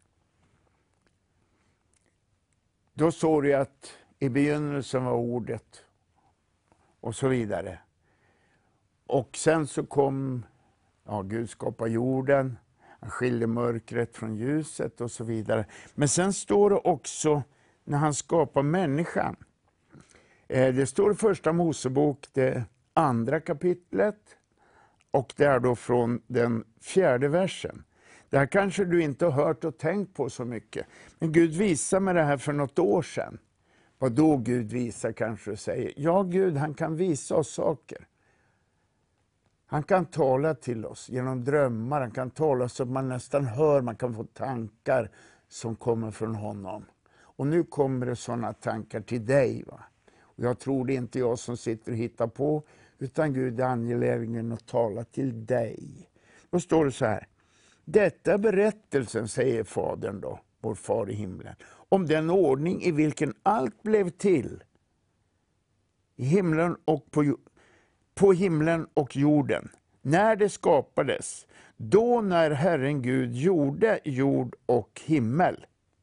Då såg du att i begynnelsen var ordet och så vidare. Och sen så kom, ja, Gud skapade jorden, han skilde mörkret från ljuset och så vidare. Men sen står det också när han skapar människan. Eh, det står i första Mosebok, det andra kapitlet. Och det är då från den fjärde versen. Det här kanske du inte har hört och tänkt på så mycket. Men Gud visar mig det här för något år sedan. Vad då Gud visar kanske du säger. Ja, Gud han kan visa oss saker. Han kan tala till oss genom drömmar. Han kan tala så att man nästan hör. Man kan få tankar som kommer från honom. Och nu kommer det sådana tankar till dig. Va? Och jag tror det är inte jag som sitter och hittar på. Utan Gud är angelägen att tala till dig. Då står det så här. Detta är berättelsen, säger Fadern då, vår far i himlen. Om den ordning i vilken allt blev till. I himlen och på, på himlen och jorden. När det skapades. Då när Herren Gud gjorde jord och himmel.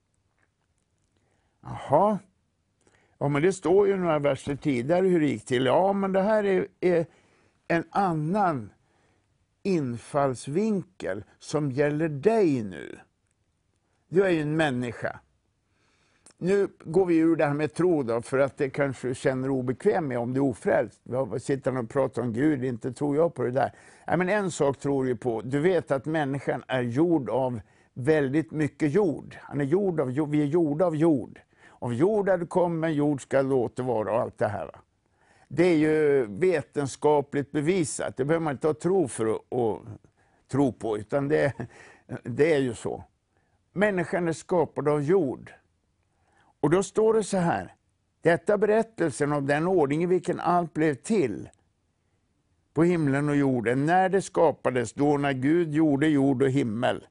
Jaha. Ja, men det står ju några verser tidigare hur det gick till. Ja, men det här är, är en annan infallsvinkel som gäller dig nu. Du är ju en människa. Nu går vi ur det här med tro då, för att det kanske du känner obekväm med om du är ofrälst. Vi sitter och pratar om Gud, inte tror jag på det där. Ja, men en sak tror jag på. Du vet att människan är gjord av väldigt mycket jord. Han är gjord av, vi är gjorda av jord. Av jord är det kommer, jord ska låta vara och allt det här. Va? Det är ju vetenskapligt bevisat. Det behöver man inte ha tro för att, att tro på, utan det, det är ju så. Människan är skapad av jord. Och då står det så här. Detta är berättelsen om den ordning i vilken allt blev till. På himlen och jorden. När det skapades, då när Gud gjorde jord och himmel.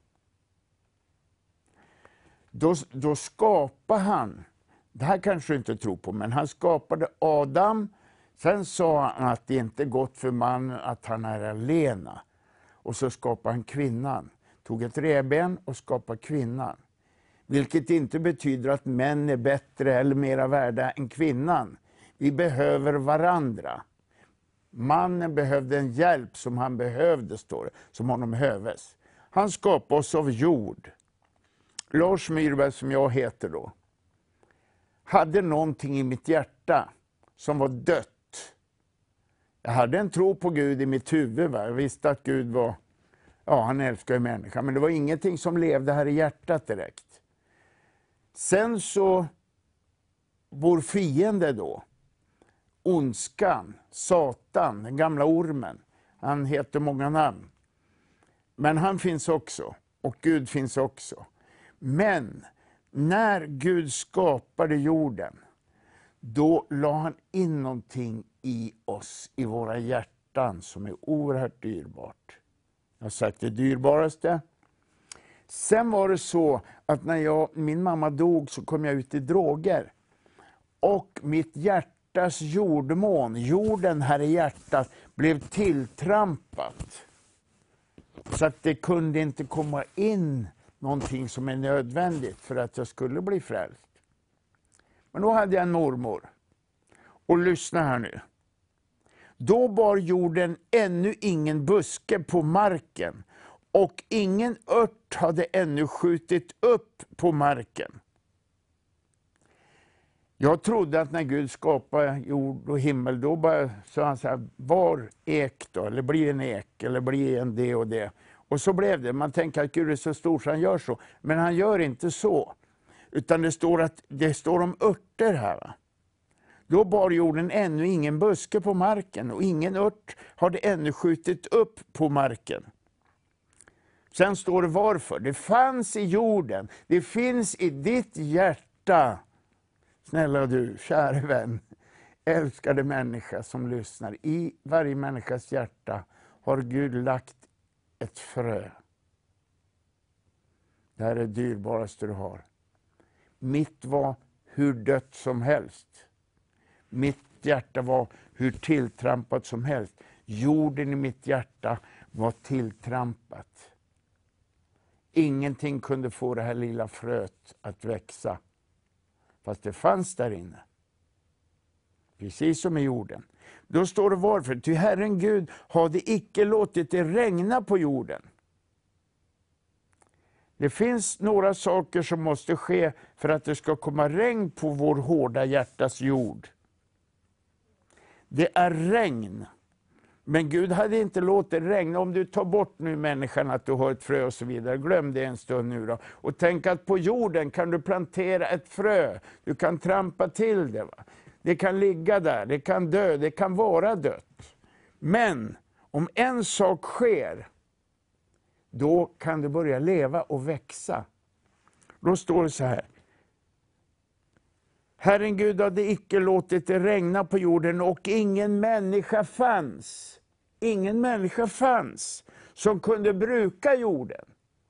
Då, då skapade han. Det här kanske du inte tror på, men han skapade Adam. Sen sa han att det inte är gott för mannen att han är alena. Och så skapade han kvinnan. Tog ett revben och skapade kvinnan. Vilket inte betyder att män är bättre eller mera värda än kvinnan. Vi behöver varandra. Mannen behövde en hjälp som han behövde, står det, som honom behövdes. Han skapade oss av jord. Lars Myrberg, som jag heter då, hade någonting i mitt hjärta som var dött. Jag hade en tro på Gud i mitt huvud. Va? Jag visste att Gud var, ja, han älskar människan, men det var ingenting som levde här i hjärtat direkt. Sen så, vår fiende då, ondskan, Satan, den gamla ormen, han heter många namn. Men han finns också, och Gud finns också. Men när Gud skapade jorden, då la han in någonting i oss, i våra hjärtan, som är oerhört dyrbart. Jag har sagt det dyrbaraste. Sen var det så att när jag, min mamma dog så kom jag ut i droger. Och mitt hjärtas jordmån, jorden här i hjärtat, blev tilltrampat. Så att det kunde inte komma in någonting som är nödvändigt för att jag skulle bli frälst. Men då hade jag en mormor. Och lyssna här nu. Då bar jorden ännu ingen buske på marken. Och ingen ört hade ännu skjutit upp på marken. Jag trodde att när Gud skapade jord och himmel, då bara sa han så här, var ek då, eller bli en ek, eller bli en det och det. Och så blev det. Man tänker att Gud är så stor så han gör så. Men han gör inte så. Utan det står, att, det står om örter här. Va? Då bar jorden ännu ingen buske på marken. Och ingen ört hade ännu skjutit upp på marken. Sen står det varför. Det fanns i jorden. Det finns i ditt hjärta. Snälla du, kära vän. Älskade människa som lyssnar. I varje människas hjärta har Gud lagt ett frö. Det här är det dyrbaraste du har. Mitt var hur dött som helst. Mitt hjärta var hur tilltrampat som helst. Jorden i mitt hjärta var tilltrampat. Ingenting kunde få det här lilla fröet att växa. Fast det fanns där inne. Precis som i jorden. Då står det varför. Ty Herren Gud hade icke låtit det regna på jorden. Det finns några saker som måste ske för att det ska komma regn på vår hårda hjärtas jord. Det är regn. Men Gud hade inte låtit regna. Om du tar bort nu människan att du har ett frö och så vidare. Glöm det en stund nu då. Och tänk att på jorden kan du plantera ett frö. Du kan trampa till det. Va? Det kan ligga där. Det kan dö. Det kan vara dött. Men om en sak sker. Då kan du börja leva och växa. Då står det så här. Herren Gud hade icke låtit det regna på jorden och ingen människa fanns. Ingen människa fanns som kunde bruka jorden.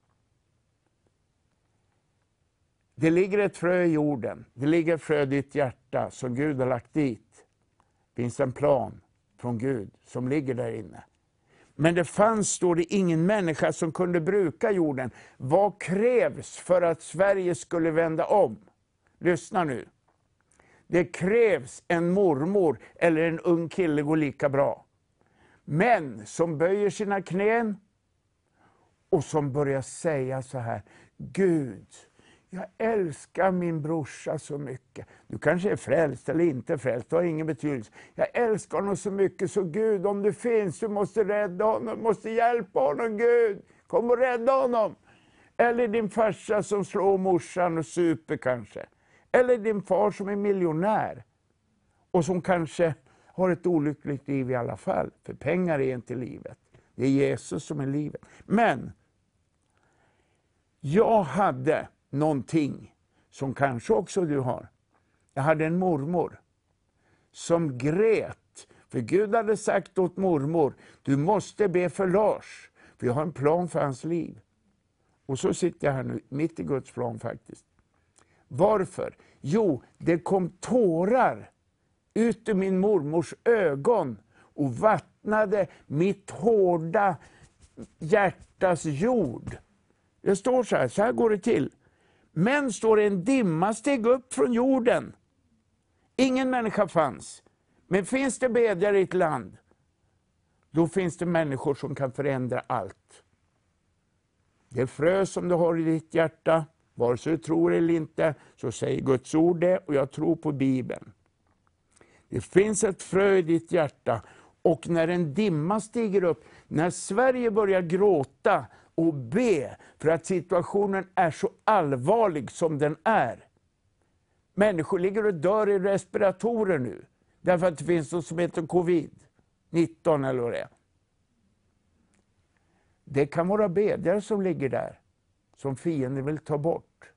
Det ligger ett frö i jorden. Det ligger ett frö i ditt hjärta som Gud har lagt dit. Det finns en plan från Gud som ligger där inne. Men det fanns, står det, ingen människa som kunde bruka jorden. Vad krävs för att Sverige skulle vända om? Lyssna nu. Det krävs en mormor eller en ung kille, går lika bra. Men som böjer sina knän och som börjar säga så här. Gud, jag älskar min brorsa så mycket. Du kanske är frälst eller inte frälst, det har ingen betydelse. Jag älskar honom så mycket så Gud, om du finns, du måste rädda honom, måste hjälpa honom Gud. Kom och rädda honom. Eller din farsa som slår morsan och super kanske. Eller din far som är miljonär. Och som kanske har ett olyckligt liv i alla fall. För pengar är inte livet. Det är Jesus som är livet. Men jag hade någonting som kanske också du har. Jag hade en mormor som grät. För Gud hade sagt åt mormor, du måste be för Lars. För jag har en plan för hans liv. Och så sitter jag här nu, mitt i Guds plan faktiskt. Varför? Jo, det kom tårar ut ur min mormors ögon och vattnade mitt hårda hjärtas jord. Det står så här, så här går det till. Men står det en dimma steg upp från jorden. Ingen människa fanns. Men finns det bedjare i ett land, då finns det människor som kan förändra allt. Det frö som du har i ditt hjärta, vare sig du tror eller inte, så säger Guds ord det och jag tror på Bibeln. Det finns ett frö i ditt hjärta och när en dimma stiger upp, när Sverige börjar gråta och be för att situationen är så allvarlig som den är. Människor ligger och dör i respiratorer nu, därför att det finns något som heter covid nitton eller vad det är. Det kan vara bedjare som ligger där, som fienden vill ta bort.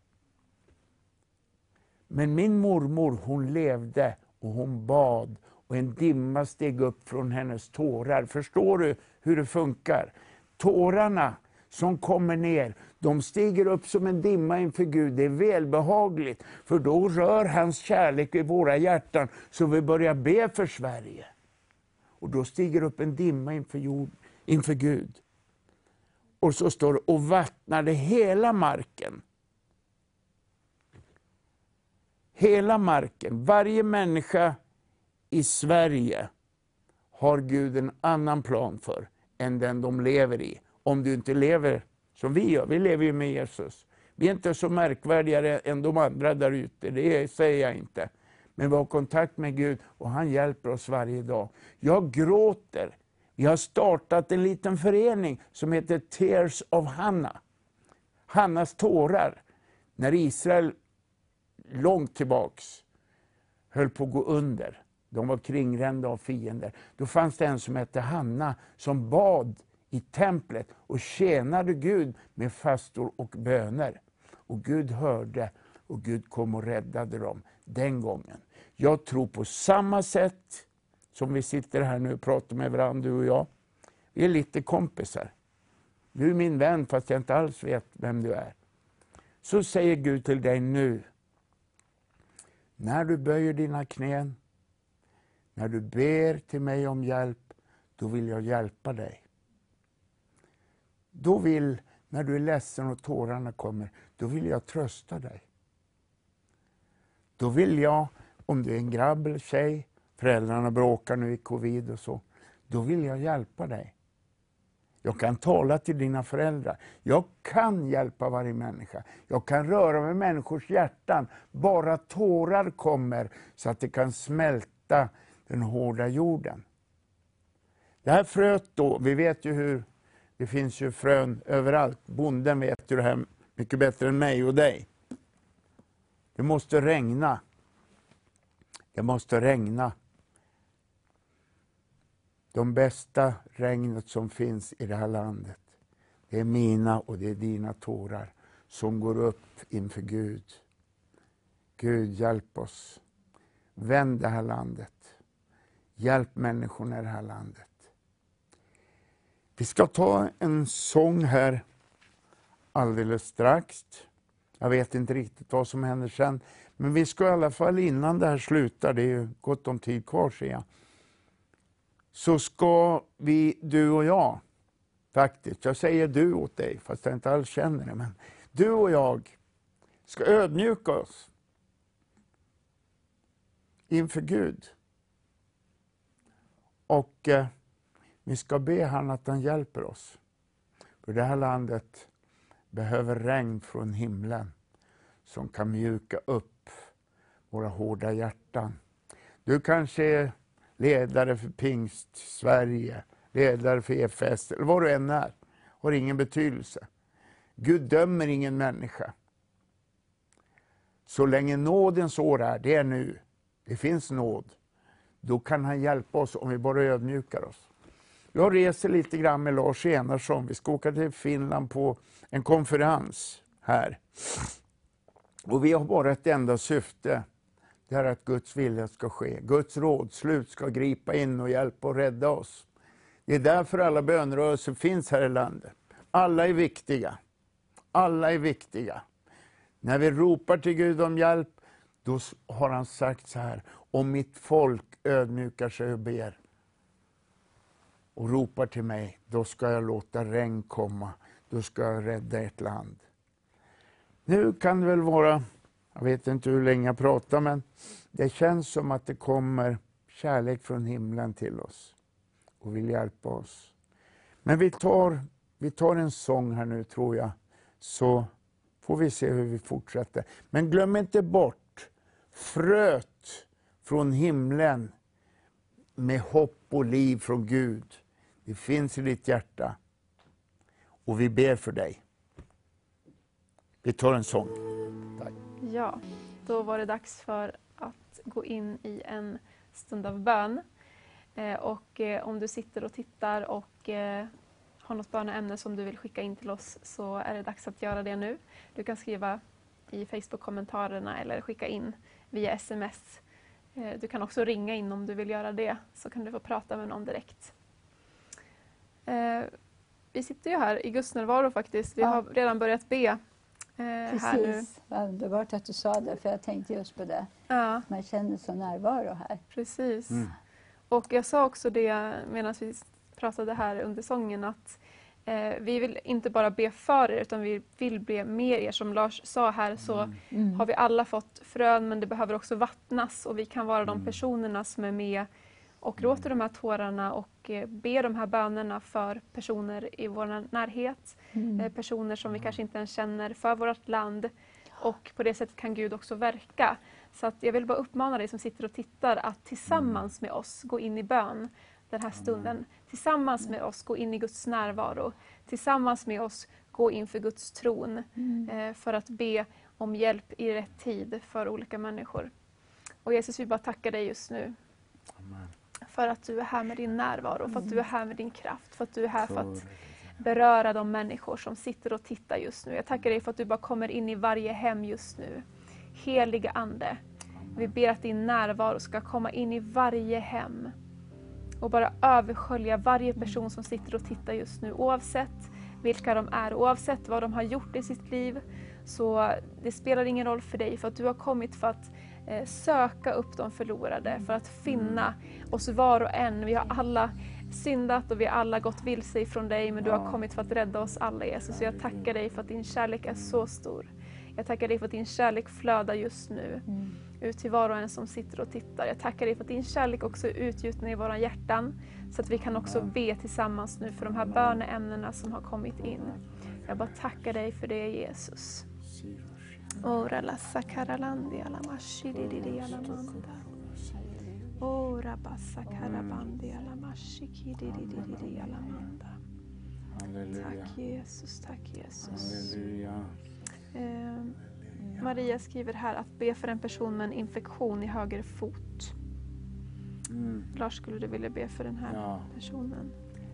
Men min mormor, hon levde och hon bad och en dimma steg upp från hennes tårar. Förstår du hur det funkar? Tårarna som kommer ner, de stiger upp som en dimma inför Gud. Det är välbehagligt, för då rör hans kärlek i våra hjärtan så vi börjar be för Sverige. Och då stiger upp en dimma inför, jord, inför Gud. Och så står det, och vattnade hela marken. Hela marken, varje människa i Sverige har Gud en annan plan för än den de lever i. Om du inte lever som vi gör, vi lever ju med Jesus. Vi är inte så märkvärdigare än de andra där ute, det säger jag inte. Men vi har kontakt med Gud och han hjälper oss varje dag. Jag gråter. Vi har startat en liten förening som heter Tears of Hannah. Hannas tårar. När Israel långt tillbaks höll på att gå under. De var kringrända av fiender. Då fanns det en som hette Hanna som bad i templet och tjänade Gud med fastor och böner. Och Gud hörde och Gud kom och räddade dem den gången. Jag tror på samma sätt som vi sitter här nu och pratar med varandra, du och jag. Vi är lite kompisar. Du är min vän fast jag inte alls vet vem du är. Så säger Gud till dig nu. När du böjer dina knän, när du ber till mig om hjälp, då vill jag hjälpa dig. Då vill, när du är ledsen och tårarna kommer, då vill jag trösta dig. Då vill jag, om du är en grabb eller tjej, föräldrarna bråkar nu i covid och så, då vill jag hjälpa dig. Jag kan tala till dina föräldrar. Jag kan hjälpa varje människa. Jag kan röra med människors hjärtan. Bara tårar kommer så att det kan smälta den hårda jorden. Det här fröet då, vi vet ju hur, det finns ju frön överallt. Bonden vet ju det här mycket bättre än mig och dig. Det måste regna. Det måste regna. De bästa regnet som finns i det här landet, det är mina och det är dina tårar som går upp inför Gud. Gud, hjälp oss. Vänd det här landet. Hjälp människorna i det här landet. Vi ska ta en sång här alldeles strax. Jag vet inte riktigt vad som händer sen. Men vi ska i alla fall innan det här slutar, det är ju gott om tid kvar ser jag. Så ska vi, du och jag, faktiskt, jag säger du åt dig fast jag inte alls känner det. Men du och jag ska ödmjuka oss inför Gud. Och eh, vi ska be han att han hjälper oss. För det här landet behöver regn från himlen som kan mjuka upp våra hårda hjärtan. Du kanske är ledare för Pingst Sverige, ledare för E F S, eller vad du än är, har ingen betydelse. Gud dömer ingen människa. Så länge nådens år är, det är nu, det finns nåd, då kan han hjälpa oss om vi bara ödmjukar oss. Jag reser lite grann med Lars Enarsson, vi ska åka till Finland på en konferens här. Och vi har bara ett enda syfte. Det är att Guds vilja ska ske. Guds rådslut ska gripa in och hjälpa och rädda oss. Det är därför alla bönrörelser finns här i landet. Alla är viktiga. Alla är viktiga. När vi ropar till Gud om hjälp, då har han sagt så här. Om mitt folk ödmjukar sig och ber och ropar till mig, då ska jag låta regn komma. Då ska jag rädda ett land. Nu kan det väl vara, jag vet inte hur länge jag pratar, men det känns som att det kommer kärlek från himlen till oss och vill hjälpa oss. Men vi tar, vi tar en sång här nu tror jag, så får vi se hur vi fortsätter. Men glöm inte bort fröet från himlen med hopp och liv från Gud. Det finns i ditt hjärta och vi ber för dig. Vi tar en sång. Tack. Ja, då var det dags för att gå in i en stund av bön. Eh, och eh, om du sitter och tittar och eh, har något böneämne som du vill skicka in till oss, så är det dags att göra det nu. Du kan skriva i Facebook-kommentarerna eller skicka in via sms. Eh, du kan också ringa in om du vill göra det, så kan du få prata med någon direkt. Eh, vi sitter ju här i Guds närvaro faktiskt. Vi ja. har redan börjat be. Precis, här nu. Vad underbart att du sa det, för jag tänkte just på det. Ja. Man känner så närvaro här. Precis. Mm. Och jag sa också det medan vi pratade här under sången, att Eh, vi vill inte bara be för er utan vi vill be med er. Som Lars sa här så Mm. har vi alla fått frön, men det behöver också vattnas och vi kan vara de personerna som är med och gråter de här tårarna och eh, ber de här bönerna för personer i vår närhet. Mm. Eh, personer som vi kanske inte ens känner, för vårt land. Och på det sättet kan Gud också verka. Så att jag vill bara uppmana dig som sitter och tittar att tillsammans med oss gå in i bön den här stunden. Tillsammans med oss gå in i Guds närvaro. Tillsammans med oss gå inför Guds tron eh, för att be om hjälp i rätt tid för olika människor. Och Jesus, vi bara tackar dig just nu. Amen. För att du är här med din närvaro, för att du är här med din kraft, för att du är här för att beröra de människor som sitter och tittar just nu. Jag tackar dig för att du bara kommer in i varje hem just nu. Heliga Ande, vi ber att din närvaro ska komma in i varje hem och bara överskölja varje person som sitter och tittar just nu, oavsett vilka de är, oavsett vad de har gjort i sitt liv. Så det spelar ingen roll för dig, för att du har kommit för att eh, söka upp de förlorade, för att finna oss var och en. Vi har alla syndat och vi har alla gått vilse ifrån dig, men du har kommit för att rädda oss alla, Jesus. Så jag tackar dig för att din kärlek är så stor. Jag tackar dig för att din kärlek flödar just nu ut till var och en som sitter och tittar. Jag tackar dig för att din kärlek också är utgjuten i våra hjärtan, så att vi kan också be tillsammans nu för de här böneämnena som har kommit in. Jag bara tackar dig för det, Jesus. Ora la sakaralandi ala mashididi ala manda. Ora bassa karabandi ala mashikididi ala manda. Halleluja. Tack Jesus, tack Jesus. Halleluja. Eh, Maria skriver här att be för en person med en infektion i höger fot. Mm. Lars, skulle du vilja be för den här Ja. personen?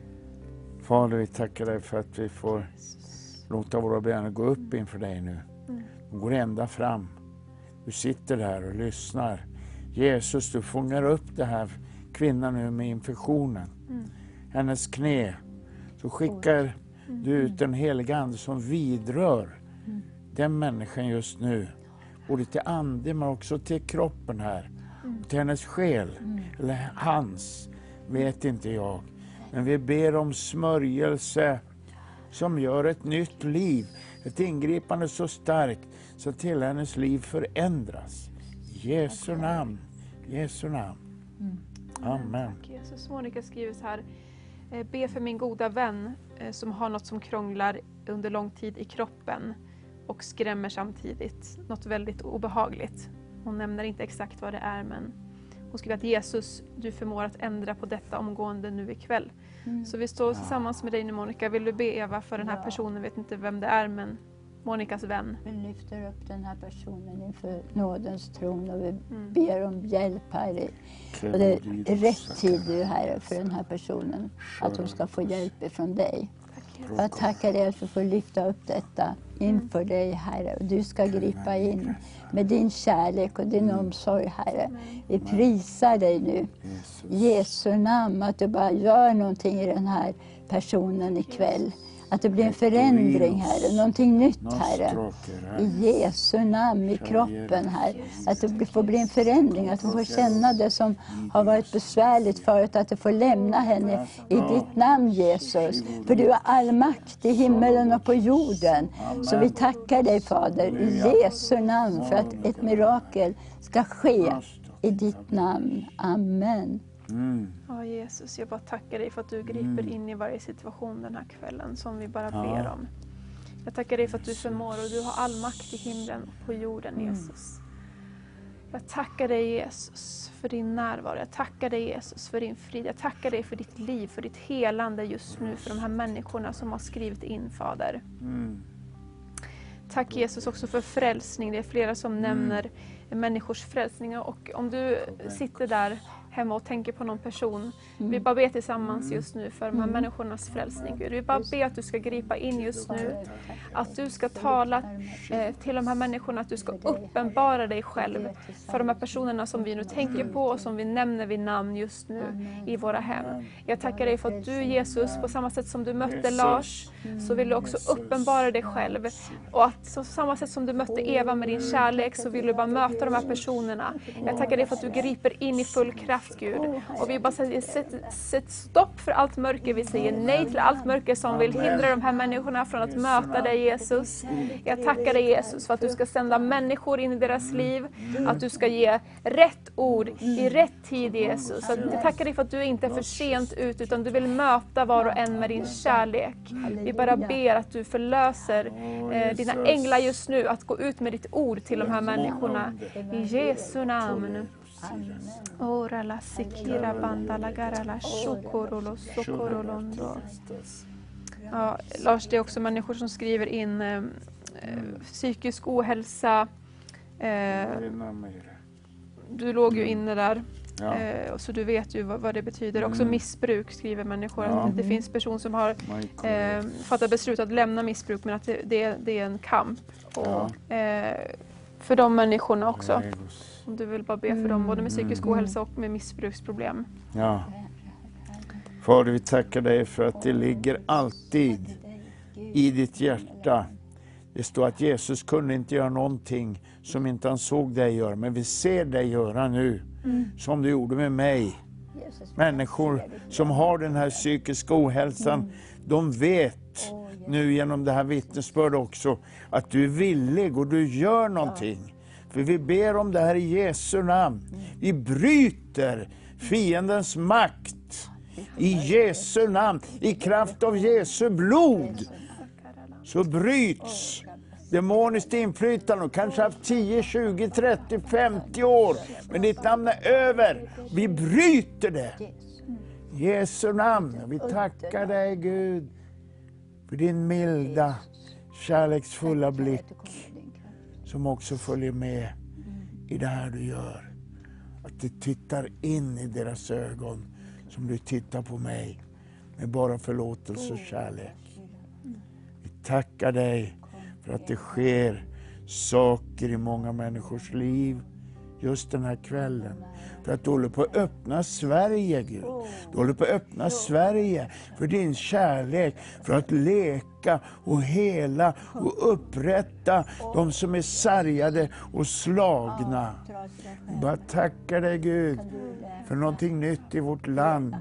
Fader, vi tackar dig för att vi får Jesus. låta våra böner gå upp inför dig nu. Mm. De går ända fram. Du sitter där och lyssnar. Jesus, du fångar upp det här kvinnan nu med infektionen. Mm. Hennes knä. Så skickar du ut en helig ande som vidrör den människan just nu. Både till ande men också till kroppen här. Och till hennes själ. Eller hans. Vet inte jag. Men vi ber om smörjelse som gör ett nytt liv. Ett ingripande så starkt så att hela hennes liv förändras. I Jesu namn. I Jesu namn. Amen. Tack Jesus. Monica skriver så här. eh, Be för min goda vän eh, som har något som krånglar under lång tid i kroppen och skrämmer samtidigt. Något väldigt obehagligt. Hon nämner inte exakt vad det är, men hon skriver att Jesus, du förmår att ändra på detta omgående nu ikväll. Mm. Så vi står tillsammans med dig nu, Monica. Vill du be Eva för den här Ja. personen? Vet inte vem det är, men Monikas vän. Vi lyfter upp den här personen inför nådens tron och vi Mm. ber om hjälp här. i- Och det är rätt tid nu, Herre, för den här personen. Att hon ska få hjälp ifrån dig. Tack Jesus. Jag tackar dig att vi får lyfta upp detta inför dig, Herre. Och du ska gripa in med din kärlek och din omsorg, Herre. Vi prisar dig nu. I Jesu namn, att du bara gör någonting i den här personen ikväll. Att det blir en förändring, Herre. Någonting nytt, Herre. I Jesu namn, i kroppen här. Att det får bli en förändring, att hon får känna det som har varit besvärligt förut, att det får lämna henne i ditt namn, Jesus. För du har all makt i himmelen och på jorden. Så vi tackar dig, Fader, i Jesu namn, för att ett mirakel ska ske i ditt namn. Amen. Mm. Ja, Jesus, jag bara tackar dig för att du griper in i varje situation den här kvällen som vi bara ber om. Jag tackar dig för att du förmår och du har all makt i himlen och på jorden, Jesus. Jag tackar dig, Jesus, för din närvaro. Jag tackar dig, Jesus, för din frid. Jag tackar dig för ditt liv, för ditt helande just nu, för de här människorna som har skrivit in, Fader. Mm. Tack Jesus också för frälsning. Det är flera som nämner människors frälsning. Och om du sitter där hemma och tänker på någon person, vi bara ber tillsammans just nu för de här människornas frälsning, Gud. Vi bara ber att du ska gripa in just nu. Att du ska tala eh, till de här människorna, att du ska uppenbara dig själv för de här personerna som vi nu tänker på och som vi nämner vid namn just nu i våra hem. Jag tackar dig för att du, Jesus, på samma sätt som du mötte Lars, så vill du också uppenbara dig själv. Och att på samma sätt som du mötte Eva med din kärlek, så vill du bara möta de här personerna. Jag tackar dig för att du griper in i full kraft kraft, Gud. Och vi bara säger, sätt, sätt stopp för allt mörker. Vi säger nej till allt mörker som vill hindra de här människorna från att möta dig, Jesus. Jag tackar dig, Jesus, för att du ska sända människor in i deras liv. Att du ska ge rätt ord i rätt tid, Jesus. Att jag tackar dig för att du inte är för sent ut, utan du vill möta var och en med din kärlek. Vi bara ber att du förlöser eh, dina änglar just nu att gå ut med ditt ord till de här människorna. I Jesu namn. Ora la sikira banda la gara la shokorolo sokorolondo. Ja, Lars, det är också människor som skriver in eh, psykisk ohälsa. Eh, du låg ju inne där. Ja. Eh, så du vet ju vad, vad det betyder. Mm. Också missbruk skriver människor. Ja. Att det, det finns personer som har eh, fattat beslut att lämna missbruk, men att det, det, det är en kamp. Och, ja. eh, för de människorna också. Om du vill bara be för dem, både med psykisk ohälsa och med missbruksproblem. Ja. Fader, vi tackar dig för att det ligger alltid i ditt hjärta. Det står att Jesus kunde inte göra någonting som inte han såg dig göra. Men vi ser dig göra nu. Mm. Som du gjorde med mig. Människor som har den här psykiska ohälsan. Mm. De vet nu genom det här vittnesbörd också att du är villig och du gör någonting. För vi ber om det här i Jesu namn. Vi bryter fiendens makt i Jesu namn. I kraft av Jesu blod så bryts demoniskt inflytande. Och kanske haft tio, tjugo, trettio, femtio år. Men ditt namn är över. Vi bryter det. I Jesu namn. Vi tackar dig, Gud, för din milda, kärleksfulla blick som också följer med i det här du gör. Att du tittar in i deras ögon som du tittar på mig med bara förlåtelse och kärlek. Vi tackar dig för att det sker saker i många människors liv just den här kvällen. För att du håller på att öppna Sverige, Gud. Du håller på att öppna Sverige för din kärlek. För att leka och hela och upprätta de som är sargade och slagna. Vi bara tackar dig, Gud, för någonting nytt i vårt land.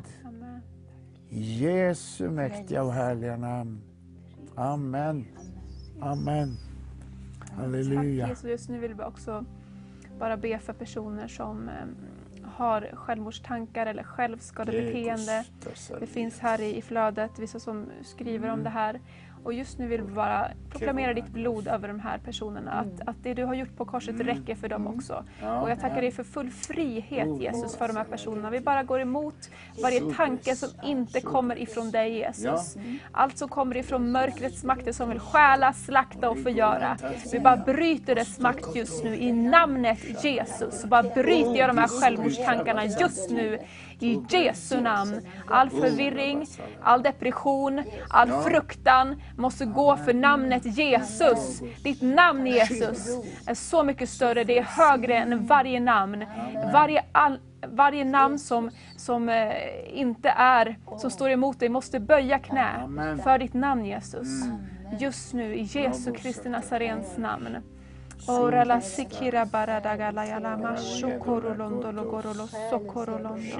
I Jesu mäktiga och härliga namn. Amen. Amen. Halleluja. Tack, Jesus. Just nu vill vi också bara be för personer som eh, har självmordstankar eller självskadebeteende. Det finns här i, i flödet vissa som skriver om det här. Och just nu vill vi bara proklamera ditt blod över de här personerna. Att, att det du har gjort på korset räcker för dem också. Och jag tackar dig för full frihet, Jesus, för de här personerna. Vi bara går emot varje tanke som inte kommer ifrån dig, Jesus. Allt som kommer ifrån mörkrets makter som vill stjäla, slakta och förgöra. Vi bara bryter dess makt just nu i namnet Jesus. Så bara bryter jag de här självmordstankarna just nu i Jesu namn. All förvirring, all depression, all fruktan måste gå för namnet Jesus. Ditt namn, Jesus, är så mycket större. Det är högre än varje namn. Varje, all, varje namn som, som eh, inte är, som står emot dig, måste böja knä för ditt namn, Jesus. Just nu, i Jesu Kristi Nazarens namn. Ora la sikira baradaga la yala mashu korolondo logorolo sokorolondo.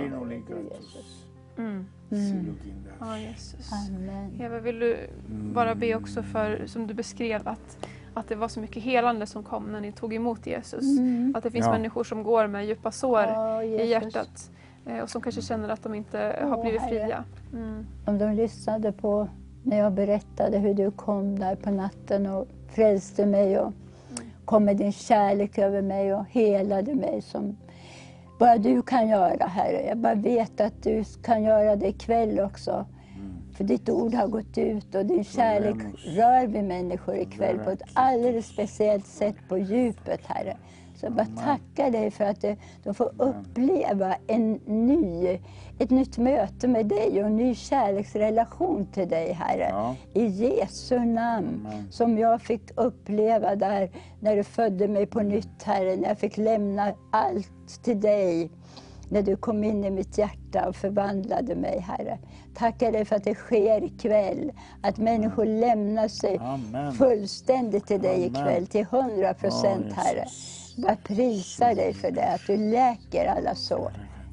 Mm. Mm. Ja, Jesus. Amen. Eva, vill du bara be också för, som du beskrev, att, att det var så mycket helande som kom när ni tog emot Jesus. Mm. Att det finns ja. människor som går med djupa sår oh, i hjärtat och som kanske känner att de inte oh, har blivit fria. Mm. Om de lyssnade på när jag berättade hur du kom där på natten och frälste mig och kom med din kärlek över mig och helade mig som bara du kan göra, Herre. Jag bara vet att du kan göra det ikväll också. Mm. För ditt ord har gått ut och din kärlek rör vid människor ikväll på ett alldeles speciellt sätt på djupet, Herre. Så jag bara tackar dig för att de får uppleva en ny, ett nytt möte med dig och en ny kärleksrelation till dig, Herre. Ja. I Jesu namn. Amen. Som jag fick uppleva där när du födde mig på nytt, Herre. När jag fick lämna allt till dig. När du kom in i mitt hjärta och förvandlade mig, Herre. Tackar dig för att det sker ikväll. Att människor lämnar sig Amen. Fullständigt till dig Amen. Ikväll. Till hundra procent, Herre. Jag prisar dig för det, att du läker alla sår.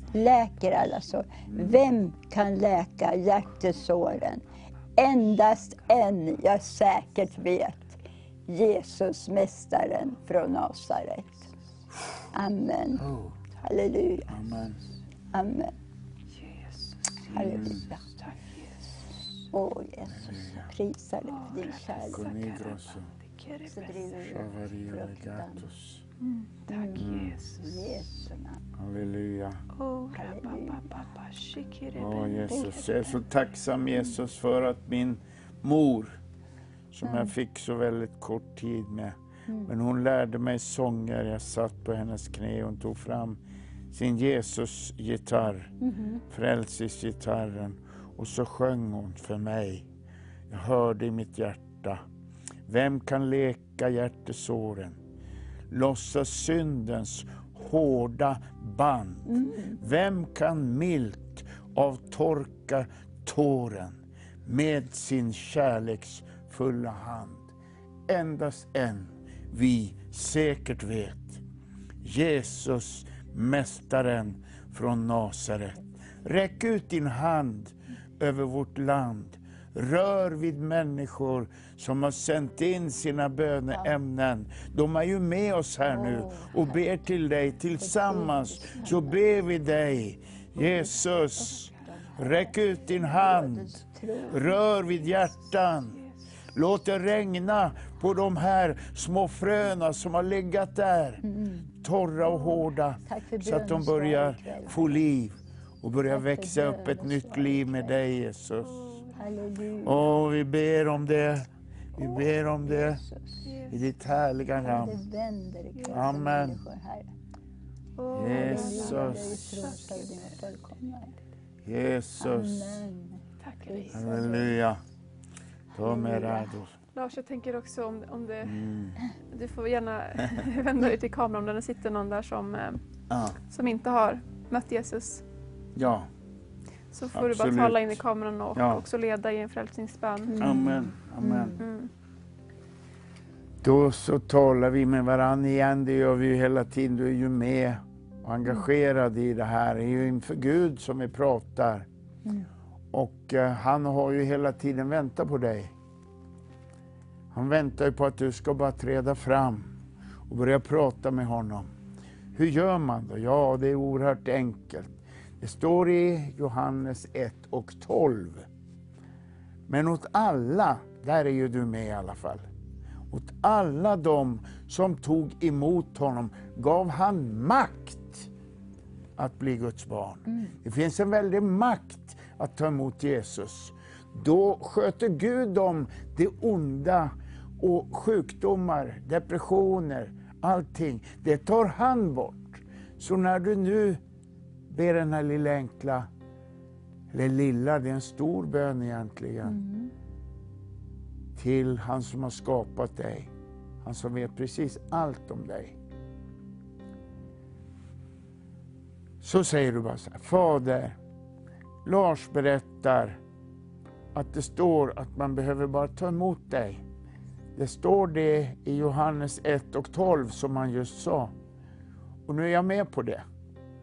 läker alla sår. Vem kan läka hjärtesåren? Endast en jag säkert vet. Jesus, mästaren från Nasaret. Amen. Oh. Halleluja. Amen. Amen. Jesus. Halleluja. Åh Jesus, jag prisar dig för din kärlek. Så driver vi fruktan. Mm, tack Mm. Jesus. Jesu namn. Halleluja. Oh, Halleluja. Ja, Jesus. Jag är så tacksam, Jesus, för att min mor, som jag fick så väldigt kort tid med, men hon lärde mig sånger. Jag satt på hennes knä och hon tog fram sin Jesus-gitarr, frälsningsgitarren, och så sjöng hon för mig. Jag hörde i mitt hjärta: vem kan leka hjärtesåren? Lossa syndens hårda band. Mm. Vem kan milt avtorka tåren med sin kärleksfulla hand? Endast en vi säkert vet. Jesus, mästaren från Nasaret. Räck ut din hand över vårt land. Rör vid människor som har sänt in sina böneämnen. De är ju med oss här nu och ber till dig. Tillsammans så ber vi dig. Jesus, räck ut din hand. Rör vid hjärtan. Låt det regna på de här små fröna som har legat där. Torra och hårda. Så att de börjar få liv. Och börjar växa upp ett nytt liv med dig, Jesus. Åh, vi ber om det. Vi ber om det. I ditt härliga namn. Amen. Jesus. Jesus. Halleluja. Ta med rados. Lars, jag tänker också om, om det... Mm. Du får gärna vända dig till kameran om det sitter någon där som, ah. som inte har mött Jesus. Ja. Så får Absolut. Du bara tala in i kameran och ja. Också leda i en frälsningsbön. Mm. Amen. Amen. Mm. Då så talar vi med varandra igen. Det gör vi ju hela tiden. Du är ju med och engagerad mm. i det här. Det är ju inför Gud som vi pratar. Mm. Och uh, han har ju hela tiden väntat på dig. Han väntar ju på att du ska bara träda fram och börja prata med honom. Hur gör man då? Ja, det är oerhört enkelt. Det står i Johannes ett och tolv. Men åt alla, där är ju du med i alla fall. Åt alla de som tog emot honom gav han makt att bli Guds barn. Mm. Det finns en väldig makt att ta emot Jesus. Då sköter Gud dem det onda och sjukdomar, depressioner, allting. Det tar han bort. Så när du nu ber den här lilla enkla, eller lilla, det är en stor bön egentligen. Mm. Till han som har skapat dig. Han som vet precis allt om dig. Så säger du bara så här: Fader, Lars berättar att det står att man behöver bara ta emot dig. Det står det i Johannes ett och tolv som han just sa. Och nu är jag med på det.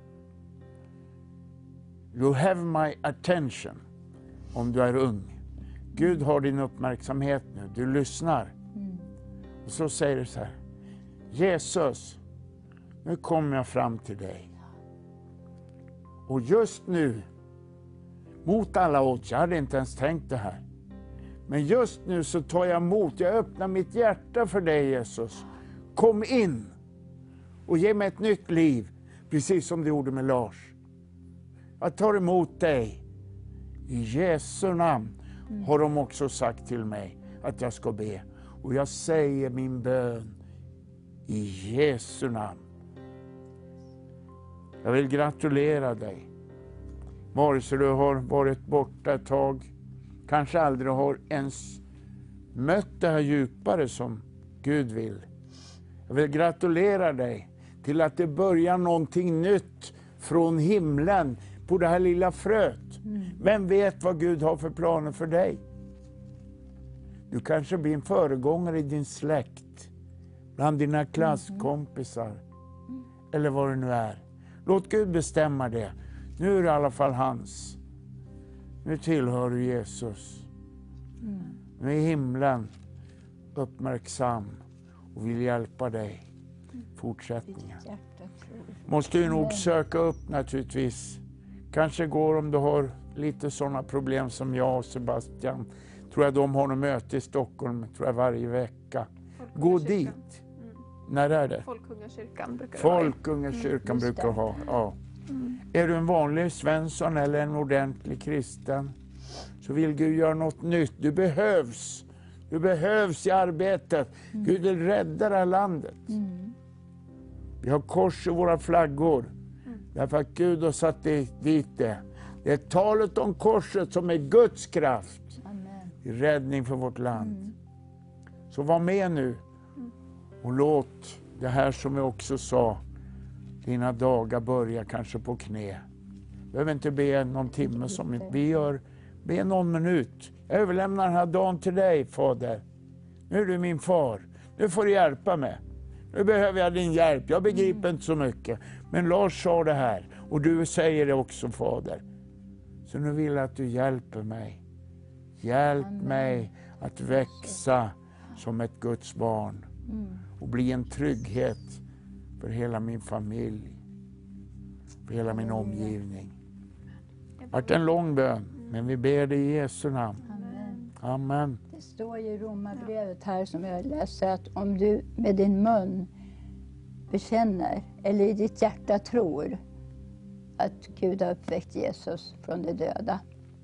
You have my attention. Om du är ung. Gud har din uppmärksamhet nu. Du lyssnar. Mm. Och så säger du så här: Jesus, nu kommer jag fram till dig. Och just nu, mot alla odds, jag hade inte ens tänkt det här. Men just nu så tar jag emot, jag öppnar mitt hjärta för dig, Jesus. Kom in och ge mig ett nytt liv, precis som du gjorde med Lars. Jag tar emot dig. I Jesu namn har de också sagt till mig att jag ska be. Och jag säger min bön i Jesu namn. Jag vill gratulera dig. Vare sig du har varit borta ett tag, kanske aldrig har ens mött det här djupare som Gud vill. Jag vill gratulera dig till att det börjar någonting nytt från himlen på det här lilla fröet. Mm. Vem vet vad Gud har för planer för dig? Du kanske blir en föregångare i din släkt, bland dina klasskompisar, mm. eller vad det nu är. Låt Gud bestämma det. Nu är det i alla fall hans. Nu tillhör du Jesus. Mm. Nu är himlen uppmärksam och vill hjälpa dig. Fortsättningen. Måste ju nog söka upp naturligtvis. Kanske går om du har lite sådana problem som jag och Sebastian. Tror jag de har något möte i Stockholm, tror jag varje vecka. Gå dit. Mm. När är det? Folkungakyrkan brukar det Folkungakyrkan mm. brukar ha, ja. Mm. Är du en vanlig Svensson eller en ordentlig kristen, så vill Gud göra något nytt. Du behövs. Du behövs i arbetet. Mm. Gud vill rädda det här landet. Mm. Vi har kors i våra flaggor. Mm. Därför att Gud har satt dit det. Det är talet om korset som är Guds kraft. Amen. I räddning för vårt land. Mm. Så var med nu. Mm. Och låt det här som jag också sa. Dina dagar börjar kanske på knä. Behöver inte be någon timme som vi gör. Be någon minut. Jag överlämnar den här dagen till dig, Fader. Nu är du min far. Nu får du hjälpa mig. Nu behöver jag din hjälp. Jag begriper mm. inte så mycket. Men Lars sa det här. Och du säger det också, Fader. Så nu vill jag att du hjälper mig. Hjälp Amen. mig att växa som ett Guds barn. Mm. Och bli en trygghet för hela min familj. För hela min omgivning. Det har varit en lång bön. Men vi ber det i Jesu namn. Amen. Amen. Det står i Romarbrevet här som jag läser att om du med din mun bekänner eller i ditt hjärta tror att Gud har uppväckt Jesus från de döda,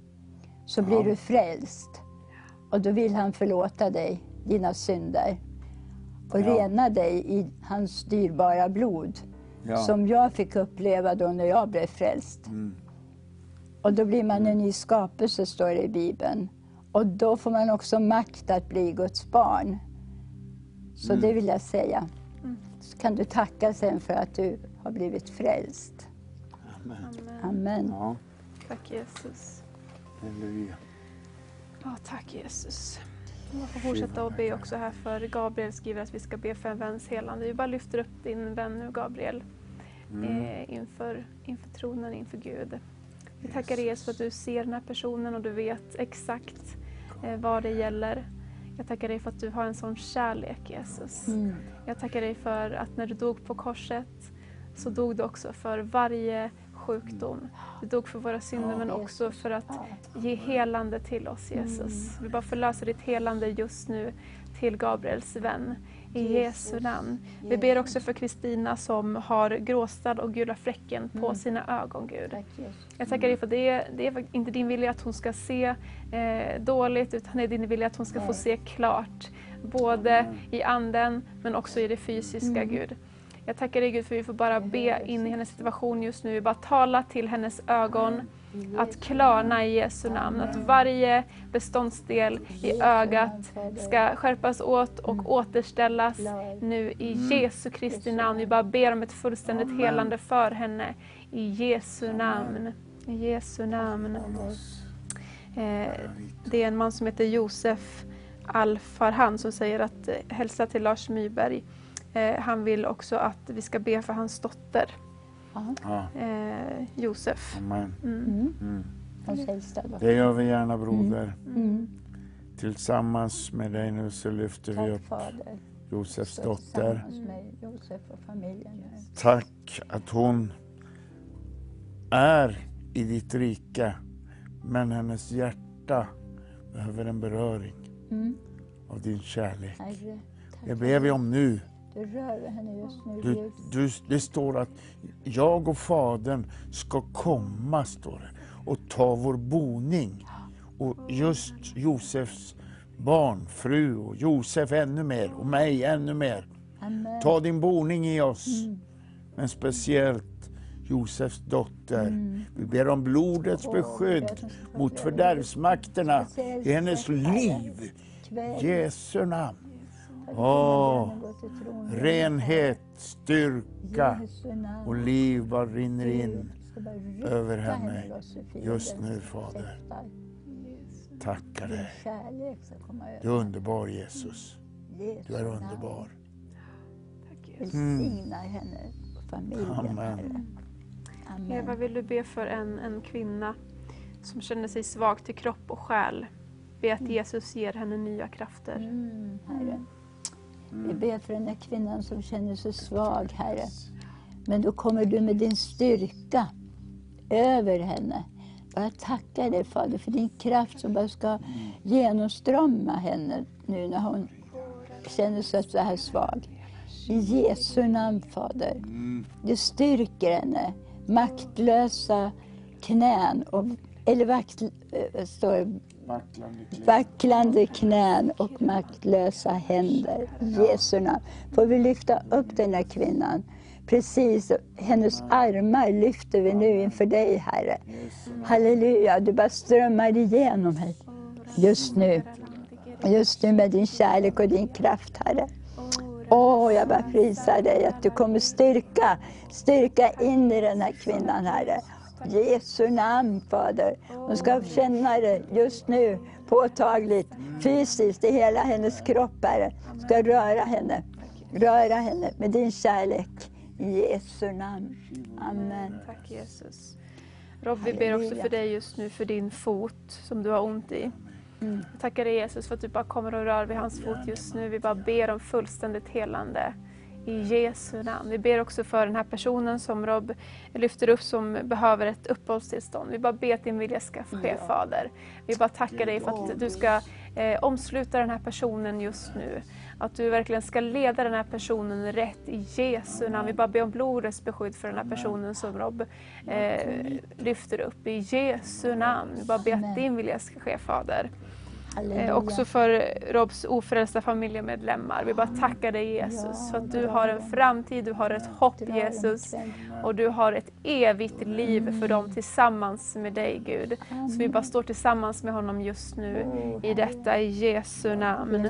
så blir ja. du frälst. Och då vill han förlåta dig dina synder och ja. rena dig i hans dyrbara blod. Ja. Som jag fick uppleva då när jag blev frälst. Mm. Och då blir man en ny skapelse, står det i Bibeln. Och då får man också makt att bli Guds barn. Så mm. det vill jag säga. Mm. Så kan du tacka sen för att du har blivit frälst. Amen. Amen. Ja. Tack Jesus. Halleluja. Ja, tack Jesus. Jag får fortsätta att be också här för Gabriel skriver att vi ska be för en väns helande. Vi bara lyfter upp din vän nu, Gabriel. Mm. Eh, inför, inför tronen, inför Gud. Vi tackar Jesus för att du ser den här personen och du vet exakt eh, vad det gäller. Jag tackar dig för att du har en sån kärlek, Jesus. Mm. Jag tackar dig för att när du dog på korset så dog du också för varje sjukdom. Du dog för våra synder men också för att ge helande till oss, Jesus. Vi bara förlöser ditt helande just nu till Gabriels vän. I Jesu namn. Vi ber också för Kristina som har gråstad och gula fläcken på mm. sina ögon, Gud. Jag tackar dig för det. Det är inte din vilja att hon ska se eh, dåligt, utan det är din vilja att hon ska få se klart. Både i anden men också i det fysiska, mm. Gud. Jag tackar dig, Gud, för vi får bara be in i hennes situation just nu. Vi bara tala till hennes ögon. Att klarna i Jesu namn. Att varje beståndsdel i ögat ska skärpas åt och återställas nu i Jesu Kristi namn. Vi bara ber om ett fullständigt helande för henne. I Jesu namn. I Jesu namn. Eh, det är en man som heter Josef Al-Farhan som säger att eh, hälsa till Lars Myberg. Eh, han vill också att vi ska be för hans dotter. Ja. Eh, Josef. Amen. Mm. Mm. Mm. Det gör vi gärna, broder. Mm. Mm. Tillsammans med dig nu så lyfter Tack, vi upp Fader. Josefs dotter. Med Josef och familjen. Tack att hon är i ditt rike, men hennes hjärta behöver en beröring mm. av din kärlek. Herre, det ber vi om nu. Du rör henne just nu. Du, du, det står att jag och Fadern ska komma, står det, och ta vår boning. Och just Josefs barn, fru och Josef ännu mer och mig ännu mer. Amen. Ta din boning i oss. Mm. Men speciellt Josefs dotter. Mm. Vi ber om blodets beskydd mot fördärvsmakterna i hennes liv. Jesu namn. Åh, renhet, styrka och liv bara rinner in över henne just nu, Fader. Tackar dig. Du är underbar, Jesus. Du är underbar. Välsigna henne och familjen. Amen. Amen. Eva, vill du be för en, en kvinna som känner sig svag till kropp och själ? Be att Jesus ger henne nya krafter. Mm, Herre. Vi ber för den här kvinnan som känner sig svag, Herre. Men då kommer du med din styrka över henne. Och jag tackar dig, Fader, för din kraft som bara ska genomströmma henne nu när hon känner sig så här svag. I Jesu namn, Fader. Du styrker henne. Maktlösa knän och, eller vakt, äh, står vacklande knän och maktlösa händer. I Jesu namn. Får vi lyfta upp den här kvinnan. Precis, hennes armar lyfter vi nu inför dig, Herre. Halleluja, du bara strömmar igenom mig. Just nu. Just nu med din kärlek och din kraft, Herre. Åh, oh, jag bara prisar dig att du kommer styrka, styrka in i den här kvinnan, Herre. Jesu namn, Fader. Hon ska känna det just nu påtagligt, fysiskt i hela hennes kropp, Herre. Ska röra henne, röra henne med din kärlek. I Jesu namn. Amen. Tack Jesus. Rob, vi ber också för dig just nu för din fot som du har ont i. Mm. Jag tackar dig Jesus för att du bara kommer och rör vid hans fot just nu. Vi bara ber om fullständigt helande. I Jesu namn. Vi ber också för den här personen som Rob lyfter upp som behöver ett uppehållstillstånd. Vi bara ber att din vilja ska ske, Fader. Vi bara tackar dig för att du ska eh, omsluta den här personen just nu. Att du verkligen ska leda den här personen rätt i Jesu namn. Vi bara ber om blodets beskydd för den här personen som Rob eh, lyfter upp. I Jesu namn. Vi bara ber att din vilja ska ske, Fader. Eh, också för Robs ofrälsta familjemedlemmar. Vi bara tackar dig Jesus för att du har en framtid, du har ett hopp Jesus. Och du har ett evigt liv för dem tillsammans med dig Gud. Så vi bara står tillsammans med honom just nu i detta i Jesu namn.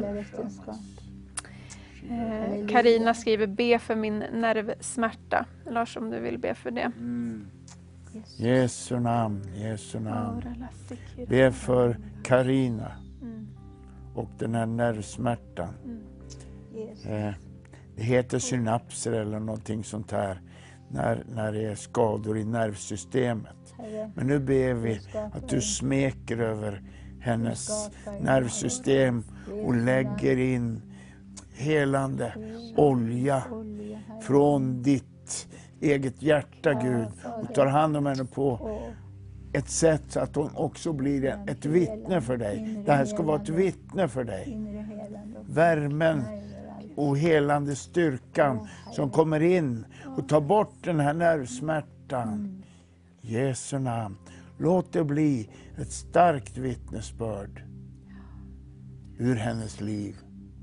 Eh, Karina skriver be för min nervsmärta. Lars, om du vill be för det. Mm. Jesu namn, Jesu namn. Be för Karina mm. och den här nervsmärtan. Mm. Eh, det heter synapser eller någonting sånt här när, när det är skador i nervsystemet. Men nu ber vi att du smeker över hennes nervsystem och lägger in helande olja från ditt eget hjärta, Gud, och tar hand om henne på ett sätt så att hon också blir ett vittne för dig. Det här ska vara ett vittne för dig. Värmen och helande styrkan som kommer in och tar bort den här nervsmärtan. Jesu namn. Låt det bli ett starkt vittnesbörd ur hennes liv.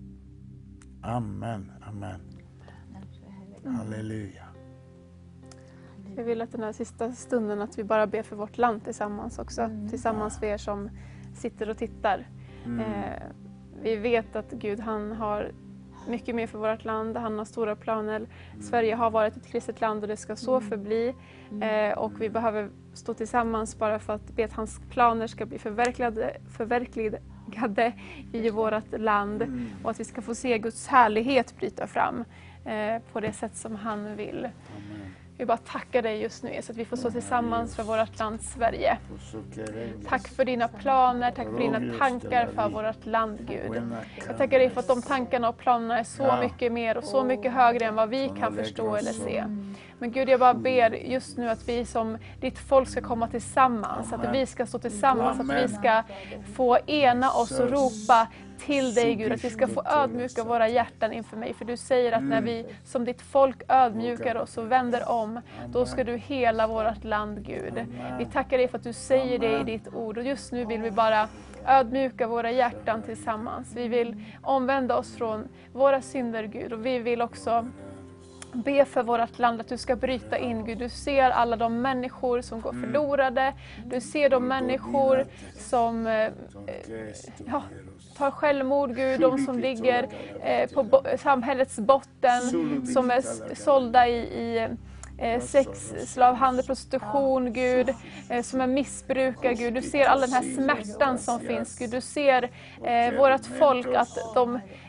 Amen, amen. Halleluja. Jag vill att den här sista stunden att vi bara ber för vårt land tillsammans också. Mm. Tillsammans med er som sitter och tittar. Mm. Eh, vi vet att Gud han har mycket mer för vårt land. Han har stora planer. Mm. Sverige har varit ett kristet land och det ska så förbli. Mm. Eh, och vi behöver stå tillsammans bara för att be att hans planer ska bli förverkligade, förverkligade i vårt land. Mm. Och att vi ska få se Guds härlighet bryta fram eh, på det sätt som han vill. Amen. Vi bara tackar dig just nu så att vi får stå tillsammans för vårt land Sverige. Tack för dina planer, tack för dina tankar för vårt land, Gud. Jag tackar dig för att de tankarna och planerna är så mycket mer och så mycket högre än vad vi kan förstå eller se. Men Gud, jag bara ber just nu att vi som ditt folk ska komma tillsammans, att vi ska stå tillsammans, att vi ska få ena oss och ropa till dig, Gud, att vi ska få ödmjuka våra hjärtan inför mig. För du säger att när vi som ditt folk ödmjukar oss och vänder om, då ska du hela vårt land, Gud. Vi tackar dig för att du säger det i ditt ord. Och just nu vill vi bara ödmjuka våra hjärtan tillsammans. Vi vill omvända oss från våra synder, Gud. Och vi vill också be för vårt land att du ska bryta in, Gud. Du ser alla de människor som går förlorade. Du ser de människor som eh, ja, tar självmord, Gud. De som ligger eh, på bo- samhällets botten, som är sålda i, i eh, sex, slavhandel, prostitution, Gud. Eh, som är missbrukare, Gud. Du ser all den här smärtan som finns, Gud. Du ser eh, vårat folk att de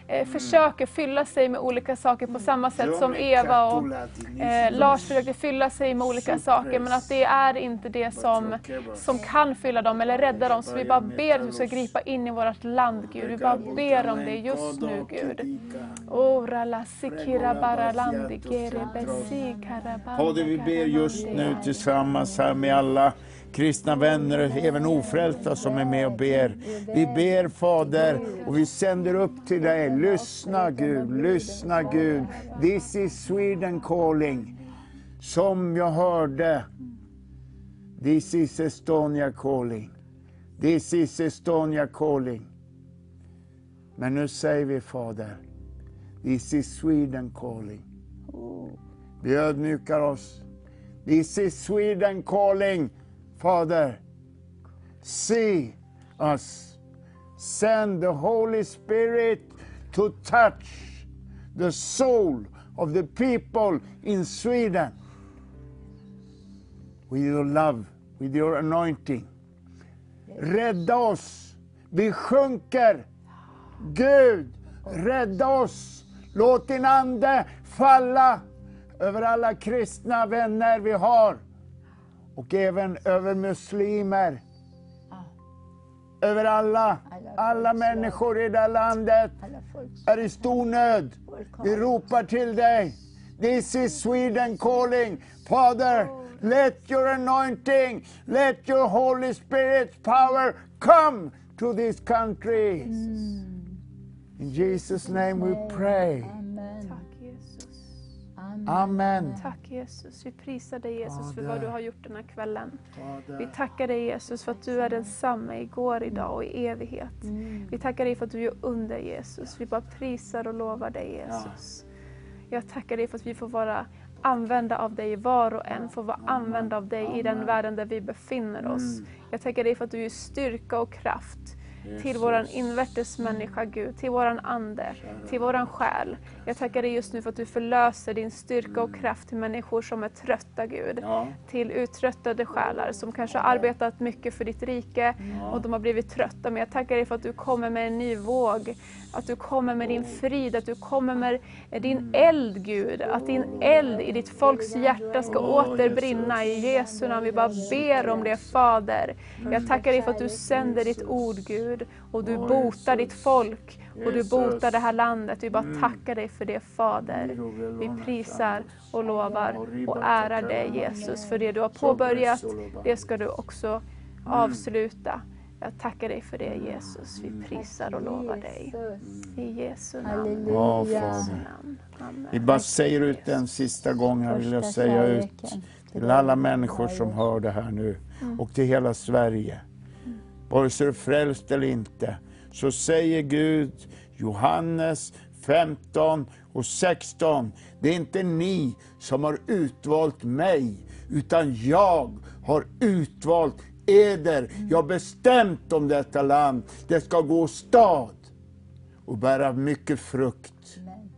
eh, försöker fylla sig med olika saker på samma sätt som Eva och eh, Lars försökte fylla sig med olika saker, men att det är inte det som, som kan fylla dem eller rädda dem. Så vi bara ber att du ska gripa in i vårt land, Gud. Vi bara ber om det just nu, Gud. Fader, vi ber just nu tillsammans här med alla kristna vänner, även ofrälsta som är med och ber. Vi ber, Fader, och vi sänder upp till dig. Lyssna, Gud, lyssna, Gud. This is Sweden calling. Som jag hörde, this is Estonia calling. This is Estonia calling. Men nu säger vi, Fader, this is Sweden calling. Vi ödmjukar oss. This is Sweden calling. Father, see us. Send the Holy Spirit to touch the soul of the people in Sweden. With your love, with your anointing. Rädda oss. Vi sjunker. Gud, rädda oss. Låt din ande falla över alla kristna vänner vi har. Och även över muslimer. Över alla. Alla människor i det här landet är i stor nöd. Vi ropar till dig. This is Sweden calling. Father, let your anointing, let your Holy Spirit's power come to this country. In Jesus' name we pray. Amen. Tack Jesus, vi prisar dig Jesus för vad du har gjort den här kvällen. Vi tackar dig Jesus för att du är densamma igår, idag och i evighet. Mm. Vi tackar dig för att du gör under Jesus. Vi bara prisar och lovar dig Jesus. Jag tackar dig för att vi får vara använda av dig, var och en får vara använda av dig i den världen där vi befinner oss. Jag tackar dig för att du ger styrka och kraft till våran invärtes människa, Gud, till våran ande, till våran själ. Jag tackar dig just nu för att du förlöser din styrka och kraft till människor som är trötta, Gud. Ja. Till uttröttade själar som kanske har arbetat mycket för ditt rike och de har blivit trötta. Men jag tackar dig för att du kommer med en ny våg, att du kommer med din frid, att du kommer med din eld, Gud. Att din eld i ditt folks hjärta ska återbrinna i Jesu namn. Vi bara ber om det, Fader. Jag tackar dig för att du sänder ditt ord, Gud. Och du botar ditt folk och du botar det här landet. Vi bara tackar dig för det, Fader. Vi prisar och lovar och ärar dig, Jesus. För det du har påbörjat, det ska du också avsluta. Jag tackar dig för det, Jesus. Vi prisar och lovar dig. I Jesu namn. Ja, Fader. Vi bara säger ut den sista gången, vill jag säga ut till alla människor som hör det här nu. Och till hela Sverige. Vare sig du är frälst eller inte, så säger Gud, Johannes femton och sexton. Det är inte ni som har utvalt mig, utan jag har utvalt eder. Jag har bestämt om detta land. Det ska gå stad och bära mycket frukt.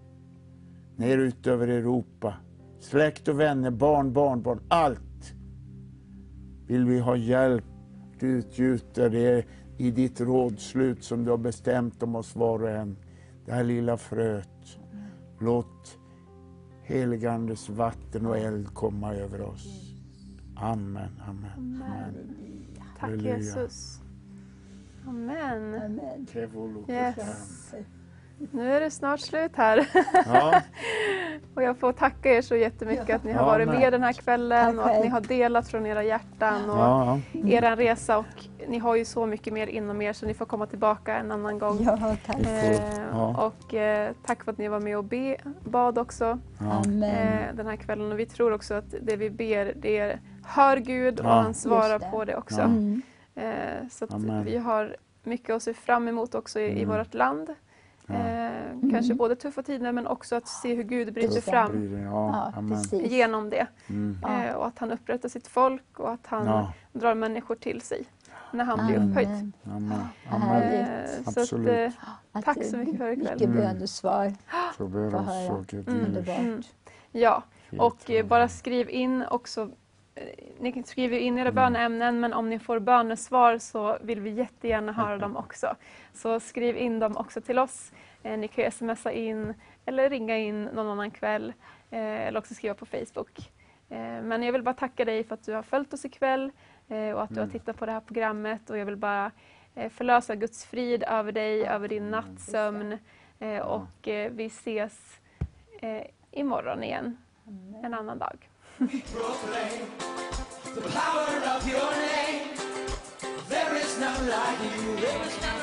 Ner ut över Europa. Släkt och vänner, barn, barnbarn, allt. Vill vi ha hjälp. Utgjuter det i ditt rådslut som du har bestämt om oss var och en. Det här lilla fröet. Låt heligandes vatten och eld komma över oss. Amen, amen, amen. Tack Halleluja. Jesus. Amen. Amen. Yes. Nu är det snart slut här. Ja. Och jag får tacka er så jättemycket att ni har varit med den här kvällen och att ni har delat från era hjärtan och ja. er resa. Och ni har ju så mycket mer inom er så ni får komma tillbaka en annan gång. Ja, tack. Eh, ja. Och eh, tack för att ni var med och be, bad också ja. eh, den här kvällen. Och vi tror också att det vi ber, det är hör Gud och ja. han svarar det. på det också. Ja. Mm. Eh, så att vi har mycket att se fram emot också i, mm. i vårt land. Ja. Eh, kanske mm. både tuffa tider men också att se hur Gud bryter fram ja, genom det. Mm. Eh, och att han upprättar sitt folk och att han ja. drar människor till sig när han blir upphöjd. Amen. Amen. Eh, så att, eh, tack så mycket för ikväll. Mycket bönesvar. Så ber oss så Gud. Underbart. Mm. Ja, och eh, bara skriv in också ni skriver in era böneämnen, men om ni får bönesvar så vill vi jättegärna höra dem också. Så skriv in dem också till oss. Ni kan ju smsa in eller ringa in någon annan kväll eller också skriva på Facebook. Men jag vill bara tacka dig för att du har följt oss ikväll och att du har tittat på det här programmet, och jag vill bara förlösa Guds frid över dig, över din nattsömn, och vi ses imorgon igen, en annan dag. Proclaim the power of your name. There is none like you. There is none